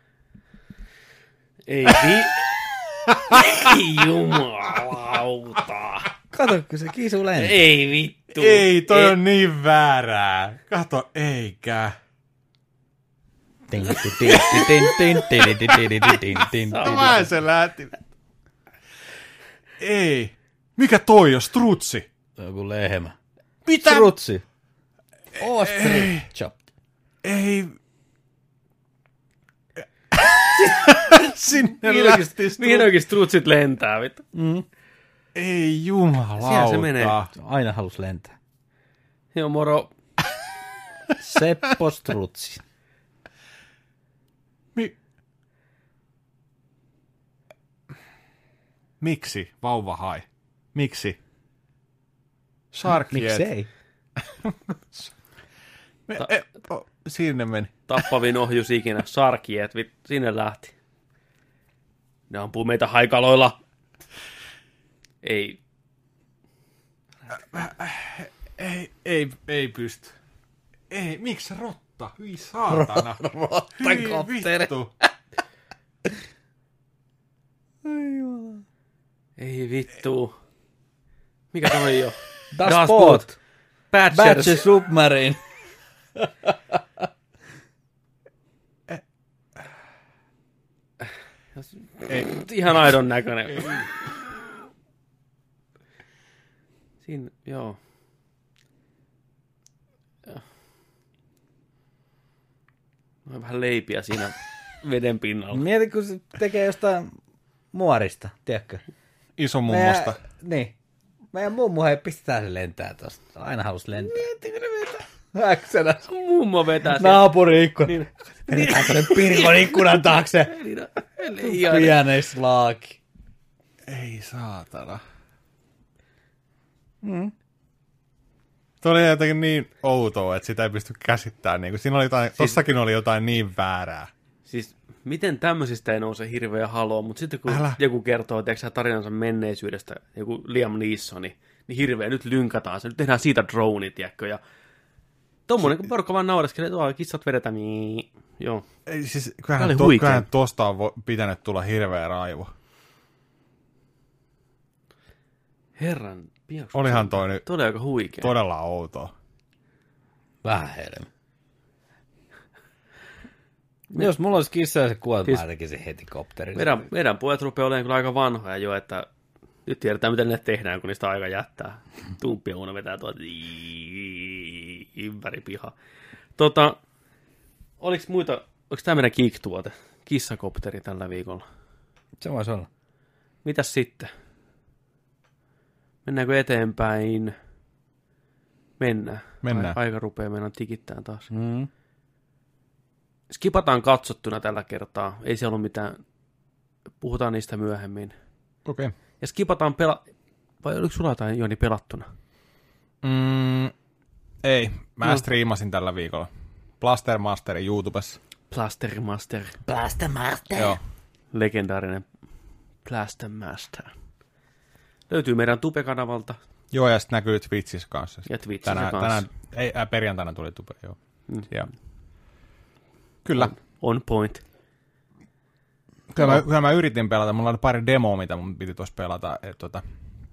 Ei vi... Ei jumalauta. Kato, kun se kiisu lentää. Ei vittu. Ei, toi on niin väärää. Kato, eikä. Tin, tin, tin, tin, tin, tin, tin, tin, tin, tin, tin. Vähän se lähti. Ei. Mikä toi on? Strutsi? Joku lehmä. Mitä? Strutsi. Ostrich chop. Ei. Sinne Vihdoinkin, lähti strutsi. vihdoinkin strutsit lentää, vittu. Ei jumalauta. Siellä se menee. Aina halus lentää. Joo, moro. Seppo Strutsi. Mi- Miksi vauva hai? Miksi? Sharkhead. Miksei? Me, e, o, sinne meni. Tappavin ohjus ikinä. Sarkiet, vit, sinne lähti. Ne ampuu meitä haikaloilla. Ei. Ei, ei, ei pysty. Ei, miksi rotta? Hyi saatana. Rottakopteri. vittu. Ei vittu. Mikä toi jo? Das Boot. Badgers. Badger Submarine. Ei. Ihan aidon näköinen. Siinä, joo. On vähän leipiä siinä veden pinnalla. Mieti, kun se tekee jostain muorista, tiedätkö? Iso mummosta. Meidän, niin. Meidän mummu hei pistetään se lentää tosta. Aina halus lentää. Miettikö ne vetää? Äksänä. Mummo vetää sen. Naapuri ikkuna. Niin. Vedetäänkö ne pirkon ikkunan taakse? Pieneis laaki. Ei saatana. Mm. Tuo oli jotenkin niin outoa, että sitä ei pysty käsittämään. Niin siinä oli jotain, siis, tossakin oli jotain niin väärää. Siis miten tämmöisistä ei nouse hirveä haloo, mutta sitten kun Älä. joku kertoo tiedätkö, tarinansa menneisyydestä, joku Liam Neeson, niin hirveä, nyt lynkataan se, nyt tehdään siitä drone, tiedätkö, ja tommonen, kun porukka vaan naureskelee, että oh, kissat vedetään, niin joo. Ei, siis, kyllähän, to, kyllähän tosta on vo, pitänyt tulla hirveä raivo. Herran, piaksu. Olihan toi nyt todella aika huikea. Todella outoa. Vähän helmi. Jos mulla olisi kissa ja se kuolema, siis, mä tekisin heti kopterin. Meidän, meidän pojat rupeaa olemaan kyllä aika vanhoja jo, että nyt tiedetään, miten ne tehdään, kun niistä aika jättää. Tumppia uuna vetää tuolta ympäri piha. Tota, oliks muita, oliko tämä meidän Geek-tuote? Kissakopteri tällä viikolla. Se voisi olla. Mitäs sitten? Mennäänkö eteenpäin? Mennään. Mennään. Aika rupeaa meidän tikittämään taas. Mm. Skipataan katsottuna tällä kertaa. Ei se ollut mitään. Puhutaan niistä myöhemmin. Okei. Okay. Ja skipataan pela... Vai oliko sulla jotain, Joni, pelattuna? Mm, ei. Mä no. striimasin tällä viikolla. Blaster Masterin YouTubessa. Blaster Master. Blaster Master. Joo. Legendaarinen Blaster Master. Löytyy meidän Tube-kanavalta. Joo, ja sitten näkyy Twitchissä kanssa. Ja Twitchissä tänään, kanssa. Tänään, ei, äh, perjantaina tuli Tube, joo. Mm. Ja. Kyllä. On, on point. Kyllä mä, kyllä mä yritin pelata. Mulla oli pari demoa, mitä mun piti tuossa pelata. Et, tota,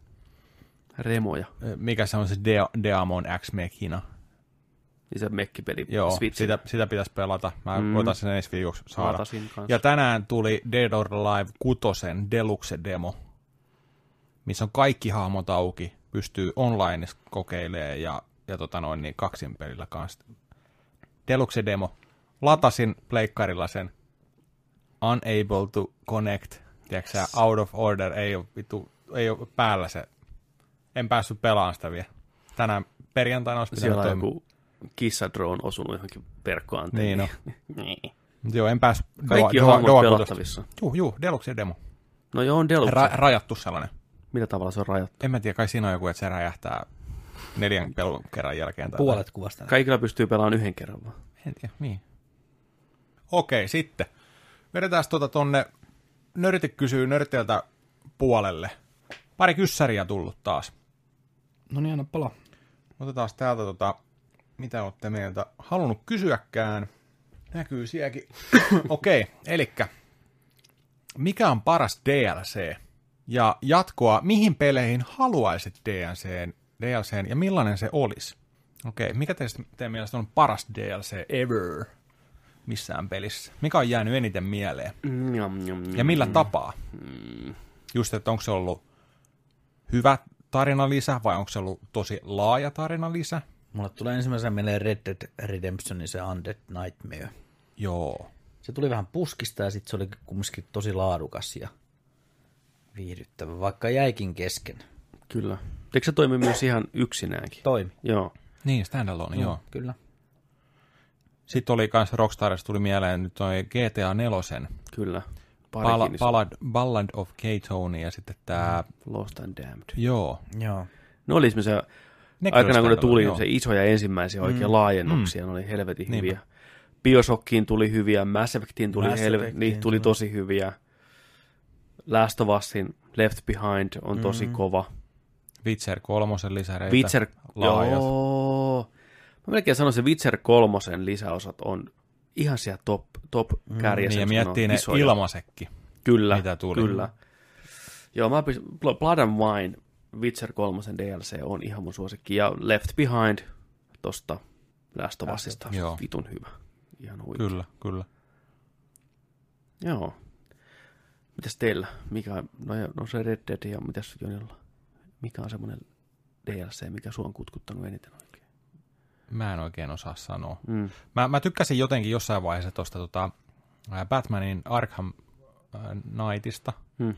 Remoja. Mikä se on se De- Deamon X Mechina? Niin se mekkipeli. Joo, sitä, sitä pitäisi pelata. Mä mm. voitan sen ensi viikoksi saada. Ja tänään tuli Dead or Alive kutosen Deluxe-demo, missä on kaikki hahmot auki. Pystyy online kokeilemaan ja, ja tota noin, niin kaksin pelillä kanssa. Deluxe-demo. Latasin pleikkarilla sen. Unable to connect. Tiedätkö sä, out of order. Ei ole, vittu, ei ole päällä se. En päässyt pelaamaan sitä vielä. Tänään perjantaina olisi pitänyt toimia. Siellä on joku kissadrone osunut johonkin verkkoanteen. Niin no. niin. Joo, en päässyt. Kaikki doa, hahmot doa, pelattavissa. Juu, juu, Deluxe-demo. No joo, on Deluxe. Ra- rajattu sellainen. Millä tavalla se on rajattu? En mä tiedä, kai siinä on joku, että se räjähtää neljän pelun kerran jälkeen. Puolet kuvasta. Kaikilla pystyy pelaamaan yhden kerran vaan. En tiedä, niin. Okei, sitten. Vedetään tuota tonne Nörti kysyy Nörtiltä puolelle. Pari kyssäriä tullut taas. No niin, anna palaa. Otetaan täältä tota, mitä olette meiltä halunnut kysyäkään. Näkyy sielläkin. Okei, elikkä mikä on paras D L C? Ja jatkoa, mihin peleihin haluaisit D L C:n, D L C:n ja millainen se olisi? Okei, mikä teistä teidän mielestä on paras D L C ever missään pelissä? Mikä on jäänyt eniten mieleen? Njam, njam, ja millä tapaa? Mm. Just, että onko se ollut hyvä tarinalisä vai onko se ollut tosi laaja tarinalisä? Mulle tulee ensimmäisenä mieleen Red Dead Redemptionin se Undead Nightmare. Joo. Se tuli vähän puskista ja sitten se oli kumminkin tosi laadukas ja viihdyttävä, vaikka jäikin kesken. Kyllä. Eikö se toimi myös ihan yksinäänkin? Toimi. Joo. Niin, standalone, Mm, joo. Kyllä. Sitten oli kans Rockstarista tuli mieleen nyt toi G T A neljä, Kyllä. Ball- Parikin Ballad, Ballad of K-Tone ja sitten tää, Lost and Damned. joo. Joo. Ne oli semmoisia, Ne aikanaan kun ne kyllä tuli, joo. se isoja ensimmäisiä oikein Mm. laajennuksia, ne oli helvetin Niinpä. hyviä. Bioshockiin tuli hyviä, Mass Effectiin tuli, Mass helve- Effectiin niitä tuli tuli. tosi hyviä. Last of Usin Left Behind on tosi Mm. kova. Witcher kolmosen lisäreitä. Witcher, laajat. joo. Mä melkein sanoisin, että Witcher kolmosen lisäosat on ihan siellä top, top kärjessä. Niin, ja miettii ne isoja. ilmaisekki. Kyllä, mitä tuli. kyllä. Joo, mä pis, Blood and Wine, Witcher kolmosen D L C on ihan mun suosikki. Ja Left Behind tosta Last of Usista. Joo. Vitun hyvä. Ihan huikea. Kyllä, kyllä. Joo. Mitäs teillä? Mikä, no, ja- no se Red Dead ja mitäs Jonilla? Mikä on semmoinen D L C, mikä sua on kutkuttanut eniten oikein? Mä en oikein osaa sanoa. Mm. Mä, mä tykkäsin jotenkin jossain vaiheessa tuosta tota, ää, Batmanin Arkham ää, Knightista. Mm.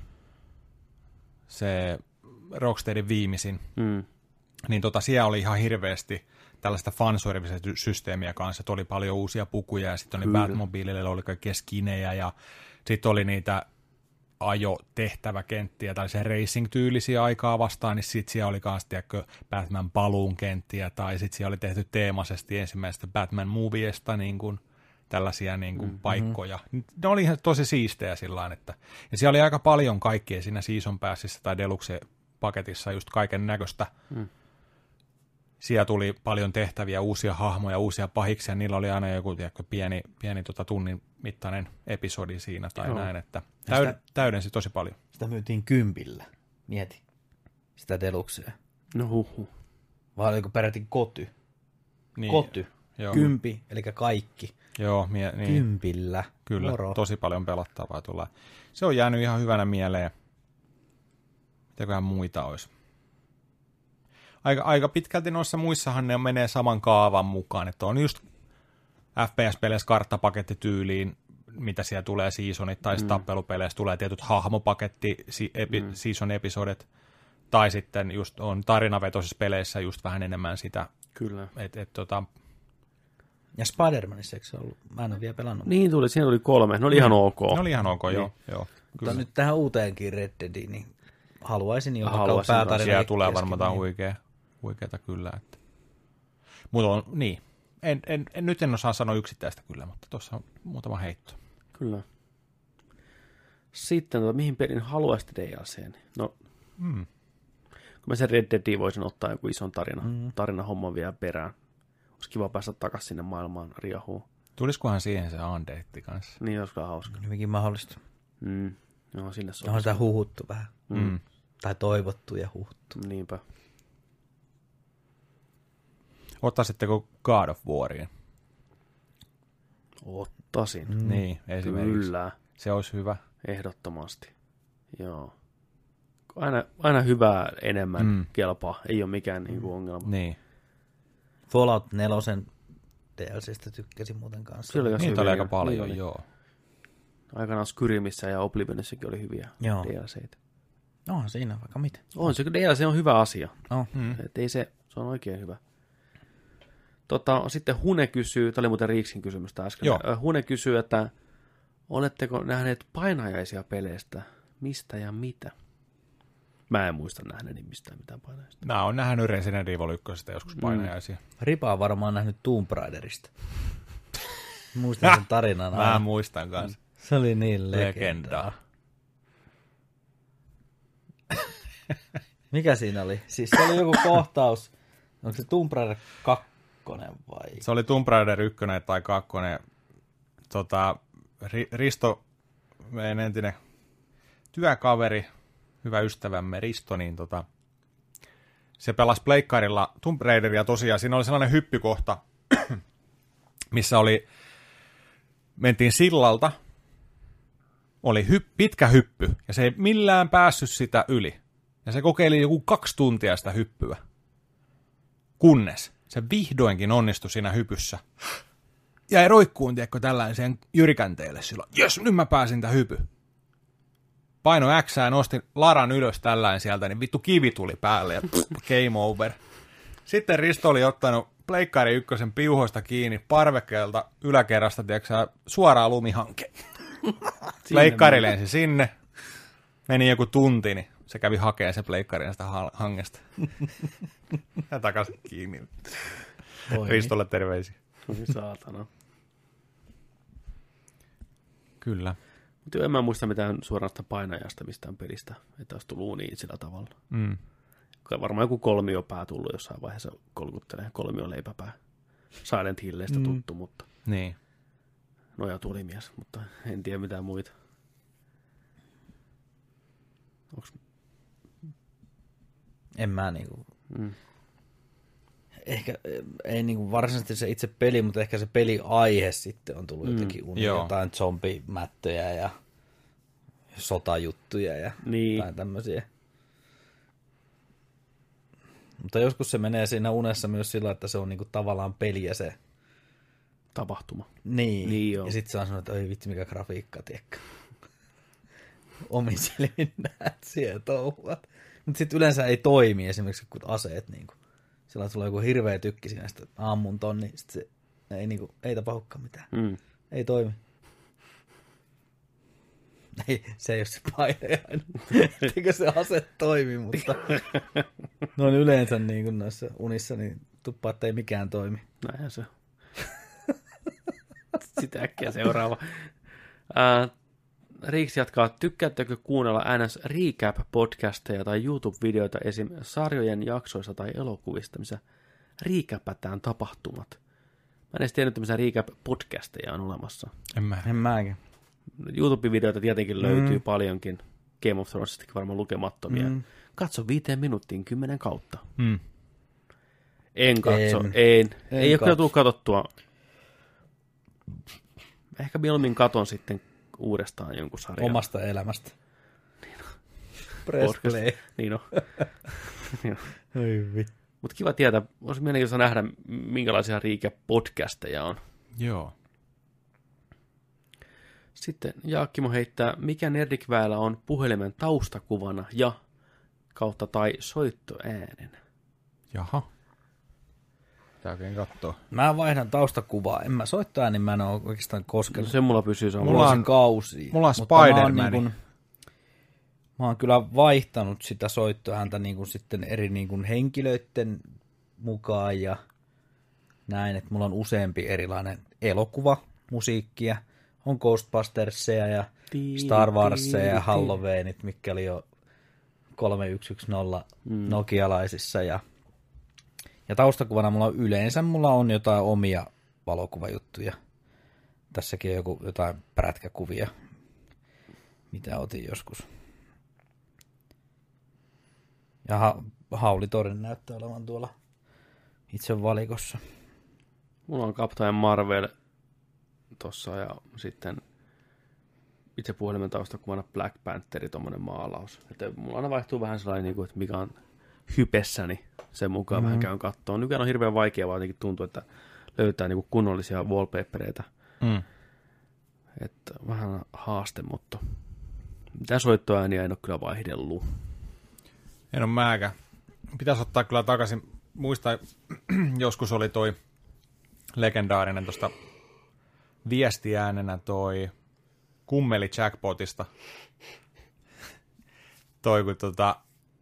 Se Rocksteadin viimeisin. Mm. Niin tota, siellä oli ihan hirveästi tällaista fanservice-systeemiä kanssa, että oli paljon uusia pukuja ja sitten oli Kyllä. Batmobiilille, oli kaikkia skinejä ja sitten oli niitä ajotehtäväkenttiä, tällaisia racing-tyylisiä aikaa vastaan, niin sitten siellä oli kanssa, tiedätkö, Batman paluun kenttiä, tai sitten siellä oli tehty teemaisesti ensimmäisestä Batman-moviesta niin kuin tällaisia niin kuin mm-hmm. paikkoja. Ne oli ihan tosi siistejä sillain, että ja siellä oli aika paljon kaikkea siinä Season Passissa tai Deluxe-paketissa just kaiken näköistä. Mm. Siellä tuli paljon tehtäviä, uusia hahmoja, uusia pahiksia, niillä oli aina joku tiedätkö, pieni, pieni tota, tunnin mittainen episodi siinä tai Joo. näin, että täyd, sitä- täydensi tosi paljon. Sitä myytiin kympillä. Mieti. Sitä deluxea. No huhu. Vai oliko peräti koty? Niin, Koty. Joo, Kympi, eli kaikki. joo mie, niin, Kympillä. kyllä, Moro. tosi paljon pelattavaa tulee. Se on jäänyt ihan hyvänä mieleen. Mitäköhän muita olisi? Aika, aika pitkälti noissa muissahan ne menee saman kaavan mukaan, että on just F P S-peleissä karttapakettityyliin, mitä siellä tulee seasonit, tai mm. tappelupeleissä tulee tietyt hahmopaketti, si- epi- mm. season-episodet, tai sitten just on tarinavetoisissa peleissä just vähän enemmän sitä, Kyllä. että et, tota, Ja Spider-Manissa, eikö se ollut? Mä en ole vielä pelannut. Niin tuli, siinä tuli kolme. Ne oli ihan ok. ne oli ihan ok, joo. Niin. joo Mutta kyllä. nyt tähän uuteenkin Red Deadiin, niin haluaisin jo Haluaisin vaikka päätarina. Siellä tulee kesken, varmaan niin. huikea, huikeata kyllä. Että. Mutta on, niin. En, en, en, nyt en osaa sanoa yksittäistä kyllä, mutta tuossa on muutama heitto. Kyllä. Sitten, tota, mihin pelin haluaisit D L C:n? No, Mm. kun mä sen Red Deadiin voisin ottaa joku ison tarina, mm. tarinahomman vielä perään. Olisi kiva päästä takaisin sinne maailmaan riahuun. Tulisikohan siihen se Undead kanssa? Niin, olisi kyllä hauska. Hyvinkin mahdollista. Mm. Joo, sinne On sopisi. sitä huhuttu vähän. Mm. Tai toivottu ja huhuttu. Niinpä. Ottaisitteko God of Warin? Ottaisin. Mm. Niin, esimerkiksi. Kyllä, Se olisi hyvä. ehdottomasti. Joo. Aina, aina hyvää enemmän Mm. mm. kelpaa. Ei ole mikään niinku ongelma. Niin. Fallout nelosen D L C:stä tykkäsin muuten kanssa. Se oli myös Niitä oli hyviä. aika paljon, Niitä oli. joo. Aikanaan Skyrimissä ja Oblivionissakin oli hyviä Joo. D L C:itä. Onhan siinä vaikka mitä. On se, D L C on hyvä asia. No. Mm. Et ei se, se on oikein hyvä. Tota, sitten Hune kysyy, tämä oli muuten Riiksin kysymystä äsken. Joo. Ö, Hune kysyy, että oletteko nähneet painajaisia peleistä? Mistä ja mitä? Mä en muista nähneeni mistään mitään painajaista. Mä oon nähnyt Resident Evil yksi joskus painajaisia. Ripa on varmaan nähnyt Tomb Raiderista. Muistan sen tarinan Mä aina. muistan kanssa. Se oli niin legendaa. Legendaa. Mikä siinä oli? Siis se oli joku kohtaus. Onko se Tomb Raider kakkonen vai? Se oli Tomb Raider yksi tai kaksi. Tota, Risto, meidän entinen työkaveri, hyvä ystävämme Risto, niin tota, se pelasi pleikkarilla Tomb Raideria tosiaan. Siinä oli sellainen hyppykohta, missä oli, mentiin sillalta, oli hy, pitkä hyppy, ja se ei millään päässyt sitä yli. Ja se kokeili joku kaksi tuntia sitä hyppyä. Kunnes se vihdoinkin onnistui siinä hypyssä. Jäi roikkuun, tiedätkö, tällaiseen jyrkänteelle silloin. Jes, nyt mä pääsin tämän hypy. Paino Xää, nostin laran ylös tällainen sieltä, niin vittu kivi tuli päälle ja pff, game over. Sitten Risto oli ottanut Pleikkari ykkösen piuhoista kiinni parvekkeelta yläkerrasta, tiedätkö suoraan lumihanke. Pleikkari lensi sinne, meni joku tunti, niin se kävi hakemaan se pleikkari näistä hangesta. Ja takaisin kiinni. Ristolle terveisiä. Saatana. Kyllä. Mutta en mä muista mitään suorasta painajasta mistään pelistä, että olisi tullut uniin sillä tavalla. Mm. Varmaan joku kolmiopää tullut jossain vaiheessa kolkuttelee, kolmio leipäpää. Silent Hilleistä mm. tuttu, mutta niin. Noja tulimies, mutta en tiedä mitään muita. Onks... En mä niinku... Mm. Ehkä ei niinku varsinaisesti se itse peli, mutta ehkä se peliaihe sitten on tullut mm. jotenkin uniin. Jotain zombimättöjä ja sotajuttuja ja niin. jotain tämmöisiä. Mutta joskus se menee siinä unessa myös sillä, että se on niinku tavallaan peli ja se tapahtuma. Niin, niin joo. Ja sitten se on sanonut, että oi vitsi mikä grafiikka, tiedäkö. Omin silmin näet siellä touhuat. Mutta sitten yleensä ei toimi esimerkiksi kun aseet niinku. Sillä tulee joku hirveä tykki siinä, että ammun ton, niin sit se ei, niinku, ei tapahdukaan mitään. Mm. Ei toimi. Ei, se ei ole se painajainen. Eikö se ase toimi, mutta noin yleensä niin kuin noissa unissa, niin tuppaa, että ei mikään toimi. Näinhän se. Sitä äkkiä seuraava. Ää, Riiksi jatkaa, tykkäättekö kuunnella N S Recap-podcasteja tai YouTube-videoita esim. Sarjojen jaksoista tai elokuvista, missä recapätään tapahtumat? Mä en edes tiennyt, että missä Recap-podcasteja on olemassa. En mä. En mäkin. YouTube-videoita tietenkin mm. löytyy paljonkin. Game of Thronesistakin varmaan lukemattomia. Mm. Katso viiteen minuuttiin kymmenen kautta. Mm. En katso, en. en. en Ei ole katso. kyllä tullut katsottua. Ehkä mieluummin katon sitten uudestaan jonkun sarjan. Omasta elämästä. Niin on. Press play. Niin on. Niin on. Oi vittu. Mutta kiva tietää, olisi mielenkiintoista nähdä, minkälaisia recap-podcasteja on. Joo. Sitten Jaakkimo heittää, mikä Nerdikväellä on puhelimen taustakuvana ja kautta tai soittoäänen? Jaha. Pitää oikein katsoa. Mä vaihdan taustakuvaa. En mä soittaa, niin mä en ole oikeastaan koskenut. No se mulla pysyy samalla. Mulla on kausia. Mulla on mutta mä oon, Spider-Man. niin kun, mä oon kyllä vaihtanut sitä soittoääntä niin kun sitten eri niin kun henkilöiden mukaan ja näin, että mulla on useampi erilainen elokuva, musiikkia. On Ghostbustersia ja Star Warsia ja Halloweenit, mitkä oli jo kolme yksi yksi nolla mm. nokialaisissa. Ja, ja taustakuvana mulla on yleensä mulla on jotain omia valokuvajuttuja. Tässäkin on joku, jotain prätkäkuvia, mitä otin joskus. Ja ha- Haulitorin näyttää olevan tuolla itse valikossa. Mulla on Captain Marvel tossa ja sitten itse puhelimen taustakuvana Black Pantheri, tommonen maalaus. Että mulla aina vaihtuu vähän sellainen, että mikä on hypessäni, sen mukaan mm-hmm. vähän käyn kattoon. Nykyään on hirveän vaikea, vaan jotenkin tuntuu, että löytää niinku kunnollisia wallpapereita. Mm. Että vähän haaste, mutta mitä soittoääniä en ole kyllä vaihdellut. En ole määkään. Pitäisi ottaa kyllä takaisin. Muista, joskus oli toi legendaarinen tuosta viestiäänenä toi kummeli Jackpotista. Toi, kun tota,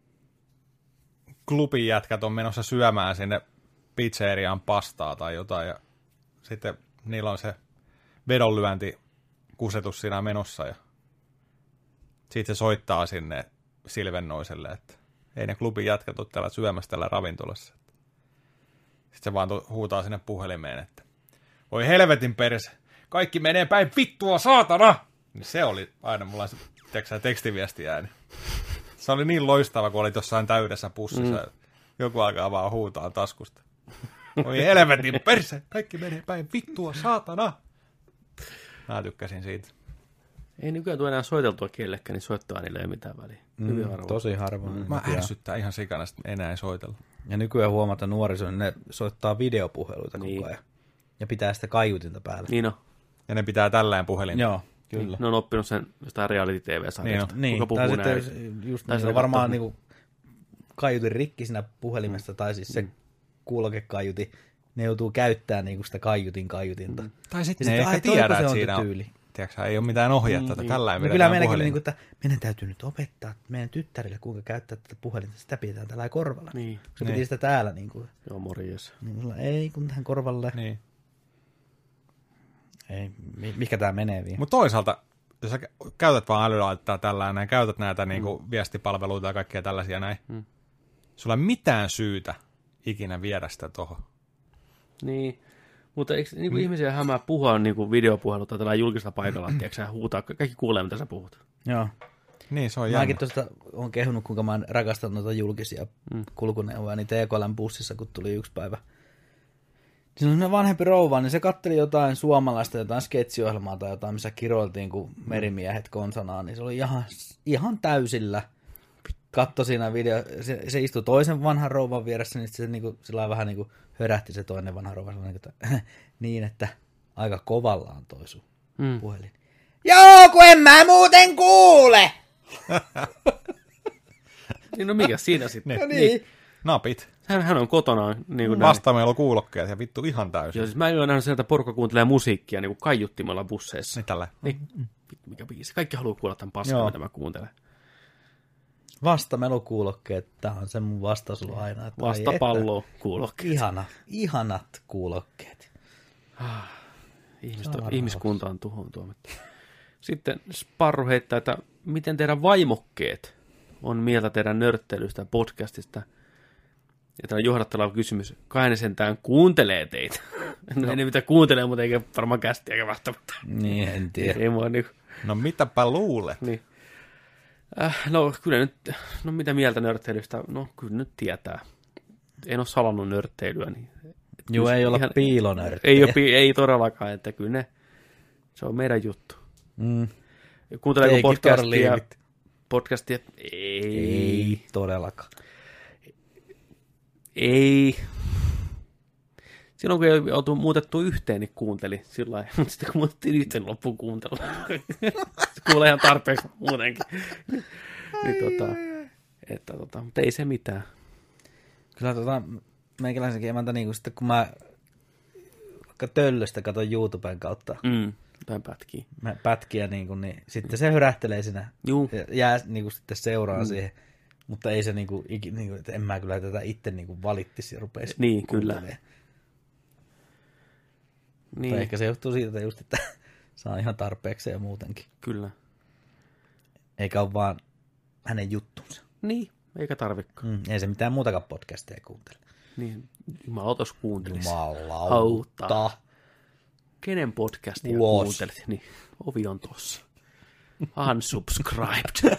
klubin jätkät on menossa syömään sinne pizzeriaan pastaa tai jotain, ja sitten niillä on se vedonlyönti kusetus siinä menossa, ja sitten se soittaa sinne Silvennoiselle, että ei ne klubin jätkät ole täällä syömässä täällä ravintolassa. Sitten se vaan huutaa sinne puhelimeen, että voi helvetin perse, kaikki menee päin vittua, saatana! Niin se oli aina mulla se tiiäksä, tekstiviesti ääni. Se oli niin loistava, kun olit jossain täydessä pussissa. Mm. Joku alkaa vaan huutaa taskusta. Voi helvetin perse, kaikki menee päin vittua, saatana! Mä tykkäsin siitä. Ei nykyään tule enää soiteltua kellekään, niin soittoäänillä ei ole mitään väliä. Mm, tosi harvoin. Mm. Mä ärsyttää ihan sikana, että enää ei soitella. Ja nykyään huomata nuoriso, niin ne soittaa videopuheluita niin koko ajan. Ja pitää sitä kaiutinta päällä. Niin on. Ja ne pitää tälleen puhelinta. Joo, kyllä. Ne on oppinut sen jostain reality-T V-sarjasta. Niin, kuka puhuu tai näin. sitten just niin, on varmaan niinku kaiutin rikki siinä puhelimesta, tai siis se kuulokekaiuti ne joutuu käyttämään niinku sitä kaiutin kaiutinta. Mm. Tai sitten ne ei ehkä tiedä, että siinä on, tiedätkö, ei ole mitään ohjetta, että tällä ei no kyllä meidänkin oli, niin kuin, että meidän täytyy nyt opettaa meidän tyttärille, kuinka käyttää tätä puhelinta. Sitä pidetään tällä korvalla. Niin. Se niin. piti sitä täällä. Niin kuin. Joo, morjes. Niin, ei, kun tähän korvalle. Niin. Ei, mikä tää menee vielä? Mutta toisaalta, jos sä käytät vaan älylaittaa tällä näin, käytät näitä mm. niinku viestipalveluita ja kaikkia tällaisia näin, mm. sulla ei mitään syytä ikinä viedä sitä tohon. Niin, mutta eikö niin kuin mm. ihmisiä hämää puhua niin kuin videopuhelua tai tällä julkisella paikalla, että tiedätkö, sä huutaa, kaikki kuulee, mitä sä puhut. Joo. Niin, se on Mäkin tuosta olen kehunut, kuinka mä oon rakastanut noita julkisia mm. kulkuneuvoja, niin T K L:n bussissa, kun tuli yksi päivä. Siinä on vanhempi rouva, niin se katteli jotain suomalaista, jotain sketsiohjelmaa tai jotain, missä kiroiltiin kuin merimiehet konsanaan, niin se oli ihan, ihan täysillä. Katso siinä video, se, se istui toisen vanhan rouvan vieressä, niin se niinku, sillä vähän niin kuin hörähti se toinen vanha rouva, niin, että, niin, että aika kovallaan toi sun mm. puhelin. Joo, kun en mä muuten kuule! Niin no mikä siinä sitten? No niin. Napit. Hän, hän on kotona. Niin kuin vastamelukuulokkeet ja vittu ihan täysin. Joo, siis mä en ole nähnyt sieltä porukka kuuntelee musiikkia niin kuin kaiuttimella busseissa. Niin tällä. Niin. Mikä biisi? Kaikki haluaa kuulla tämän paskan, mitä mä kuuntelen. Vastamelukuulokkeet, tämä on se mun vastaus aina. Että vastapallo kuulokkeet. Ihana, ihanat kuulokkeet. Ah, ihmistä, ihmiskunta on tuhoon tuomittu. Sitten Sparru heittää, että miten teidän vaimokkeet on mieltä teidän nörttelystä podcastista. Ja tämä on johdatteleva kysymys. Kai ne sentään kuuntelee teitä. No, no. Ei ne mitään kuuntelee, mutta eikä varmaan kästiä eikä välttämättä. Niin, en tiedä. Ei mua niin... No mitäpä luulet? Niin. Äh, no kyllä nyt, no mitä mieltä nörtteilystä? No kyllä nyt tietää. En ole salannut nörtteilyä. Niin, Joo, ei olla ihan, piilonörttejä. Ei, ole, ei todellakaan, että kyllä ne, se on meidän juttu. Mm. Kuunteleeko podcastia? Podcastia? Ei. Ei todellakaan. Ei. Silloin kun ei oltu muutettu yhteen, niin kuunteli sillä lailla. Mutta sitten kun muutettiin yhteen, niin loppuun kuuntella. Se kuulee ihan tarpeeksi muutenkin. niin, tota, että, tota, mutta ei se mitään. Kyllä tota, meikäläisenkin emäntä, niin sitten kun mä vaikka töllöstä katson YouTuben kautta. Mm, tai pätkiä. Mä pätkiä, niin, kuin, niin sitten se hyrähtelee siinä. Juu. Ja jää niin kuin, sitten seuraa mm. siihen. Mutta ei se niin kuin, niin kuin, että en mä kyllä tätä itse niin kuin valittisi ja rupeisi niin, kyllä. Niin. Tai ehkä se johtuu siitä, että just, että saa ihan tarpeeksi ja muutenkin. Kyllä. Eikä ole vaan hänen juttunsa. Niin, eikä tarvikaan. Mm, ei se mitään muutakaan podcasteja kuuntele. Niin, jumalautas kuuntelisi. Jumalauta. Kenen podcastia Ulos. Kuuntelit? Niin, ovi on tossa. Unsubscribed.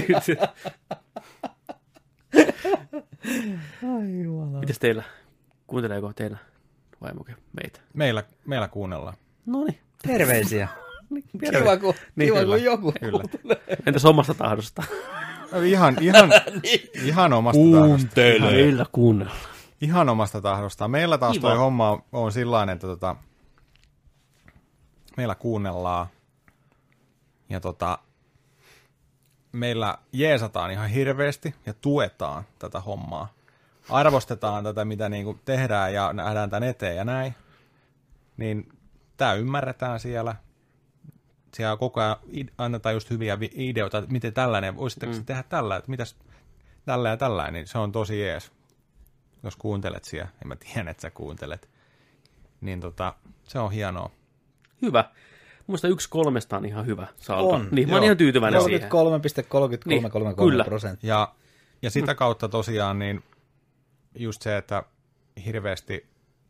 Ai jumala. Mites teillä? Kuunteleeko teillä vaimoke meitä? Meillä, meillä kuunnellaan. Noniin. Terveisiä. Kiva, kun, niin, kiva, kun joku kuuntelee. Entäs omasta tahdosta? Ihan, ihan, niin. ihan omasta tahdosta. Meillä kuunnellaan. Ihan omasta tahdosta. Meillä taas kiva. Toi homma on, on sillain, että tota, meillä kuunnellaan ja tota, meillä jeesataan ihan hirveästi ja tuetaan tätä hommaa. Arvostetaan tätä, mitä niinku tehdään ja nähdään tämän eteen ja näin. Niin tämä ymmärretään siellä. Siellä koko ajan annetaan just hyviä ideoita, että miten tällainen, voisitteko mm. tehdä tällä, että mitäs tällä ja tällä, niin se on tosi jees. Jos kuuntelet siellä, en mä tiedä, että sä kuuntelet, niin tota, se on hienoa. Hyvä. Muista yksi kolmesta on ihan hyvä saldo. On. Niin, mä oon ihan tyytyväinen siihen. kolmekymmentäkolme pilkku kolmekymmentäkolme prosenttia. Ja, ja sitä kautta tosiaan, niin just se, että hirveästi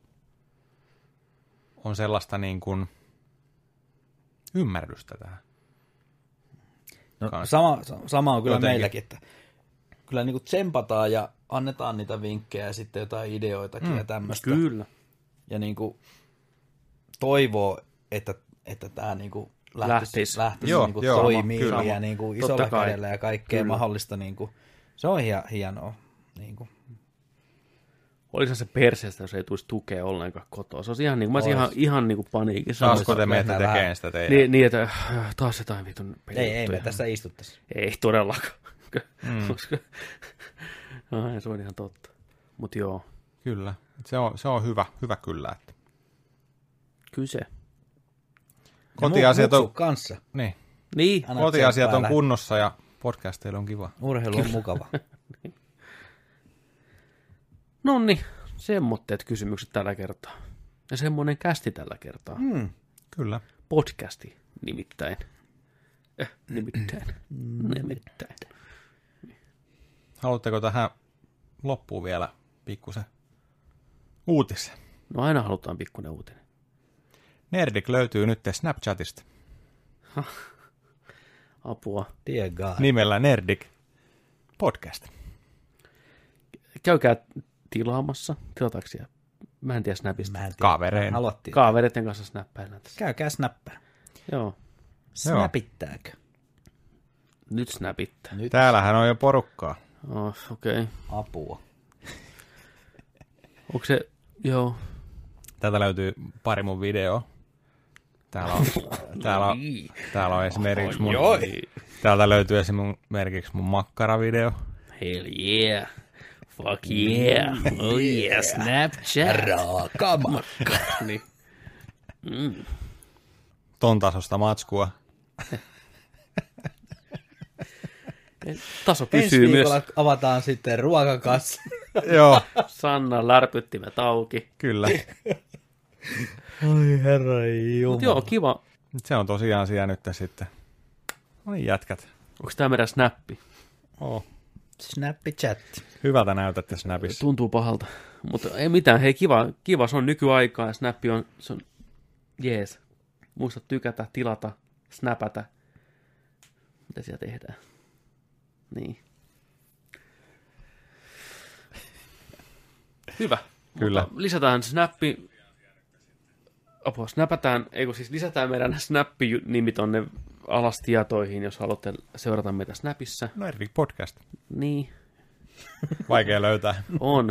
on sellaista niin kuin ymmärrystä tähän. No, sama, sama on kyllä jotenkin meilläkin, että kyllä niin kuin tsempataan ja annetaan niitä vinkkejä ja sitten jotain ideoitakin mm, ja tämmöistä. Kyllä. Ja niin kuin toivoo, että, että tämä niin kuin lähtisi, lähtisi, lähtisi joo, niin kuin joo, toimii ja niin kuin isolla kädellä ja kaikkea kyllä. mahdollista. Niin kuin, se on hienoa. Niin kuin. Olisi se perseestä, jos ei tulisi tukea ollenkaan kotoa. Se olisi ihan, niin, mä olisin ihan, ihan niin kuin paniikissa. Taasko te menette tekemään sitä teidän? Niin, niin, että taas jotain vitun Ei, ei me tässä istuttaisi. Ei todellakaan. Mm. no, se on ihan totta. Mutta joo, Kyllä. Se on, se on hyvä, hyvä kyllä. Että. Kyse. Kotiasiat on, kanssa. niin. Niin. Anna Kotiasiat on tsemppää kunnossa ja podcasteilla on kiva. Urheilu on mukava. Nonni, semmoitteet kysymykset tällä kertaa. Ja semmoinen kästi tällä kertaa. Mm. Kyllä. Podcasti nimittäin. Eh, nimittäin. Nimittäin. Haluatteko tähän loppuun vielä pikkusen uutisen? No aina halutaan pikkuinen uutinen. Nerdik löytyy nyt Snapchatista. Apua. Dear God. Nimellä Nerdik Podcast. Käykää tilaamassa. Tilataanko siellä? Mä en tiedä Snapista. Mä en tiedä. Kavereen. Haluttiin. Kaavereiden kanssa snappaillaan tässä. Käykää snappaa. Joo. Snapittääkö? Nyt snapittää. Nyt Täällähän on jo porukkaa. Oh, okei. Okay. apua. Onko se, joo. Täältä löytyy pari mun videoa. Täällä on, täällä on, täällä on esimerkiksi mun, täältä löytyy esimerkiksi mun makkaravideo. Hell yeah. Fuck yeah. Oh yeah. Snapchat. Raakamakka. Niin. Mm. Ton tasosta matskua. Taso Ensi pysyy myös. viikolla avataan sitten ruokakassa. Joo, Sanna lärpyttimet auki. kyllä. Oi herra Mut joo, kiva. Se on tosiaan siellä nyt sitten. No niin, jätkät. Onko tää meidän snappi? Oh. Snapchat. Hyvältä näytätte Snapissa. Tuntuu pahalta. Mutta ei mitään. Hei, kiva, kiva. Se on nykyaikaa ja snappi on, se on jees. Muista tykätä, tilata, snapata. Mitä siellä tehdään? Niin. Hyvä. Kyllä. Mutta lisätään snappi. Apua, snapataan, ei kun siis lisätään meidän snappi-nimi tonne alastietoihin, jos haluatte seurata meitä Snapissa. Nerdik Podcast. Niin, Vaikea löytää. on.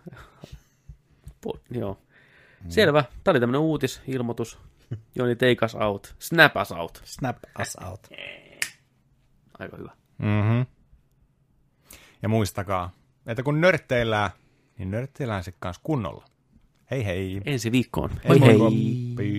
Po- joo. Selvä. Tämä oli tämmönen uutisilmoitus. Joni, take us out. Snap us out. Snap us out. Aika hyvä. Mm-hmm. Ja muistakaa, että kun nörtteillään, niin nörtteillään se kanssa kunnolla. Hei hei. Ensi viikkoon. Hei Moi hei. moi.